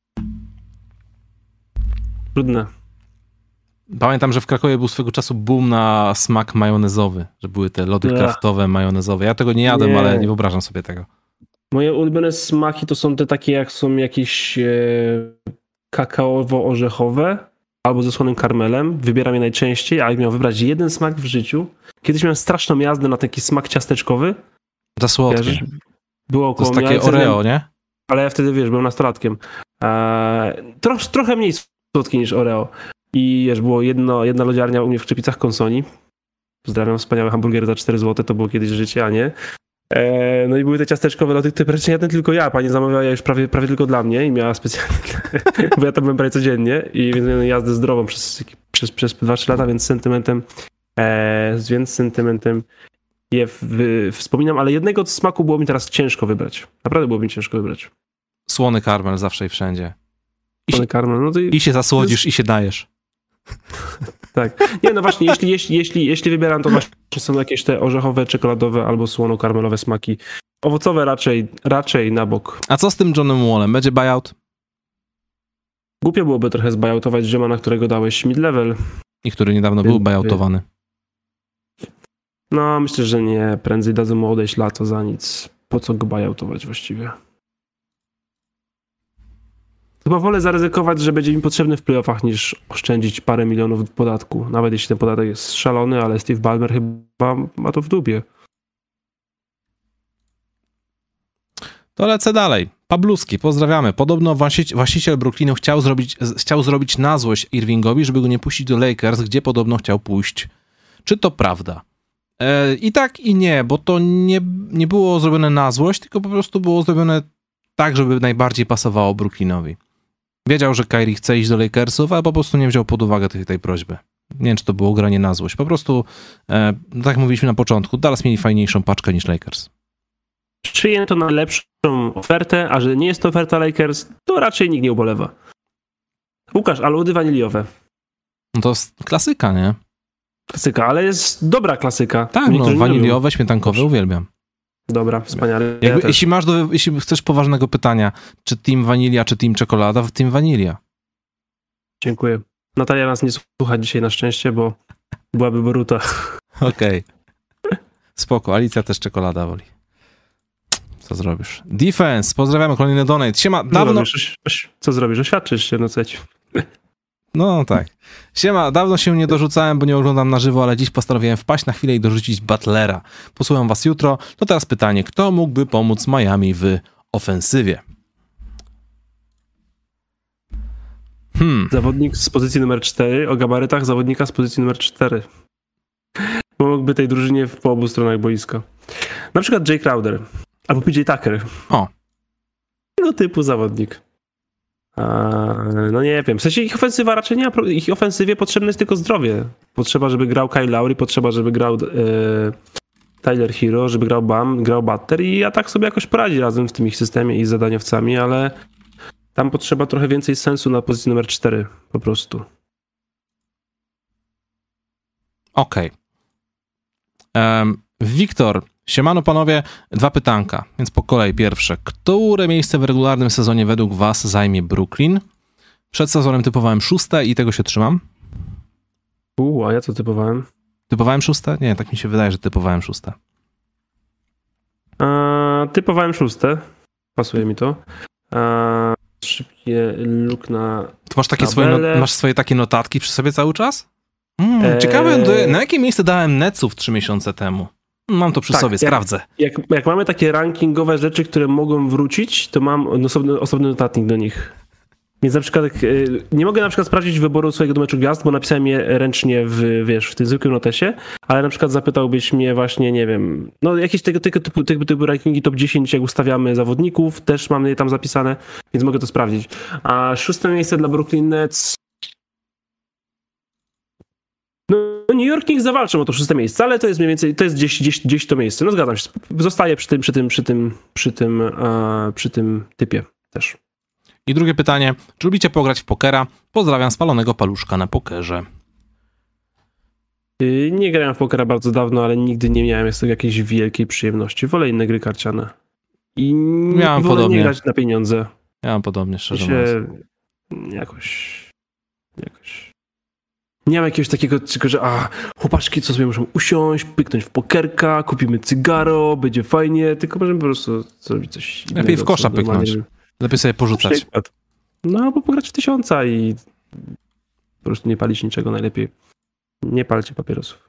Trudne. Pamiętam, że w Krakowie był swego czasu boom na smak majonezowy, że były te lody kraftowe, majonezowe. Ja tego nie jadłem, nie. ale nie wyobrażam sobie tego. Moje ulubione smaki to są te takie, jak są jakieś e, kakaowo-orzechowe albo ze słonym karmelem. Wybieram je najczęściej, a jak miałem wybrać jeden smak w życiu, kiedyś miałem straszną jazdę na taki smak ciasteczkowy. Za słodkie. Było około to jest takie Oreo, wtedy, nie? Ale ja wtedy, wiesz, byłem nastolatkiem. E, troch, trochę mniej słodki niż Oreo. I wiesz, było jedno, jedna lodziarnia u mnie w Czepicach Konsoni. Pozdrawiam, wspaniałe hamburgery za cztery złote, to było kiedyś życie, a nie. E, no i były te ciasteczkowe lody, które praktycznie jadłem tylko ja. Pani zamawiała je już prawie, prawie tylko dla mnie i miała specjalnie, bo ja tam byłem prawie codziennie i więc miałem jazdę zdrową przez, przez, przez dwa trzy lata, więc sentymentem, e, więc sentymentem je w, w, wspominam, ale jednego smaku było mi teraz ciężko wybrać. Naprawdę było mi ciężko wybrać. Słony karmel zawsze i wszędzie. I Słony się, karmel, no to i, i się zasłodzisz jest... i się dajesz. Tak. Nie, no właśnie, jeśli, jeśli, jeśli, jeśli wybieram, to właśnie są jakieś te orzechowe, czekoladowe albo słono-karmelowe smaki. Owocowe raczej, raczej na bok. A co z tym Johnem Wallem? Będzie buyout? Głupio byłoby trochę zbuyoutować zioma, na którego dałeś mid-level. I który niedawno był buyoutowany. No, myślę, że nie. Prędzej dadzą mu odejść lato za nic. Po co go buyoutować właściwie? Chyba wolę zaryzykować, że będzie mi potrzebny w playoffach, niż oszczędzić parę milionów podatku. Nawet jeśli ten podatek jest szalony, ale Steve Ballmer chyba ma to w dupie. To lecę dalej. Pabluski, pozdrawiamy. Podobno właściciel Brooklynu chciał zrobić, chciał zrobić na złość Irvingowi, żeby go nie puścić do Lakers, gdzie podobno chciał pójść. Czy to prawda? E, I tak i nie, bo to nie, nie było zrobione na złość, tylko po prostu było zrobione tak, żeby najbardziej pasowało Brooklynowi. Wiedział, że Kyrie chce iść do Lakersów, ale po prostu nie wziął pod uwagę tej, tej prośby. Nie wiem, czy to było granie na złość. Po prostu, e, tak jak mówiliśmy na początku, Dallas mieli fajniejszą paczkę niż Lakers. Przyjęto na lepszą ofertę, a że nie jest to oferta Lakers, to raczej nikt nie ubolewa. Łukasz, a lody waniliowe? No to jest klasyka, nie? Klasyka, ale jest dobra klasyka. Tak, no, waniliowe, śmietankowe uwielbiam. Dobra, wspaniale. Ja Jakby, jeśli masz, do, jeśli chcesz poważnego pytania, czy team wanilia, czy team czekolada, team wanilia. Dziękuję. Natalia nas nie słucha dzisiaj na szczęście, bo byłaby boruta. Okej. Okay. Spoko, Alicja też czekolada woli. Co zrobisz? Defense, pozdrawiamy, kolejny donate. Siema, dawno... Co zrobisz? Co zrobisz? Oświadczysz się, no co ci... No tak. Siema, dawno się nie dorzucałem, bo nie oglądam na żywo, ale dziś postanowiłem wpaść na chwilę i dorzucić Butlera. Posłucham was jutro. To teraz pytanie, kto mógłby pomóc Miami w ofensywie? Hmm. Zawodnik z pozycji numer cztery, o gabarytach zawodnika z pozycji numer cztery. Pomógłby tej drużynie po obu stronach boiska. Na przykład Jay Crowder albo P J Tucker. O. Tego typu zawodnik. No nie wiem, w sensie ich ofensywa raczej nie ma, ich ofensywie potrzebne jest tylko zdrowie. Potrzeba, żeby grał Kyle Lowry, potrzeba, żeby grał e, Tyler Hero, żeby grał Bam, grał Butler i atak sobie jakoś poradzi razem w tym ich systemie i zadaniowcami, ale tam potrzeba trochę więcej sensu na pozycji numer cztery po prostu. Okej. Okay. Um, Wiktor, siemano panowie, dwa pytanka, więc po kolei pierwsze. Które miejsce w regularnym sezonie według was zajmie Brooklyn? Przed sezonem typowałem szóste i tego się trzymam. U, a ja co typowałem? Typowałem szóste? Nie, tak mi się wydaje, że typowałem szóste. A, typowałem szóste. Pasuje mi to. A, szybkie look na Ty masz takie swoje, no, masz swoje takie notatki przy sobie cały czas? Mm, eee... Ciekawe, na jakie miejsce dałem Netsów trzy miesiące temu. Mam to przy tak, sobie, jak, sprawdzę. Jak, jak mamy takie rankingowe rzeczy, które mogą wrócić, to mam osobny, osobny notatnik do nich. Więc na przykład nie mogę na przykład sprawdzić wyboru swojego do meczu gwiazd, bo napisałem je ręcznie w, wiesz, w tym zwykłym notesie, ale na przykład zapytałbyś mnie właśnie, nie wiem, no jakieś tego, tego typu, tego typu rankingi top dziesięć, jak ustawiamy zawodników, też mam je tam zapisane, więc mogę to sprawdzić. A szóste miejsce dla Brooklyn Nets... No New York Knicks zawalczą o to szóste miejsce, ale to jest mniej więcej, to jest gdzieś, gdzieś, gdzieś to miejsce. No zgadzam się, zostaję przy tym, przy tym, przy tym, przy tym, uh, przy tym typie też. I drugie pytanie, czy lubicie pograć w pokera? Pozdrawiam spalonego paluszka na pokerze. Yy, nie grałem w pokera bardzo dawno, ale nigdy nie miałem z tego jakiejś wielkiej przyjemności. Wolę inne gry karciane. I miałem wolę podobnie. nie grać na pieniądze. Miałem podobnie, szczerze się mówiąc. Jakoś... jakoś... Nie mam jakiegoś takiego, tylko, że a, chłopaczki, co sobie muszą usiąść, pyknąć w pokerka, kupimy cygaro, będzie fajnie, tylko możemy po prostu zrobić coś innego. Lepiej w kosza pyknąć. Lepiej sobie porzucać. No, albo pograć w tysiąca i po prostu nie palić niczego najlepiej. Nie palcie papierosów.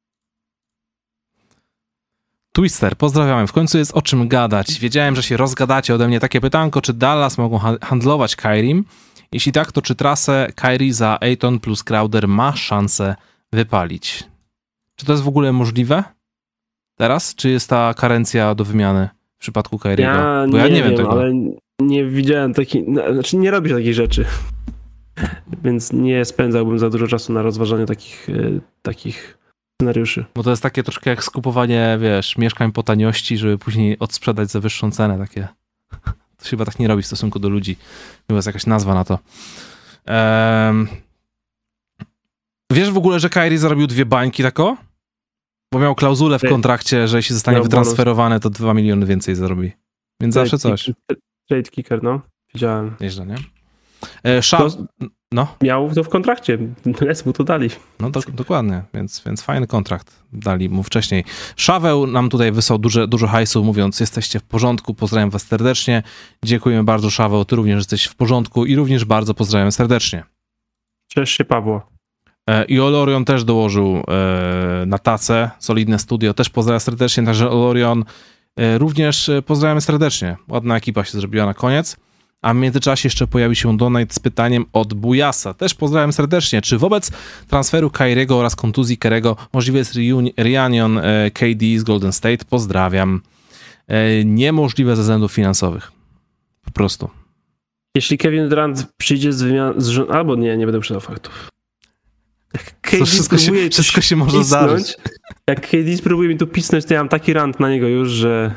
Twister, pozdrawiamy. W końcu jest o czym gadać. Wiedziałem, że się rozgadacie ode mnie. Takie pytanko, czy Dallas mogą handlować Kyriem? Jeśli tak, to czy trasę Kyrie za Ayton plus Crowder ma szansę wypalić? Czy to jest w ogóle możliwe teraz? Czy jest ta karencja do wymiany w przypadku Kyriego? Ja Bo ja nie, nie wiem, wiem tego. Ale nie widziałem takich... Znaczy nie robię takich rzeczy. Więc nie spędzałbym za dużo czasu na rozważanie takich, takich scenariuszy. Bo to jest takie troszkę jak skupowanie, wiesz, mieszkań po taniości, żeby później odsprzedać za wyższą cenę. Takie. To się chyba tak nie robi w stosunku do ludzi. Chyba jest jakaś nazwa na to. Um, wiesz w ogóle, że Kyrie zarobił dwie bańki tako? Bo miał klauzulę w kontrakcie, że jeśli zostanie wytransferowany, to dwa miliony więcej zarobi. Więc zawsze coś. Trade kicker, no. Widziałem. Nieźle, nie? E, Sza... No. Miał to w kontrakcie. Nets mu to dali. No do, dokładnie, więc, więc fajny kontrakt dali mu wcześniej. Szaweł nam tutaj wysłał duże, dużo hajsu, mówiąc, jesteście w porządku, pozdrawiam was serdecznie. Dziękujemy bardzo, Szaweł, ty również jesteś w porządku i również bardzo pozdrawiam serdecznie. Cześć się, Pawło. E, I Olorion też dołożył e, na tacę, solidne studio, też pozdrawiam serdecznie, także Olorion e, również pozdrawiamy serdecznie. Ładna ekipa się zrobiła na koniec. A w międzyczasie jeszcze pojawił się donate z pytaniem od Bujasa. Też pozdrawiam serdecznie. Czy wobec transferu Kyriego oraz kontuzji Kerego możliwy jest reunion K D z Golden State? Pozdrawiam. Niemożliwe ze względów finansowych. Po prostu. Jeśli Kevin Durant przyjdzie z wymianą... Albo nie, nie będę przyznał faktów. To wszystko się, wszystko się może pisnąć, zdarzyć. Jak K D spróbuje mi tu pisnąć, to ja mam taki rant na niego już, że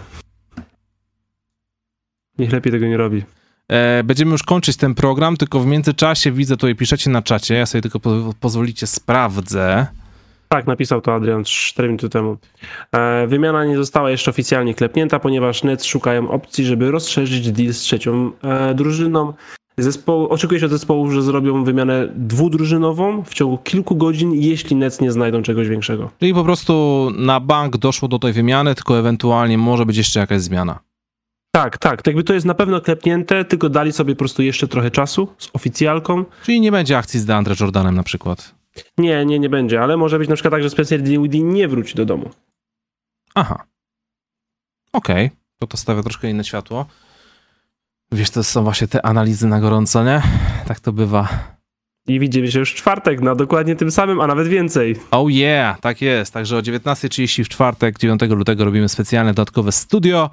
niech lepiej tego nie robi. Będziemy już kończyć ten program, tylko w międzyczasie widzę, tutaj piszecie na czacie, ja sobie tylko po, pozwolicie, sprawdzę. Tak, napisał to Adrian cztery minuty temu. Wymiana nie została jeszcze oficjalnie klepnięta, ponieważ Nets szukają opcji, żeby rozszerzyć deal z trzecią drużyną. Zespoł, oczekuje się od zespołu, że zrobią wymianę dwudrużynową w ciągu kilku godzin, jeśli Nets nie znajdą czegoś większego. Czyli po prostu na bank doszło do tej wymiany, tylko ewentualnie może być jeszcze jakaś zmiana. Tak, tak. Tak jakby to jest na pewno klepnięte, tylko dali sobie po prostu jeszcze trochę czasu z oficjalką. Czyli nie będzie akcji z DeAndre Jordanem na przykład? Nie, nie, nie będzie, ale może być na przykład tak, że Spencer Dinwiddie nie wróci do domu. Aha. Okej. Okay. To to stawia troszkę inne światło. Wiesz, to są właśnie te analizy na gorąco, nie? Tak to bywa. I widzimy się już w czwartek na dokładnie tym samym, a nawet więcej. Oh yeah, tak jest. Także o dziewiętnasta trzydzieści w czwartek, dziewiątego lutego robimy specjalne dodatkowe studio,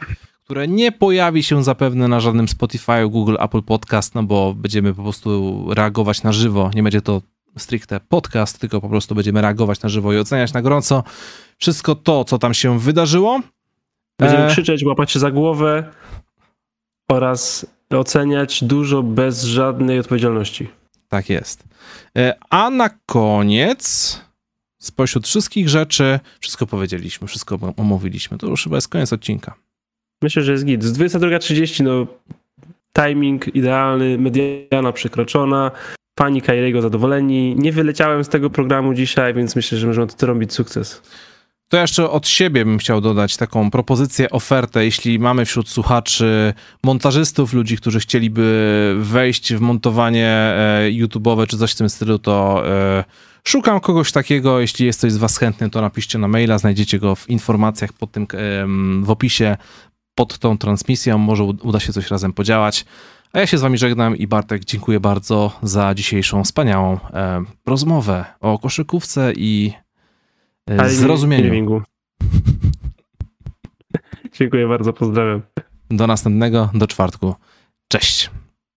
które nie pojawi się zapewne na żadnym Spotify, Google, Apple Podcast, no bo będziemy po prostu reagować na żywo. Nie będzie to stricte podcast, tylko po prostu będziemy reagować na żywo i oceniać na gorąco wszystko to, co tam się wydarzyło. Będziemy e... krzyczeć, łapać się za głowę oraz oceniać dużo bez żadnej odpowiedzialności. Tak jest. A na koniec, spośród wszystkich rzeczy, wszystko powiedzieliśmy, wszystko omówiliśmy. To już chyba jest koniec odcinka. Myślę, że jest git. Z dwudziesta druga trzydzieści, no timing idealny, mediana przekroczona, pani Kairiego zadowoleni. Nie wyleciałem z tego programu dzisiaj, więc myślę, że możemy to robić sukces. To jeszcze od siebie bym chciał dodać taką propozycję, ofertę, jeśli mamy wśród słuchaczy montażystów, ludzi, którzy chcieliby wejść w montowanie YouTube'owe czy coś w tym stylu, to szukam kogoś takiego. Jeśli jest ktoś z was chętny, to napiszcie na maila, znajdziecie go w informacjach pod tym, w opisie pod tą transmisją, może uda się coś razem podziałać. A ja się z wami żegnam i Bartek, dziękuję bardzo za dzisiejszą wspaniałą rozmowę o koszykówce i zrozumieniu. Dziękuję bardzo, pozdrawiam. Do następnego, do czwartku. Cześć.